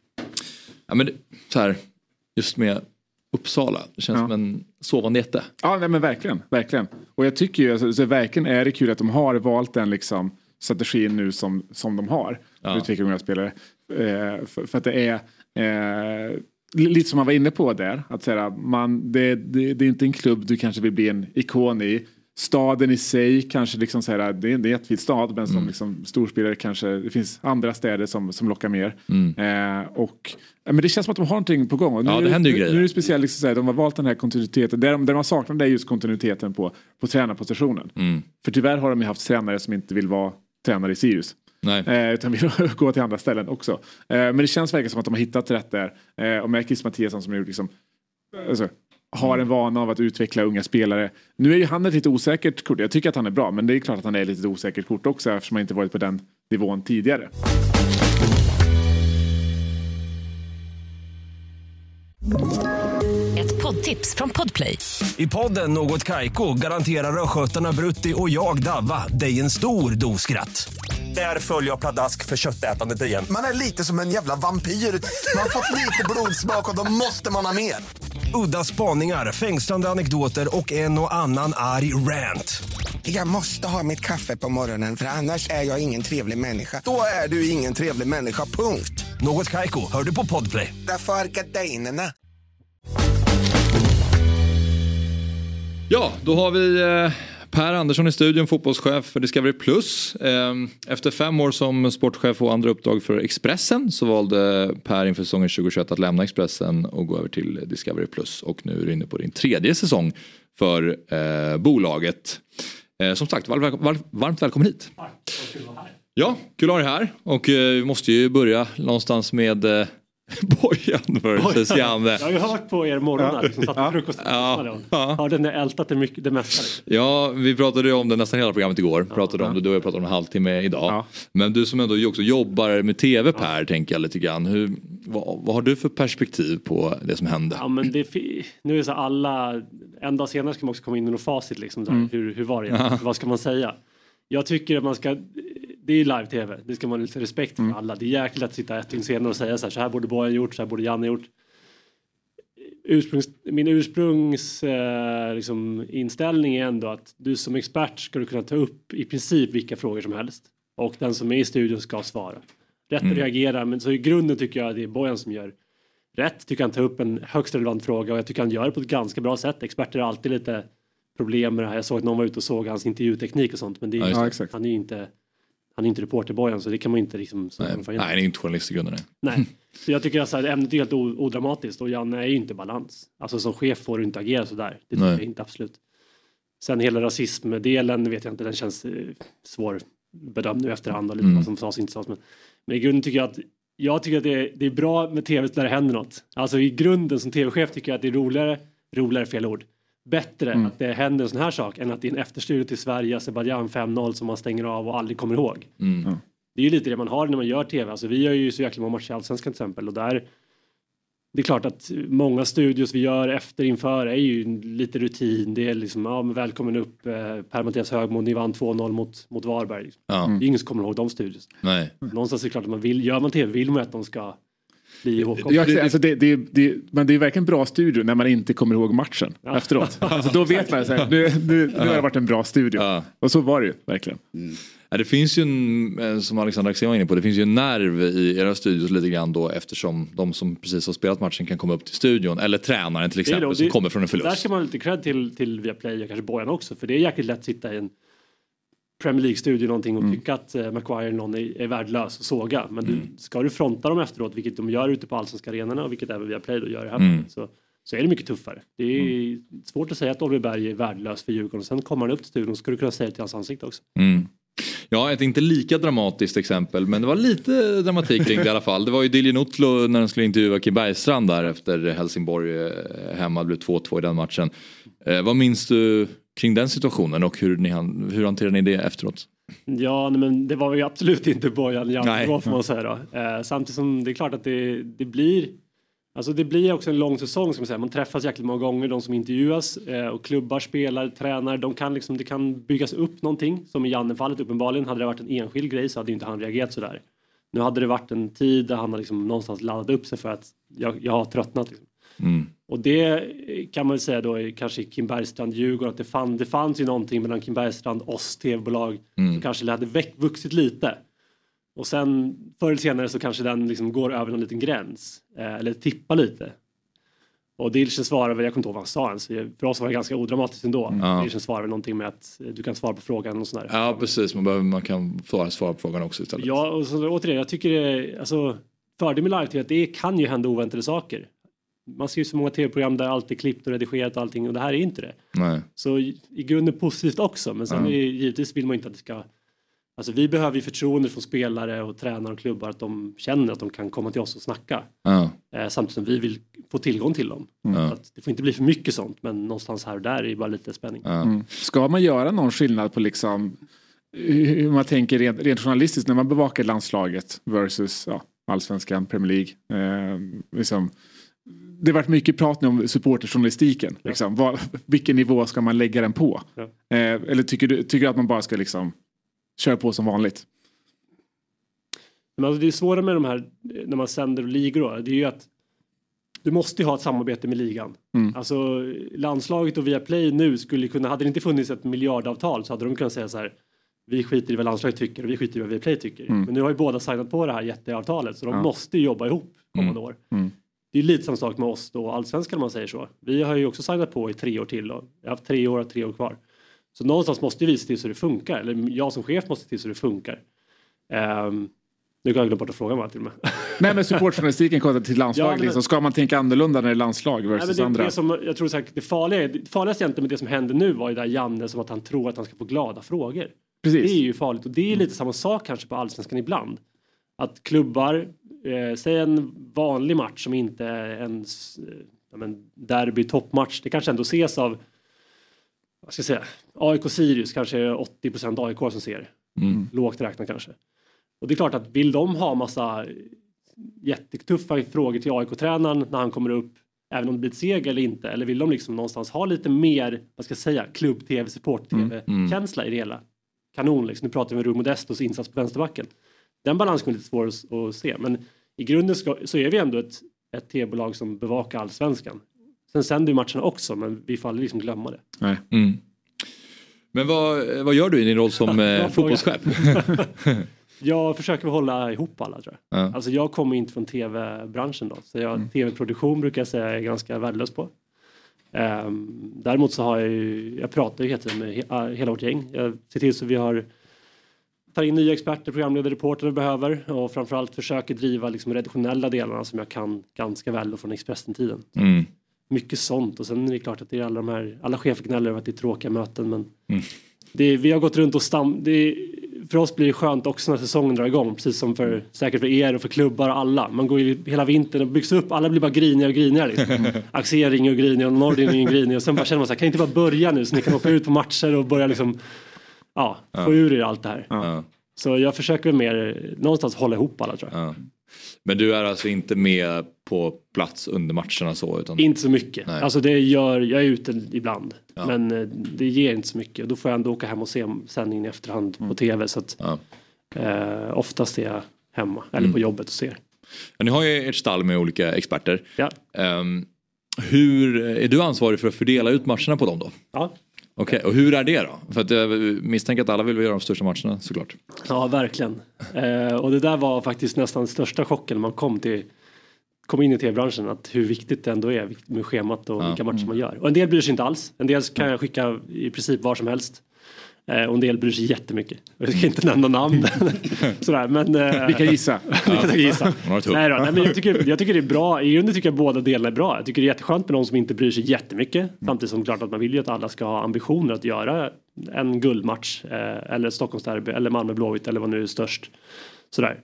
Ja men det, så här, just med Uppsala, det känns ja. som en sovande jätte. Ja nej, men verkligen, verkligen. Och jag tycker ju, alltså, så verkligen är det kul att de har valt den liksom strategin nu som, som de har. Ja. För utveckla unga spelare. Eh, för, för att det är... Eh, lite som man var inne på där. Att säga, man, det, det, det är inte en klubb du kanske vill bli en ikon i. Staden i sig kanske liksom så här, det är en jättefin stad men som mm. liksom, storspelare kanske, det finns andra städer som, som lockar mer. Mm. Eh, och, men det känns som att de har någonting på gång. Och nu, ja, det händer ju nu, grejer. Nu är det speciellt liksom, så här, de har valt den här kontinuiteten. Där, där man saknar det är just kontinuiteten på, på tränarpositionen. Mm. För tyvärr har de ju haft tränare som inte vill vara tränare i Sirius. Nej. Eh, utan vill gå till andra ställen också. Eh, men det känns verkligen som att de har hittat rätt där. Eh, och med Chris Mattiasson som är liksom, alltså, har en vana av att utveckla unga spelare. Nu är ju han ett lite osäkert kort. Jag tycker att han är bra, men det är klart att han är ett lite osäkert kort också eftersom han inte varit på den nivån tidigare. Ett poddtips från Podplay. I podden Något Kaiko garanterar röskötarna Brutti och jag Davva dig en stor doskratt. Där följer jag pladask för köttätandet igen. Man är lite som en jävla vampyr. Man har fått lite blodsmak och då måste man ha mer. Udda spaningar, fängslande anekdoter och en och annan arg rant. Jag måste ha mitt kaffe på morgonen för annars är jag ingen trevlig människa. Då är du ingen trevlig människa, punkt. Något Kaiko, hör du på Podplay. Därför är gardinerna. Ja, då har vi eh, Per Andersson i studion, fotbollschef för Discovery Plus. Eh, efter fem år som sportchef och andra uppdrag för Expressen så valde Per inför säsongen tjugohundratjugoett att lämna Expressen och gå över till Discovery Plus. Och nu är du inne på din tredje säsong för eh, bolaget. Eh, som sagt, var, var, varmt välkommen hit. Tack, vad kul att vara här. Ja, kul att ha dig här. Och eh, vi måste ju börja någonstans med... Eh, Bojan versus Janne. Jag har ju hört på er morgonar ja. som satt på frukost. Ja. Ja. Har den ältat det, mycket, det mesta? Ja, vi pratade om det nästan hela programmet igår. Ja. Pratade om det, du och jag pratade om en halvtimme idag. Ja. Men du som ändå också jobbar med tv, Per, ja. tänker jag lite grann. Hur, vad, vad har du för perspektiv på det som hände? Ja, men det, nu är det så alla, en dag senare ska man också komma in med något facit. Liksom, där. Mm. Hur, hur var det? Ja. Vad ska man säga? Jag tycker att man ska... Det är live-tv. Det ska man ha lite respekt för mm. alla. Det är jäkligt att sitta ett dygn senare och säga så här. Så här borde Bojan gjort. Så här borde Janne gjort. Ursprungs, min ursprungs eh, liksom, inställning är ändå att du som expert ska du kunna ta upp i princip vilka frågor som helst. Och den som är i studion ska svara. Rätt mm. att reagera. Men så i grunden tycker jag att det är Bojan som gör rätt. Tycker han tar upp en högst relevant fråga. Och jag tycker han gör det på ett ganska bra sätt. Experter har alltid lite problem med det här. Jag såg att någon var ute och såg hans intervjuteknik och sånt. Men det är, ja, just, han är ju inte... Han är inte reporter Bojan, så det kan man inte liksom... Nej, nej, han är inte journalist i grunden. Nej. nej. Så jag tycker att alltså, ämnet är helt odramatiskt och Janne är ju inte balans. Alltså som chef får du inte agera så där. Det tycker jag inte absolut. Sen hela rasismdelen vet jag inte, den känns eh, svår bedömd nu efterhand och lite mm. vad som sades inte sades. Men, men i grunden tycker jag att jag tycker att det är, det är bra med tv där det händer något. Alltså i grunden som tv-chef tycker jag att det är roligare, roligare fel ord. Bättre mm. att det händer en sån här sak än att det är en efterstudie till Sverige, Azerbaijan fem noll som man stänger av och aldrig kommer ihåg. Mm. Mm. Det är ju lite det man har när man gör tv. Alltså vi gör ju så jäkla många matcher i Allsvenskan till exempel och där det är klart att många studios vi gör efter inför är ju lite rutin. Det är liksom, ja men välkommen upp eh, Per Mattias Högmo, ni vann två noll mot, mot Varberg. Liksom. Ja. Det är ingen som kommer ihåg de studios. Nej. Någonstans är det klart att man vill, gör man tv vill man att de ska bli ihågkomna. Ja, alltså det, det, det, men det är verkligen bra studio när man inte kommer ihåg matchen ja. efteråt. Alltså då vet man så här, nu, nu, nu har det varit en bra studio. Ja. Och så var det ju verkligen. Mm. Ja, det finns ju en, som Alexander Axén var inne på, det finns ju en nerv i era studios lite grann då, eftersom de som precis har spelat matchen kan komma upp till studion, eller tränaren till exempel, det, som det, kommer från en förlust. Där ska man lite cred till, till Viaplay och kanske Bojan också, för det är jäkligt lätt att sitta i en Premier League-studio någonting och mm. tycka att uh, Maguire någon är, är värdelös och såga, men mm. du, ska du fronta dem efteråt, vilket de gör ute på allsvenska arenorna och vilket även Viaplay då gör det här mm. så, så är det mycket tuffare. Det är mm. svårt att säga att Oliver Berg är värdelös för Djurgården, sen kommer han upp till studion och ska du kunna säga det till hans ansikte också. Mm. Ja, ett inte lika dramatiskt exempel, men det var lite dramatik kring det i alla fall. Det var ju Diljen Otlo när de skulle intervjua Kim Bergstrand där efter Helsingborg hemma, det blev två två i den matchen. Eh, vad minns du kring den situationen och hur, ni, hur hanterade ni det efteråt? Ja, men det var ju absolut inte Bojan Janne, får man säga då. Eh, samtidigt som det är klart att det, det blir... Alltså det blir också en lång säsong, ska man säga. Man träffas jäkligt många gånger, de som intervjuas eh, och klubbar, spelare, tränare, de kan liksom, det kan byggas upp någonting. Som i Janne-fallet uppenbarligen, hade det varit en enskild grej så hade inte han reagerat sådär. Nu hade det varit en tid där han har liksom någonstans laddat upp sig för att jag, jag har tröttnat. Liksom. Mm. Och det kan man väl säga då kanske Kim Bergstrand, Djurgården, att det, fann, det fanns ju någonting mellan Kim Bergstrand och oss tv-bolag mm. som kanske hade väck, vuxit lite. Och sen förr eller senare så kanske den liksom går över någon liten gräns. Eh, eller tippar lite. Och Dilchen svarar väl, jag kommer inte ihåg vad han sa ens. För oss var det ganska odramatiskt ändå. Mm. Dilchen svarar väl någonting med att du kan svara på frågan och sådär. Ja, precis. Man, behöver, man kan svara, svara på frågan också istället. Ja, och så, återigen, jag tycker det, alltså, fördel med live-tv att det kan ju hända oväntade saker. Man ser ju så många tv-program där allt är klippt och redigerat och allting. Och det här är inte det. Nej. Så i, i grunden positivt också. Men sen mm. är, givetvis vill man inte att det ska... Alltså vi behöver ju förtroende från spelare och tränare och klubbar att de känner att de kan komma till oss och snacka. Ja. Eh, samtidigt som vi vill få tillgång till dem. Mm. Att det får inte bli för mycket sånt, men någonstans här och där är det bara lite spänning. Ja. Mm. Ska man göra någon skillnad på liksom hur man tänker rent, rent journalistiskt när man bevakar landslaget versus ja, allsvenskan, Premier League? Eh, liksom, det har varit mycket prat nu om supporterjournalistiken. Ja. Liksom. Vad, vilken nivå ska man lägga den på? Ja. Eh, eller tycker du, tycker du att man bara ska liksom kör på som vanligt? Men alltså det är svårare med de här när man sänder ligor då, det är ju att du måste ju ha ett samarbete med ligan. Mm. Alltså landslaget och Viaplay nu skulle kunna, hade det inte funnits ett miljardavtal så hade de kunnat säga så här: vi skiter i vad landslaget tycker och vi skiter i vad Viaplay tycker. Mm. Men nu har ju båda signat på det här jätteavtalet så de ja. måste ju jobba ihop kommande mm. år. Mm. Det är lite samma sak med oss då, allsvenskan om man säger så. Vi har ju också signat på i tre år till och jag har haft tre år och tre år kvar. Så någonstans måste vi se till så det funkar. Eller jag som chef måste se till så det funkar. Um, nu kan jag glömma bort att fråga mig till och med. Nej, men supportjournalistiken kopplat till landslag. Ja, men, liksom. Ska man tänka annorlunda när det är landslag versus nej, det, andra? Det, som, jag tror att det farliga, det farligaste egentligen med det som händer nu var ju där Janne som att han tror att han ska få glada frågor. Precis. Det är ju farligt. Och det är lite mm. samma sak kanske på allsvenskan ibland. Att klubbar, eh, säg en vanlig match som inte är en eh, men derby toppmatch. Det kanske ändå ses av vad ska jag säga, A I K-Sirius kanske åttio procent A I K som ser. Mm. Lågt räknat kanske. Och det är klart att vill de ha massa jättetuffa frågor till A I K-tränaren när han kommer upp, även om det blir ett seger eller inte, eller vill de liksom någonstans ha lite mer, vad ska jag säga, klubb-tv, support-tv-känsla mm. i det hela. Kanon liksom, nu pratar vi med Rui Modestos insats på vänsterbacken. Den balansen är lite svår att, att se, men i grunden ska, så är vi ändå ett, ett tv-bolag som bevakar allsvenskan. Sen sänder vi matcherna också, men vi får aldrig liksom glömma det. Nej. Mm. Men vad, vad gör du i din roll som eh, fotbollschef? Jag försöker hålla ihop alla, tror jag. Ja. Alltså jag kommer inte från tv-branschen då. Så jag, mm. tv-produktion brukar jag säga är ganska värdelös på. Um, däremot så har jag ju, jag pratar ju hela med he, hela vårt gäng. Jag ser till så vi har tar in nya experter, programledare, reporter vi behöver. Och framförallt försöker driva liksom redaktionella delarna som jag kan ganska väl från Expressen-tiden. Mm. Mycket sånt. Och sen är det klart att det är alla de här, alla chefer gnäller över att det är tråkiga möten. Men mm. det, vi har gått runt och stam... Det, för oss blir det skönt också när säsongen drar igång. Precis som för, säkert för er och för klubbar och alla. Man går ju hela vintern och byggs upp. Alla blir bara grinigare och grinigare. Liksom. Axel ringer och griniga och Nordin ringer och griniga. Och sen bara känner man så här, kan inte bara börja nu så ni kan åka ut på matcher och börja liksom, ja, få ja. ur er allt det här. Ja. Så jag försöker mer någonstans hålla ihop alla, tror jag. Ja. Men du är alltså inte med på plats under matcherna så? Utan... Inte så mycket. Nej. Alltså det gör, jag är ute ibland. Ja. Men eh, det ger inte så mycket. Då får jag ändå åka hem och se sändningen i efterhand mm. på tv. Så att ja. eh, oftast är jag hemma eller mm. på jobbet och ser. Ja, ni har ju ert stall med olika experter. Ja. Um, hur är du ansvarig för att fördela ut matcherna på dem då? Ja. Okej, okay. Och hur är det då? För att jag misstänker att alla vill göra de största matcherna såklart. Ja, verkligen. Eh, och det där var faktiskt nästan den största chocken när man kom till kom in i tv-branschen, att hur viktigt det ändå är med schemat och ja. vilka matcher man gör. Och en del bryr sig inte alls. En del kan jag skicka i princip var som helst. Eh, och en del bryr sig jättemycket. Jag ska inte nämna namn. Sådär, men, eh, vi kan gissa. vi kan gissa. nej, då, nej, men jag, tycker, jag tycker det är bra. I grunden tycker jag båda delarna är bra. Jag tycker det är jätteskönt med de som inte bryr sig jättemycket. Mm. Samtidigt som klart att man vill ju att alla ska ha ambitioner att göra en guldmatch. Eh, eller Stockholmsderby eller Malmö Blåvitt eller vad nu är störst. Sådär.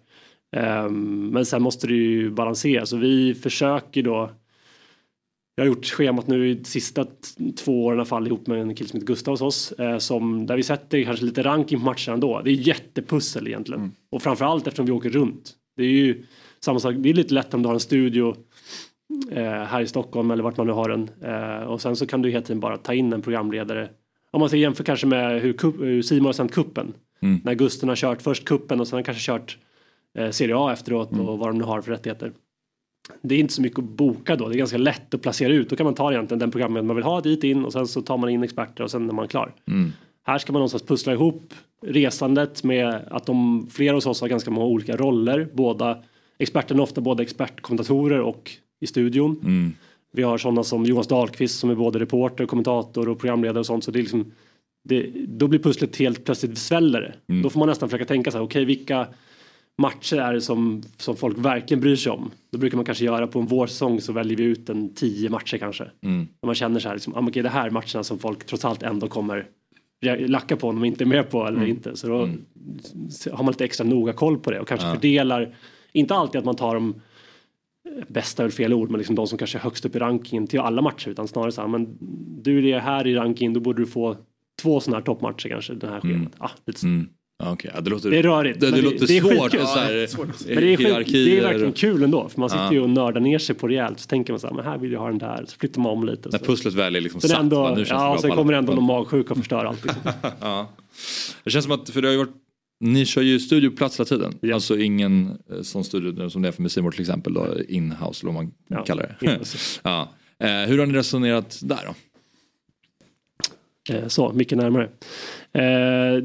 Um, men sen måste det ju balansera. Så vi försöker då. Jag har gjort schemat nu i de sista t- två åren i alla fall ihop med en kille som heter Gustav hos oss. Eh, som, där vi sätter kanske lite ranking på matcherna ändå. Det är jättepussel egentligen. Mm. Och framförallt eftersom vi åker runt. Det är ju samma sak. Det är lite lätt om du har en studio eh, här i Stockholm eller vart man nu har den. Eh, och sen så kan du hela tiden bara ta in en programledare. Om man ska jämföra kanske med hur, kupp, hur Simon har sänt kuppen. Mm. När Gusten har kört först kuppen och sen har kanske kört eh, Serie A efteråt mm. och vad de nu har för rättigheter. Det är inte så mycket att boka då. Det är ganska lätt att placera ut. Då kan man ta egentligen den programmet man vill ha dit in och sen så tar man in experter och sen är man klar. Mm. Här ska man någonstans pussla ihop resandet med att de, flera hos oss har ganska många olika roller. Båda experterna ofta både expertkommentatorer och i studion. Mm. Vi har sådana som Jonas Dahlqvist som är både reporter, kommentator och programledare och sånt. Så det är liksom, det, då blir pusslet helt plötsligt svällare. Mm. Då får man nästan försöka tänka så här, okej okay, vilka matcher är det som, som folk verkligen bryr sig om. Då brukar man kanske göra på en vårsäsong så väljer vi ut en tio matcher kanske. Mm. Och man känner så här, liksom, ah, okay, det här matcherna som folk trots allt ändå kommer lacka på om de inte är med på eller mm. inte. Så då mm. har man lite extra noga koll på det och kanske ja. fördelar, inte alltid att man tar de bästa eller fel ord, men liksom de som kanske är högst upp i rankingen till alla matcher, utan snarare så här, men du är här i rankingen, då borde du få två sådana här toppmatcher kanske den här schemat. Mm. Ah, lite så. Mm. Okay. Ja, det, låter, det är rörigt. Det, det, det låter det är svårt. Ja, så här, det är svårt. Men det är, skit, det är verkligen kul ändå. För man sitter ja. ju och nördar ner sig på rejält. Så tänker man så här, men här vill jag ha den där. Så flyttar man om lite. När så. pusslet väl är liksom satt. Ändå, man, nu ja, och sen kommer ändå någon magsjuk och förstör allt. Liksom. ja. Det känns som att, för det har ju varit, ni kör ju studioplats hela tiden. Ja. Alltså ingen sån studio som det är för Musimor till exempel. Då, in-house eller vad man ja. kallar det. ja. eh, hur har ni resonerat där då? Eh, så, mycket närmare. Eh,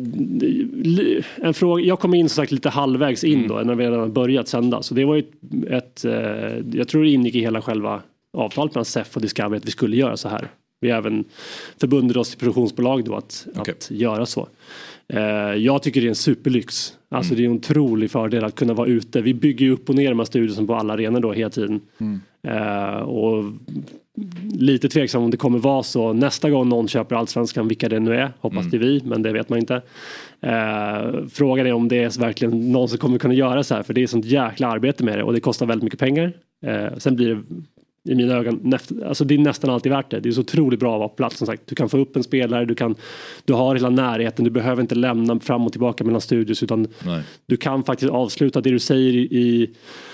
en fråga, jag kom in så sagt lite halvvägs in då, mm. när vi redan har börjat sända. Så det var ju ett, ett eh, jag tror det ingick i hela själva avtalet mellan S E F och Discovery att vi skulle göra så här. Vi har även förbundit oss till produktionsbolag då att, okay. att göra så. Eh, jag tycker det är en superlyx. Alltså mm. det är en otrolig fördel att kunna vara ute. Vi bygger ju upp och ner de här studierna på alla arenor då hela tiden. Mm. Eh, och lite tveksam om det kommer vara så nästa gång någon köper Allsvenskan, vilka det nu är, hoppas mm. det är vi, men det vet man inte. Eh, frågan är om det är verkligen någon som kommer kunna göra så här, för det är sånt jäkla arbete med det och det kostar väldigt mycket pengar. Eh, sen blir det i mina ögon, näft, alltså det är nästan alltid värt det. Det är så otroligt bra att vara på plats, som sagt. Du kan få upp en spelare, du, kan, du har hela närheten, du behöver inte lämna fram och tillbaka mellan studios, utan Nej. du kan faktiskt avsluta det du säger i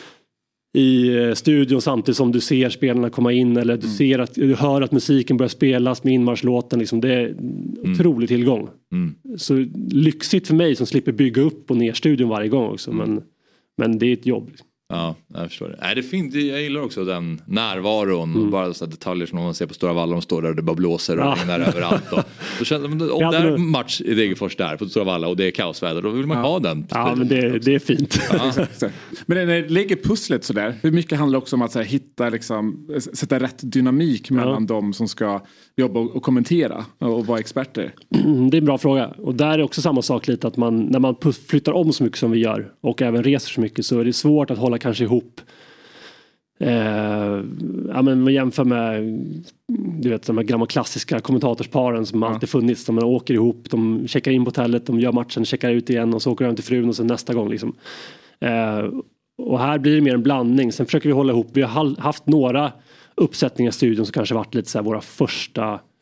i studion samtidigt som du ser spelarna komma in, eller du, mm. ser att, du hör att musiken börjar spelas med inmarschlåten. Liksom. Det är en mm. otrolig tillgång. Mm. Så lyxigt för mig som slipper bygga upp och ner studion varje gång också. Mm. Men, men det är ett jobb. Ja, jag förstår det. Nej, det finns, jag gillar också den närvaron. Mm. Bara så detaljer som man ser på Stora Valla. De står där och det bara blåser och regnar ja. överallt. Och, då känns, om det är en match i Degerfors där på Stora Valla och det är kaosväder, då vill man ja. ha den. Ja, men det, det är fint. Ja. Men när det lägger pusslet sådär, hur mycket handlar också om att så här, hitta, liksom, sätta rätt dynamik mellan ja. de som ska jobba och kommentera och vara experter? Det är en bra fråga. Och där är också samma sak lite, att man, när man flyttar om så mycket som vi gör och även reser så mycket, så är det svårt att hålla kanske ihop. Eh, ja, men man jämför med, du vet, de här gamla klassiska kommentatorsparen som ja. alltid funnits. De åker ihop, de checkar in på hotellet, de gör matchen, checkar ut igen och så åker de till frun och sen nästa gång liksom. Eh, och här blir det mer en blandning. Sen försöker vi hålla ihop. Vi har haft några uppsättningar i studion som kanske varit lite så här våra första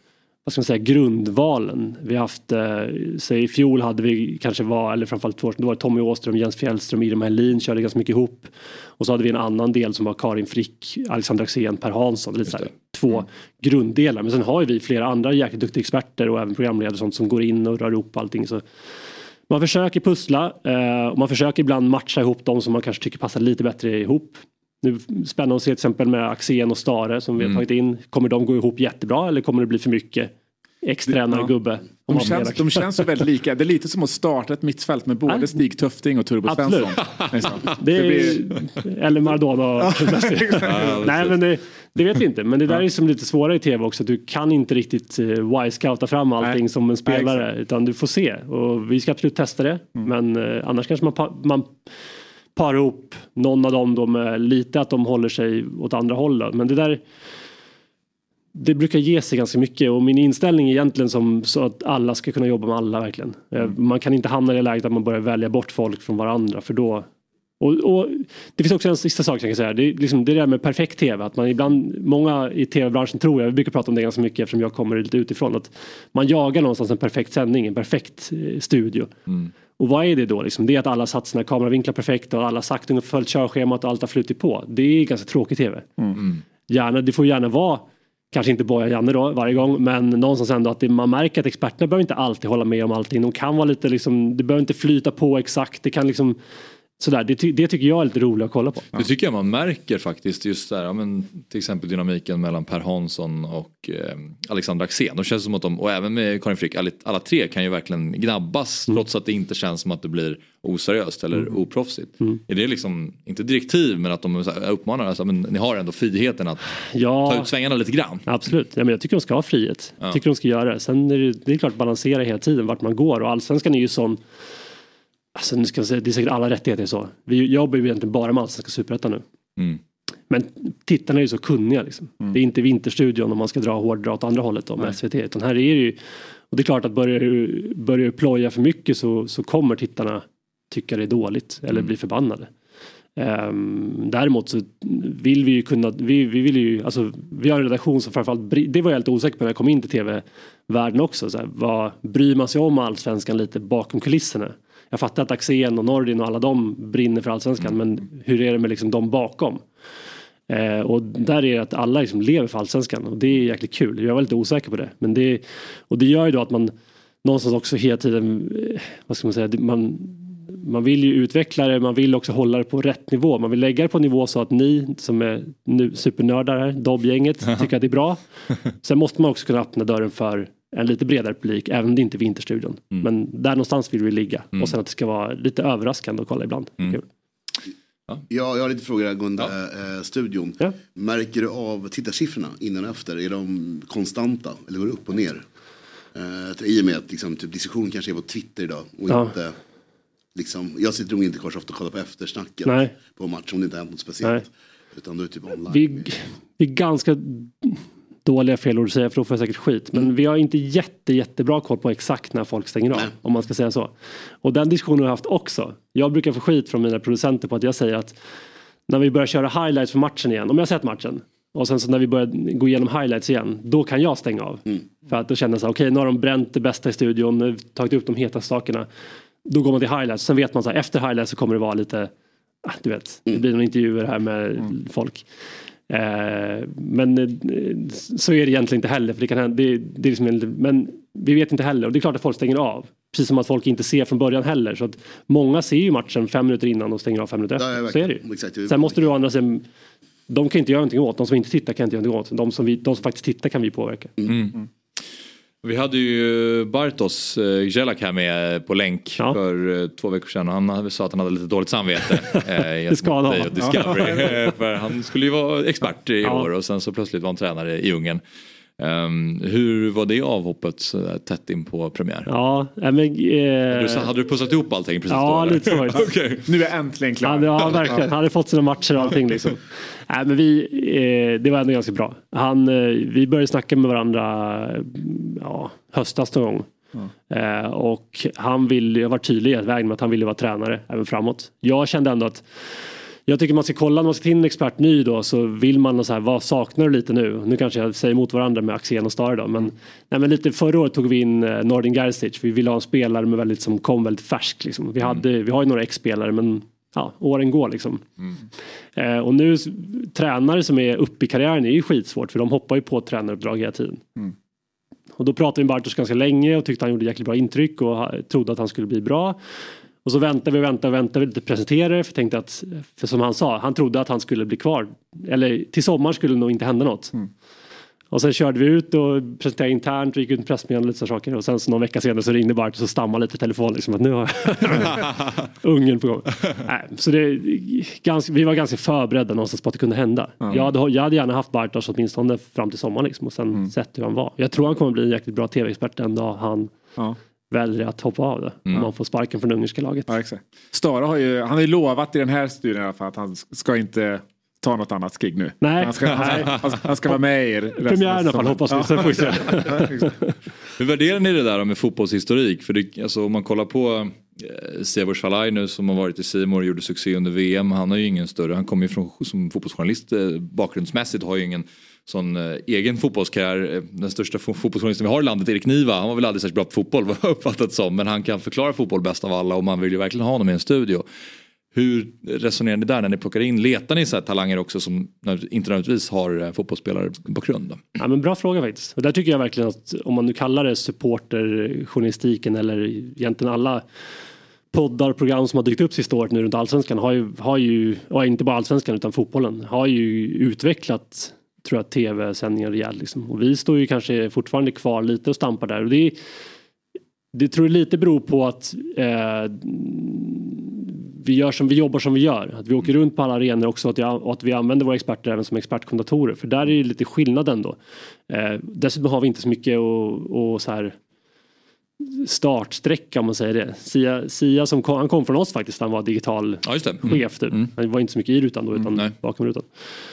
vad ska man säga, grundvalen. Vi har haft, eh, så i fjol hade vi kanske var, eller framförallt två år, då var det Tommy Åström, Jens Fjällström, Idem Helin körde ganska mycket ihop. Och så hade vi en annan del som var Karin Frick, Alexander Axén, Per Hansson. Lite så här, två mm. grunddelar. Men sen har ju vi flera andra jäkligt duktiga experter och även programledare och sånt som går in och rör ihop allting. Så man försöker pussla eh, och man försöker ibland matcha ihop de som man kanske tycker passar lite bättre ihop. Nu spännande att se till exempel med Axén och Stare som vi har tagit in. Kommer de gå ihop jättebra eller kommer det bli för mycket extränare ja. gubbe? De känns, de känns så väldigt lika. Det är lite som att starta ett mittfält med både Stig Tufting och Turbo Svensson. Det är, det blir... Eller Maradona. Nej men det, det vet vi inte. Men det där är som lite svårare i tv också. Du kan inte riktigt uh, Y-scouta fram allting Nej. som en spelare. Nej, utan du får se. Och vi ska absolut testa det. Mm. Men uh, annars kanske man... Pa- man parar ihop någon av dem då med lite att de håller sig åt andra hållet. Men det där det brukar ge sig ganska mycket och min inställning är egentligen som så att alla ska kunna jobba med alla verkligen. Mm. Man kan inte hamna i det läget att man börjar välja bort folk från varandra för då och, och det finns också en sista sak jag kan säga. Det är liksom det där med perfekt tv att man ibland, många i tv-branschen tror jag, vi brukar prata om det ganska mycket eftersom jag kommer lite utifrån att man jagar någonstans en perfekt sändning, en perfekt eh, studio. Mm. Och vad är det då? Liksom? Det är att alla satt sina kameravinklar perfekt och alla sagt ungefär följt körschemat och allt har flutit på. Det är ganska tråkigt tv. Mm. Gärna, det får gärna vara, kanske inte Boja Janne då varje gång, men någonstans ändå att det, man märker att experterna behöver inte alltid hålla med om allting. De kan vara lite liksom, det behöver inte flyta på exakt. Det kan liksom sådär, det, det tycker jag är lite roligt att kolla på. Det tycker jag man märker faktiskt just där, ja, men till exempel dynamiken mellan Per Hansson och eh, Alexander Axén. De känns som att de, och även med Karin Frick, alla, alla tre kan ju verkligen gnabbas mm. trots att det inte känns som att det blir oseriöst eller mm. oproffsigt. Mm. Är det liksom, inte direktiv men att de uppmanar, alltså, men ni har ändå friheten att ja, ta ut svängarna lite grann? Absolut, ja, men jag tycker de ska ha frihet. Ja. Jag tycker de ska göra det. Sen är det, det är klart balansera hela tiden vart man går och allsvenskan är ju sån. Alltså nu ska jag säga, det är säkert alla rättigheter så. Vi jobbar ju egentligen bara med allsvenska superettan nu. Mm. Men tittarna är ju så kunniga liksom. Mm. Det är inte Vinterstudion om man ska dra hårdra åt andra hållet då med S V T. Utan här är det ju, och det är klart att börjar du, börjar du ploja för mycket så, så kommer tittarna tycka det är dåligt eller mm. bli förbannade. Um, däremot så vill vi ju kunna, vi, vi vill ju, alltså vi har en redaktion som framförallt, det var jag helt osäker på när jag kom in till tv-världen också. Så här, vad bryr man sig om allsvenskan lite bakom kulisserna? Jag fattar att Axén och Nordin och alla de brinner för allsvenskan. Mm. Men hur är det med liksom de bakom? Eh, och där är det att alla liksom lever för allsvenskan. Och det är jäkligt kul. Jag var lite osäker på det. Men det, och det gör ju då att man någonstans också hela tiden, vad ska man säga, man, man vill ju utveckla det. Man vill också hålla det på rätt nivå. Man vill lägga det på nivå så att ni som är nu supernördar här, dobbgänget, tycker att det är bra. Sen måste man också kunna öppna dörren för en lite bredare publik, även om det inte är Vinterstudion. Mm. Men där någonstans vill vi ligga. Mm. Och sen att det ska vara lite överraskande att kolla ibland. Mm. Kul. Ja. Ja, jag har lite frågor angående ja. äh, studion. Ja. Märker du av tittarsiffrorna innan och efter? Är de konstanta? Eller går det upp och ner? Uh, I och med att liksom, typ, diskussion kanske är på Twitter idag. Och ja. inte, liksom, jag sitter nog inte kvar så ofta och kollar på eftersnacket Nej. på match om det inte hänt något speciellt. Nej. Utan du är typ online. Vi, vi är ganska dåliga felord att säga för då får jag säkert skit. Men mm. vi har inte jätte, jättebra koll på exakt när folk stänger av. Nej. Om man ska säga så. Och den diskussionen har jag haft också. Jag brukar få skit från mina producenter på att jag säger att när vi börjar köra highlights för matchen igen. Om jag har sett matchen. Och sen så när vi börjar gå igenom highlights igen. Då kan jag stänga av. Mm. För att då känner jag så här, okej okay, nu har de bränt det bästa i studion. Tagit upp de heta sakerna. Då går man till highlights. Sen vet man så här, efter highlights så kommer det vara lite, du vet, det blir några intervjuer här med mm. folk. Eh, men eh, så är det egentligen inte heller. För det kan hända, det, det är liksom en, men vi vet inte heller. Och det är klart att folk stänger av. Precis som att folk inte ser från början heller. Så att många ser ju matchen fem minuter innan och stänger av fem minuter efter. Ja, så är det ju. Exakt. Sen måste du å andra sidan, de kan inte göra någonting åt. De som inte tittar kan inte göra någonting åt. De som, vi, de som faktiskt tittar kan vi påverka. Mm. Mm. Vi hade ju Bartosz Jelak här med på länk ja. för två veckor sedan. Och han sa att han hade lite dåligt samvete. Eh, det ska han ha. Discovery. Ja. För han skulle ju vara expert i ja. år och sen så plötsligt var han tränare i Ungern. Um, hur var det avhoppet så tätt in på premiär? Ja, men, eh... du, hade du pussat ihop allting precis ja, då? Lite så. Okay. Nu är äntligen klar. Ja, ja verkligen. Han hade fått sina matcher och allting liksom. Nej, men vi, eh, det var ändå ganska bra. Han, eh, vi började snacka med varandra ja, höstas någon gång. Mm. Eh, och han ville, jag var tydlig i vägen med att han ville vara tränare även framåt. Jag kände ändå att Jag tycker man ska kolla, när man ska till en expert ny då, så vill man så här, vad saknar du lite nu? Nu kanske jag säger emot varandra med Axén och Stare då, men, nej, men lite förra året tog vi in eh, Nordin Gerzic. Vi ville ha en spelare med väldigt, som kom väldigt färsk liksom. Vi, hade, mm. vi har ju några ex-spelare, men ja, åren går liksom. Mm. Eh, och nu tränare som är uppe i karriären är ju skitsvårt, för de hoppar ju på tränaruppdrag hela tiden. Mm. Och då pratade vi med Bartosz ganska länge och tyckte han gjorde jäkligt bra intryck och trodde att han skulle bli bra. Och så väntade vi och väntade och väntade lite presenterare, för tänkte att, för som han sa, han trodde att han skulle bli kvar. Eller till sommar skulle det nog inte hända något. Mm. Och sen körde vi ut och presenterade internt och gick ut med pressmeddelande och lite så saker. Och sen så någon vecka senare så ringde Bartosz och stammade lite i telefon liksom, att nu har ungen på gång. Nej, så det, ganska, vi var ganska förberedda någonstans på att det kunde hända. Mm. Jag, hade, jag hade gärna haft Bartosz åtminstone fram till sommaren liksom, och sen mm. sett hur han var. Jag tror han kommer bli en jäkligt bra tv-expert den dag han ja. väljer att hoppa av det. Mm. Om man får sparken från det ungerska laget. Ja, exakt. Stare har ju, han har ju lovat i den här studien i alla fall att han ska inte ta något annat skrig nu. Nej. Han ska, han ska, han ska vara med i er. Premiären i alla fall, hoppas vi. Ja. Sen får vi se. Hur värderar ni det där med fotbollshistorik? För det, alltså, om man kollar på eh, Severs Falai nu som har varit i C M och gjorde succé under V M. Han har ju ingen större, han kommer ju från som fotbollsjournalist eh, bakgrundsmässigt, har ju ingen sån eh, egen fotbollskarriär. Den största fotbollsjournalisten vi har i landet, Erik Niva, han var väl aldrig särskilt bra på fotboll, vad jag uppfattat som, men han kan förklara fotboll bäst av alla och man vill ju verkligen ha honom i en studio. Hur resonerar ni där när ni plockar in? Letar ni så här talanger också som inte nödvändigtvis har fotbollsspelare bakgrund? Då? Ja, men bra fråga faktiskt. Och där tycker jag verkligen att om man nu kallar det supporterjournalistiken eller egentligen alla poddar och program som har dykt upp sista året nu runt Allsvenskan har ju, har ju och inte bara Allsvenskan utan fotbollen, har ju utvecklat, tror jag, tv-sändningar rejält liksom. Och vi står ju kanske fortfarande kvar lite och stampar där. Och det är, det tror jag lite beror på att eh, vi gör som vi jobbar som vi gör. Att vi åker runt på alla arenor också och att, jag, och att vi använder våra experter även som expertkommentatorer. För där är det lite skillnad ändå. Eh, dessutom har vi inte så mycket och, och så här startsträcka om man säger det. Sia, Sia som kom, han kom från oss faktiskt, han var digital ja, just det. Mm. chef typ. Mm. Han var inte så mycket i rutan då utan mm, bakom rutan.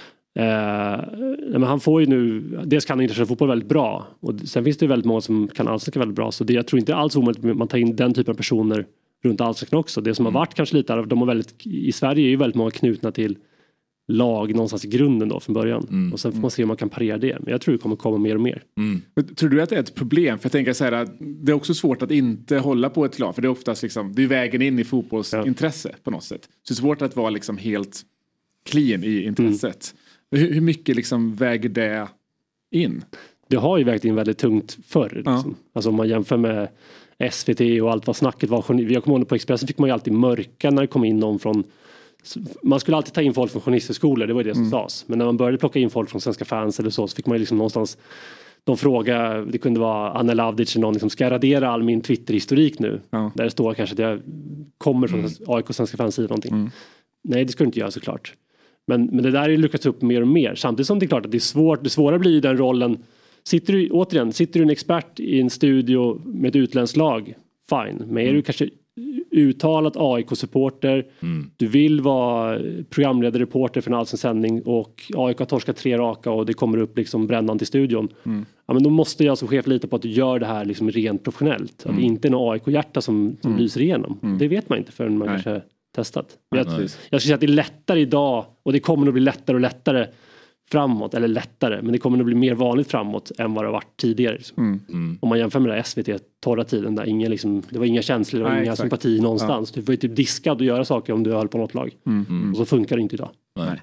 Eh, men han får ju nu, dels kan han internationell fotboll väldigt bra och sen finns det ju väldigt många som kan allsvenskan väldigt bra, så det, jag tror inte alls omöjligt att man tar in den typen av personer runt allsvenskan också. Det som mm. har varit kanske lite, de har väldigt, i Sverige är ju väldigt många knutna till lag någonstans i grunden då från början. Mm. Och sen får man se om man kan parera det. Men jag tror det kommer komma mer och mer. Mm. Tror du att det är ett problem? För jag tänker så här att det är också svårt att inte hålla på ett lag. För det är oftast liksom, det är vägen in i fotbollsintresse ja. på något sätt. Så det är svårt att vara liksom helt clean i intresset. Mm. Hur, hur mycket liksom väger det in? Det har ju vägt in väldigt tungt förr. Liksom. Ja. Alltså om man jämför med S V T och allt vad snacket var. Vi har kommit ihåg på Expressen fick man ju alltid mörka när det kom in någon från... Man skulle alltid ta in folk från journalisthögskolor, det var det som mm. sades. Men när man började plocka in folk från Svenska fans eller så, så fick man ju liksom någonstans... De frågade, det kunde vara Anne Lavdic eller någon, liksom, ska jag radera all min Twitter-historik nu? Ja. Där det står kanske att jag kommer från mm. A I K Svenska fans eller någonting. Mm. Nej, det ska du inte göra såklart. Men, men det där är ju lyckats upp mer och mer. Samtidigt som det är klart att det är svårt. Det svåra blir ju den rollen. Sitter du, återigen, sitter du en expert i en studio med ett utländskt lag, fine. Men är mm. du kanske uttalat A I K-supporter, mm. du vill vara programledarreporter för en allsvensk sändning och A I K har torskat tre raka och det kommer upp liksom brännande i studion. Mm. Ja, men då måste jag som chef lita på att du gör det här liksom rent professionellt. Mm. Att det inte är någon A I K-hjärta som, som mm. lyser igenom. Mm. Det vet man inte förrän man Nej. kanske testat. Jag, jag skulle säga att det är lättare idag och det kommer att bli lättare och lättare framåt, eller lättare, men det kommer att bli mer vanligt framåt än vad det har varit tidigare. Liksom. Mm. Mm. Om man jämför med det S V T torra tiden där ingen liksom, det var inga känslor, det var Nej, inga exakt. sympati någonstans. Ja. Du var ju typ diskad att göra saker om du höll på något lag. Mm. Mm. Och så funkar det inte idag. Nej.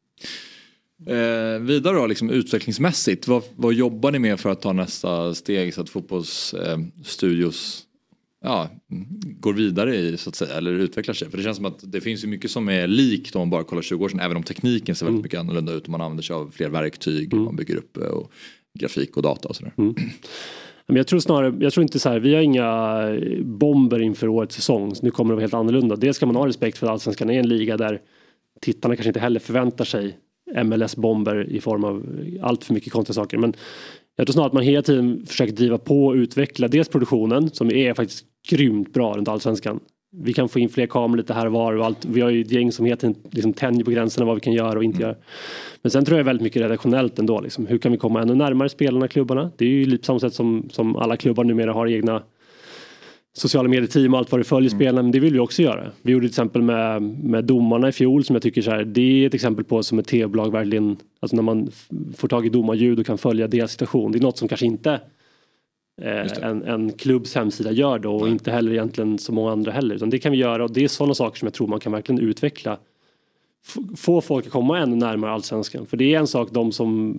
Eh, vidare då, liksom utvecklingsmässigt, vad, vad jobbar ni med för att ta nästa steg så att fotbollsstudios eh, ja, går vidare i så att säga, eller utvecklar sig? För det känns som att det finns ju mycket som är likt om man bara kollar tjugo år sedan, även om tekniken ser väldigt mm. mycket annorlunda ut och man använder sig av fler verktyg, mm. man bygger upp och grafik och data och sådär. Mm. Men jag tror snarare, jag tror inte så här, vi har inga bomber inför årets säsong, så nu kommer det vara helt annorlunda. Dels ska man ha respekt för att Allsvenskan är en liga där tittarna kanske inte heller förväntar sig M L S-bomber i form av allt för mycket konstiga saker, men jag tror snarare att man hela tiden försöker driva på och utveckla dels produktionen som är faktiskt grymt bra runt Allsvenskan. Vi kan få in fler kameror lite här och var och allt. Vi har ju ett gäng som heter liksom tänjer på gränserna vad vi kan göra och inte mm. göra. Men sen tror jag väldigt mycket redaktionellt ändå. Liksom. Hur kan vi komma ännu närmare spelarna, klubbarna? Det är ju lite på samma sätt som, som alla klubbar numera har egna sociala medieteam och allt vad det följer spelarna, men det vill vi också göra. Vi gjorde till exempel med, med domarna i fjol som jag tycker så här, det är ett exempel på som ett tv-bolag verkligen, alltså när man f- får tag i domarljud och kan följa deras situation. Det är något som kanske inte eh, en, en klubbs hemsida gör då och Nej. inte heller egentligen så många andra heller. Utan det kan vi göra och det är sådana saker som jag tror man kan verkligen utveckla. F- få folk att komma ännu närmare allsvenskan. För det är en sak, de som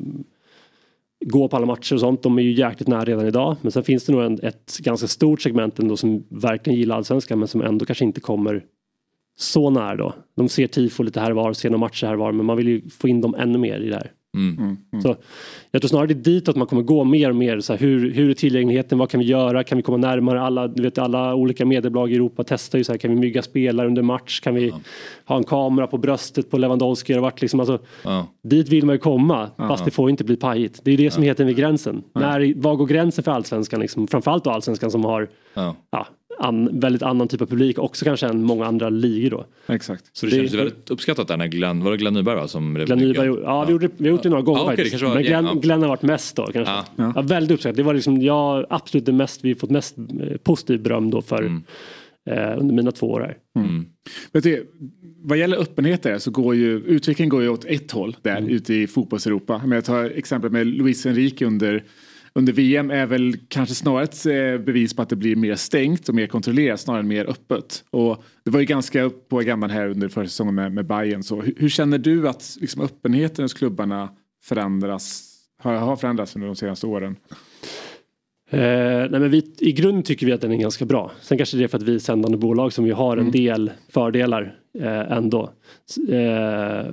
gå på alla matcher och sånt, de är ju jäkligt nära redan idag, men sen finns det nog en, ett ganska stort segment ändå som verkligen gillar allsvenskan men som ändå kanske inte kommer så nära då. De ser tifo lite här var, ser några matcher här var, men man vill ju få in dem ännu mer i det här. Mm. Mm, mm. Så jag tror snarare det är dit att man kommer gå mer och mer så här, hur, hur är tillgängligheten, vad kan vi göra, kan vi komma närmare alla, du vet, alla olika mediebolag i Europa testar ju så här, kan vi mygga spelare under match, kan vi ja. ha en kamera på bröstet på Lewandowski och vart liksom, alltså, ja. dit vill man ju komma ja. fast det får inte bli pajigt, det är det som ja. heter vid gränsen ja. När, vad går gränsen för allsvenskan liksom? Framförallt då allsvenskan som har ja. Ja, an, väldigt annan typ av publik också kanske än många andra ligor då. Exakt. Så det, det känns väldigt uppskattat där när Glenn, var det Glenn Nyberg va? Som Glenn Nyberg, ja, ja. Vi, gjorde, vi har gjort det några gånger ah, okay, faktiskt. Men Glenn, ja. Glenn har varit mest då kanske. Ja. Ja. Ja, väldigt uppskattat. Det var liksom, jag absolut det mest, vi fått mest positiv beröm då för mm. eh, under mina två år här. Mm. Vet du, vad gäller öppenhet där så går ju, utvecklingen går ju åt ett håll där mm. ute i fotbolls-Europa. Men jag tar exempel med Luis Enrique under Under V M är väl kanske snarare ett bevis på att det blir mer stängt och mer kontrollerat snarare än mer öppet. Och det var ju ganska upp på agendan här under förra säsongen med, med Bayern. Så hur, hur känner du att liksom, öppenheten hos klubbarna förändras, har, har förändrats under de senaste åren? Eh, nej men vi, i grund tycker vi att den är ganska bra. Sen kanske det är för att vi är sändande bolag som vi har en mm. del fördelar eh, ändå. Eh,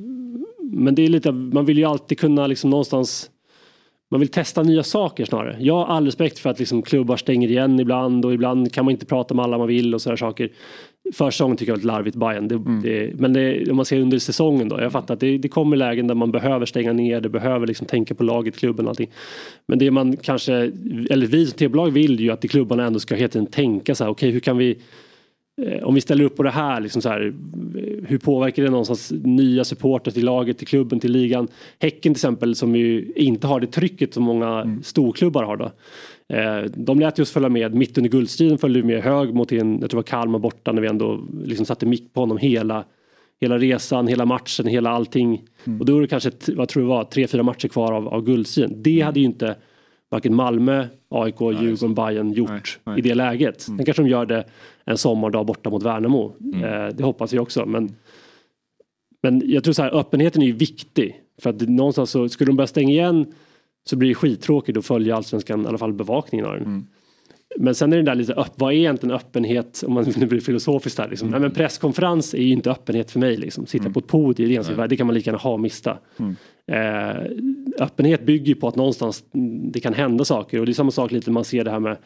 men det är lite, man vill ju alltid kunna liksom någonstans, man vill testa nya saker snarare. Jag har all respekt för att liksom klubbar stänger igen ibland och ibland kan man inte prata med alla man vill och sådär saker. Försäsongen tycker jag var ett larvigt Bayern. Det, mm. det, men det, om man ser under säsongen då. Jag fattar att det, det kommer lägen där man behöver stänga ner. Det behöver liksom tänka på laget, klubben och allting. Men det man kanske, eller vi som T-bolag vill ju att de klubbarna ändå ska hela tiden tänka så här. Okej, okay, hur kan vi, eh, om vi ställer upp på det här, liksom så här, hur påverkar det någonstans nya supporter till laget, till klubben, till ligan. Häcken till exempel som ju inte har det trycket som många mm. storklubbar har då. De lät just följa med mitt under guldstriden, följde med hög mot en, jag tror det var Kalmar borta när vi ändå liksom satte mick på honom hela, hela resan, hela matchen, hela allting. Mm. Och då är det kanske, vad tror det var, tre, fyra matcher kvar av, av guldstriden. Det mm. hade ju inte varken Malmö, A I K, Djurgården, Bayern gjort nej, nej. i det läget. Mm. Sen kanske de gör det en sommardag borta mot Värnamo. Mm. Eh, det hoppas vi också. Men, men jag tror så här, öppenheten är ju viktig. För att någonstans så skulle de börja stänga igen så blir det skittråkigt att följa allsvenskan, i alla fall bevakningen av den. Mm. Men sen är det där lite, upp, vad är egentligen öppenhet, om man nu blir filosofiskt där liksom. Mm. Nej, men presskonferens är ju inte öppenhet för mig liksom. Sitta mm. på ett podium, det, det kan man lika gärna ha och mista. Mm. Eh, öppenhet bygger på att någonstans det kan hända saker, och det är samma sak lite man ser det här med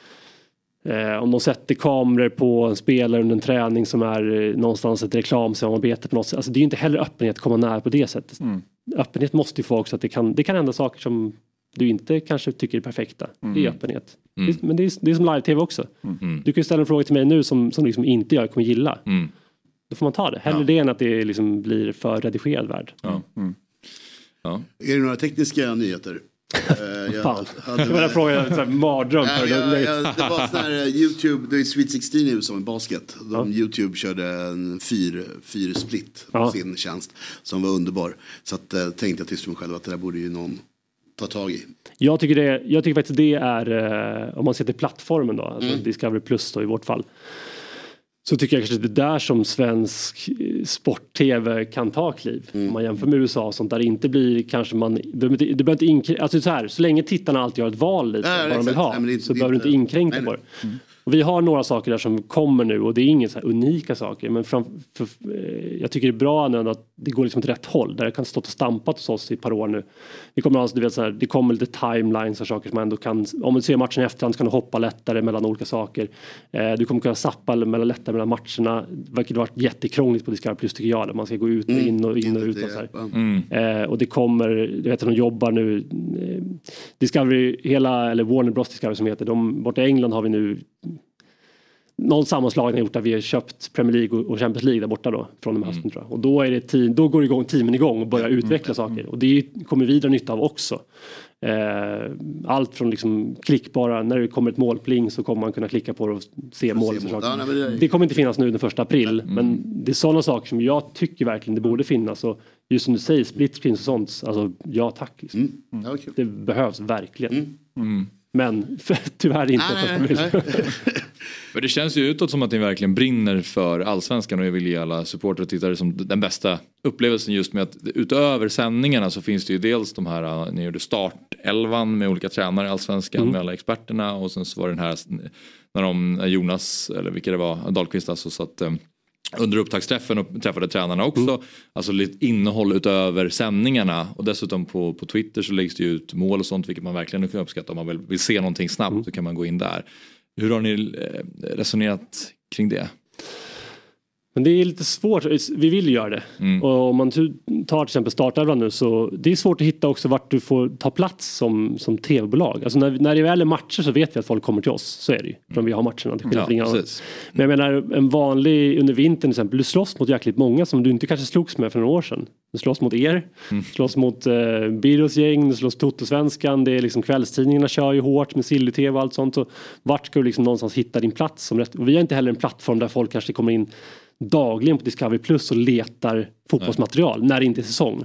eh, om de sätter kameror på en spelare under en träning som är eh, någonstans ett reklamsamarbete på något sätt. Alltså det är ju inte heller öppenhet att komma nära på det sättet. Mm. Öppenhet måste ju få också att det kan, det kan hända saker som du inte kanske tycker är perfekta. Mm. Det är öppenhet. Mm. Det, men det är, det är som live-tv också. Mm. Du kan ju ställa en fråga till mig nu som, som liksom inte jag kommer gilla. Mm. Då får man ta det. Hellre ja. det än att det liksom blir för redigerad värld. Ja. Mm. Ja. Är det några tekniska nyheter? uh, jag Fan. Hade... Det var en fråga, en mardröm. Ja, ja, ja, det var sån här YouTube, det är Sweet sexton nu som en basket. De, ja. YouTube körde en fyr, fyr split på ja. sin tjänst som var underbar. Så att, uh, tänkte jag till mig själv att det där borde ju någon ta tag i. Jag tycker, det, jag tycker faktiskt det är, uh, om man ser till plattformen då, alltså mm. Discovery Plus då i vårt fall. Så tycker jag kanske det där som svensk sport-tv kan ta kliv. Mm. Om man jämför med U S A och sånt där inte blir kanske man, det behöver inte inkränka, alltså så här, så länge tittarna alltid gör ett val lite äh, vad de vill ha, nej, inte, så behöver du inte inkränka nej, nej. på det. Mm. Och vi har några saker där som kommer nu och det är inga så här unika saker, men fram, för, eh, jag tycker det är bra ändå att det går liksom åt rätt håll, där det kan stå och stampat hos oss i ett par år nu. Vi kommer alltså, du vet, så här, det kommer lite timelines och saker som man ändå kan, om du ser matchen i efterhand så kan du hoppa lättare mellan olika saker. Eh, du kommer kunna zappa mellan, lättare mellan matcherna, vilket har varit jättekrångligt på Discovery Plus tycker jag, där man ska gå ut och in och in och ut och så här. Mm. Eh, och det kommer, jag vet att de jobbar nu eh, Discovery, hela, eller Warner Bros Discovery som heter, de, borta i England har vi nu någon sammanslagning har gjort att vi har köpt Premier League och Champions League där borta då från de hösten mm. tror jag. Och då är det team, då går igång teamen igång och börjar mm. utveckla mm. saker, och det kommer vi dra nytta av också. Eh, allt från liksom klickbara, när det kommer ett målpling så kommer man kunna klicka på det och se målet. mål. Ja, nej, men det... det kommer inte finnas nu den första april, Mm. men det är sådana saker som jag tycker verkligen det borde finnas. Och just som du säger, split screen och sånt, alltså ja tack. Liksom. Mm. Ja, okay. Det behövs verkligen. Mm. Mm. Men för, tyvärr inte. Nej, nej, nej. Men det känns ju utåt som att ni verkligen brinner för allsvenskan och jag vill ge alla supporter och tittare som den bästa upplevelsen just med att utöver sändningarna så finns det ju dels de här, ni gjorde startelvan med olika tränare i allsvenskan mm. med alla experterna och sen så var det den här när de, Jonas eller vilka det var, Dahlqvist alltså så att under upptaktsträffen och träffade tränarna också. Mm. Alltså lite innehåll utöver sändningarna. Och dessutom på, på Twitter så läggs det ut mål och sånt vilket man verkligen kan uppskatta. Om man vill, vill se någonting snabbt mm. så kan man gå in där. Hur har ni resonerat kring det? Men det är lite svårt. Vi vill göra det. Mm. Och om man tar till exempel startelvan nu så det är svårt att hitta också vart du får ta plats som, som tv-bolag. Alltså när, när det väl är matcher så vet vi att folk kommer till oss. Så är det ju. Från vi har matcherna. Det ja, inga men jag menar en vanlig under vintern till exempel. Du slåss mot jäkligt många som du inte kanske slogs med för några år sedan. Du slåss mot er. Mm. Slåss mot eh, Birros gäng. Du slåss Toto-svenskan. Det är liksom kvällstidningarna kör ju hårt med Silly-tv och allt sånt. Så vart ska du liksom någonstans hitta din plats? Som rätt, och vi har inte heller en plattform där folk kanske kommer in dagligen på Discovery Plus och letar fotbollsmaterial Nej. när det inte är säsong.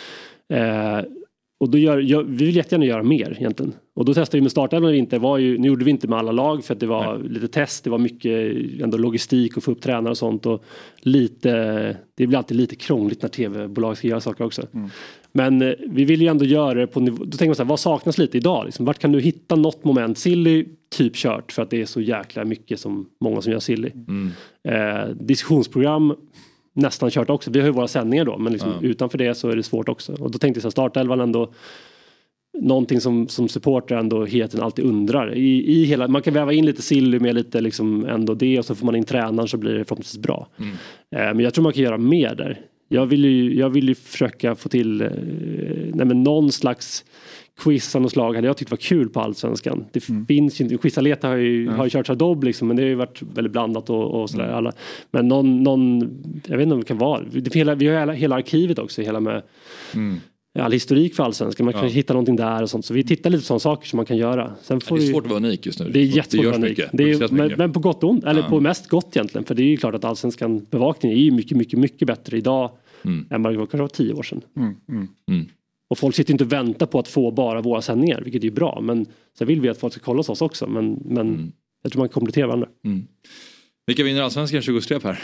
Eh, och då gör, gör, vi vill jättegärna göra mer egentligen. Och då testade vi med startelvan eller inte. Var ju, nu gjorde vi inte med alla lag för att det var Nej. lite test. Det var mycket ändå logistik och få upp tränare och sånt. Och lite, det blir alltid lite krångligt när tv-bolag ska göra saker också. Mm. Men eh, vi vill ju ändå göra det på nivå. Då tänker man så här, vad saknas lite idag? Liksom? Vart kan du hitta något moment? Silly typ kört för att det är så jäkla mycket som många som gör Silly. Mm. Eh, diskussionsprogram nästan kört också. Vi har ju våra sändningar då men liksom mm. utanför det så är det svårt också. Och då tänkte jag så här, startelvan ändå någonting som, som supporter ändå heten alltid undrar. I, i hela, man kan väva in lite Silly med lite liksom ändå det och så får man in tränaren så blir det förhoppningsvis bra. Mm. Eh, men jag tror man kan göra mer där. Jag vill ju, jag vill ju försöka få till eh, nej men någon slags quiz av något slag hade jag tyckt var kul på allsvenskan. Det mm. finns ju inte, Quizaleta har ju, mm. har ju kört sig dobb liksom, men det har ju varit väldigt blandat och, och sådär. Mm. Alla. Men någon, någon, jag vet inte om det kan vara. Det, hela, vi har hela, hela arkivet också, hela med mm. all historik för allsvenskan. Man kan ja. hitta någonting där och sånt. Så vi tittar lite på sådana saker som man kan göra. Sen får ja, det är ju, svårt att vara unik just nu. Det är jättesvårt att vara unik. Det är, men, mycket. men på gott och ont, eller ja. på mest gott egentligen. För det är ju klart att allsvenskan bevakningen är ju mycket, mycket, mycket bättre idag mm. än vad det var kanske var tio år sedan. Mm. Mm. Mm. Och folk sitter inte och väntar på att få bara våra sändningar, vilket är ju bra. Men så vill vi att folk ska kolla hos oss också. Men, men mm. jag tror man kan komplettera varandra. Mm. Vilka vinner allsvenskan tjugotre här?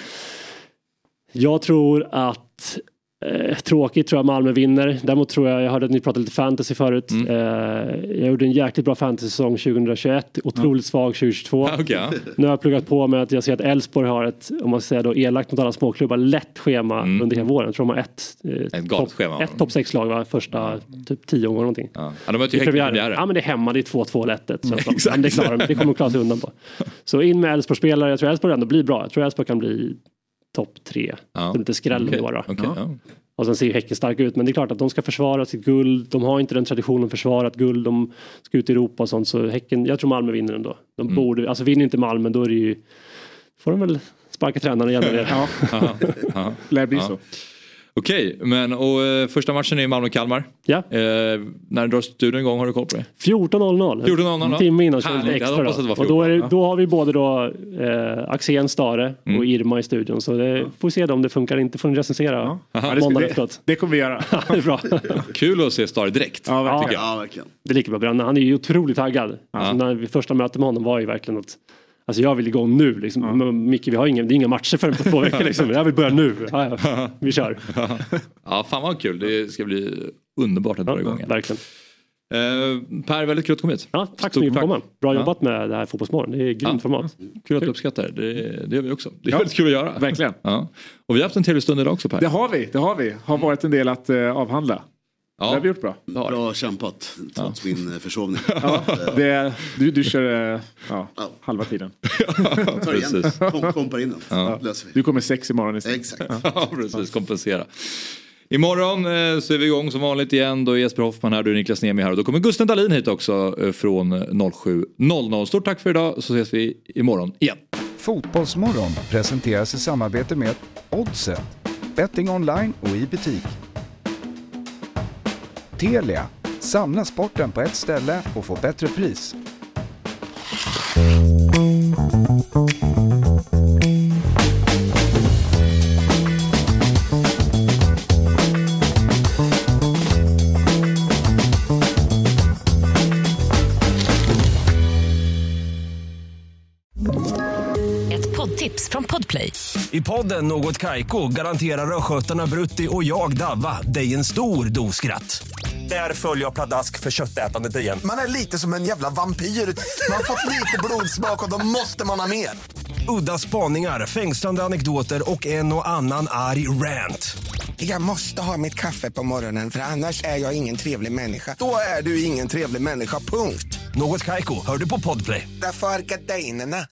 Jag tror att eh, tråkigt tror jag Malmö vinner. Däremot tror jag, jag hörde att ni pratade lite fantasy förut. Mm. Eh, jag gjorde en jäkligt bra fantasy-säsong tjugohundratjugoett. Otroligt mm. svag tjugohundratjugotvå. Ah, okay, ja. Nu har jag pluggat på med att jag ser att Elfsborg har ett, om man säger då elakt mot alla småklubbar, lätt schema mm. under hela våren. Jag tror de har ett, eh, ett top, schema. Ett topp sex lag var första mm. typ tio omgångar någonting. Ja. Ja, de är ju ja men det är hemma, det är två två lättet. Mm. Men det, klarar, det kommer de klara sig undan på. Så in med Elfsborg-spelare, jag tror Elfsborg ändå blir bra. Jag tror Elfsborg kan bli topp tre. Ja. Lite skräll okay. då. Okay, ja. Och sen ser ju Häcken stark ut. Men det är klart att de ska försvara sitt guld. De har inte den traditionen att försvara ett guld. De ska ut i Europa och sånt. Så Häcken, jag tror Malmö vinner ändå. De mm. borde, alltså vinner inte Malmö då är det ju, får de väl sparka tränaren igen. ja, ja. Lär bli ja. så. Okej, men och eh, första matchen är Malmö-Kalmar. Ja. Eh, när drar studion igång, har du koll på det? fjorton noll noll. fjorton noll noll. En timme innan så lite extra då. Och då, är det, då har vi både då eh, Axén Stare mm. och Irma i studion. Så det ja. får vi se då om det funkar. Inte får ni recensera ja. måndag efteråt. Det kommer vi göra. Det är bra. Kul att se Stare direkt. Ja, verkligen. Ja, verkligen. Det är lika bra. Han är ju otroligt taggad. Ja. Alltså, när vi första mötet med honom var ju verkligen att alltså jag vill igång nu liksom. Ja. Micke, vi har ingen, det är inga matcher förrän på två veckor liksom. Jag vill börja nu. Ja, ja. Vi kör. Ja, fan vad kul. Det ska bli underbart att dra ja, igång. Ja, verkligen. Uh, Per, väldigt kul att komma hit. Ja, tack så mycket för att komma. Bra jobbat ja. med det här Fotbollsmorgon. Det är grymt ja. format. Kul att du uppskattar det. Det gör vi också. Det är ja. väldigt kul att göra. Verkligen. Ja. Och vi har haft en trevlig stund idag också, Per. Det har vi. Det har vi. Har varit en del att uh, avhandla. Ja. Det har vi gjort bra. Bra kämpat trots ja. min försovning. Ja, det, du, du kör ja, ja. halva tiden. Tar igen. Kom, kompar in den. Ja. Löser vi. Du kommer sex imorgon istället. Exakt. Ja, precis. Kompensera. Imorgon eh, så är vi igång som vanligt igen. Då är Jesper Hoffman här, du är Niklas Nemi här. Och då kommer Gusten Dahlin hit också eh, från noll sju noll noll. Stort tack för idag, så ses vi imorgon igen. Fotbollsmorgon presenteras i samarbete med Oddset. Betting online och i butik. Telia. Samla sporten på ett ställe och få bättre pris. Ett poddtips från Podplay. I podden Något Kaiko garanterar röskötarna Brutti och jag Davva dig en stor dos skratt. Där följer jag pladask för köttätandet igen. Man är lite som en jävla vampyr. Man har fått lite blodsmak och då måste man ha mer. Udda spaningar, fängslande anekdoter och en och annan arg rant. Jag måste ha mitt kaffe på morgonen för annars är jag ingen trevlig människa. Då är du ingen trevlig människa, punkt. Något Kaiko, hör du på Podplay. Därför är gardinerna.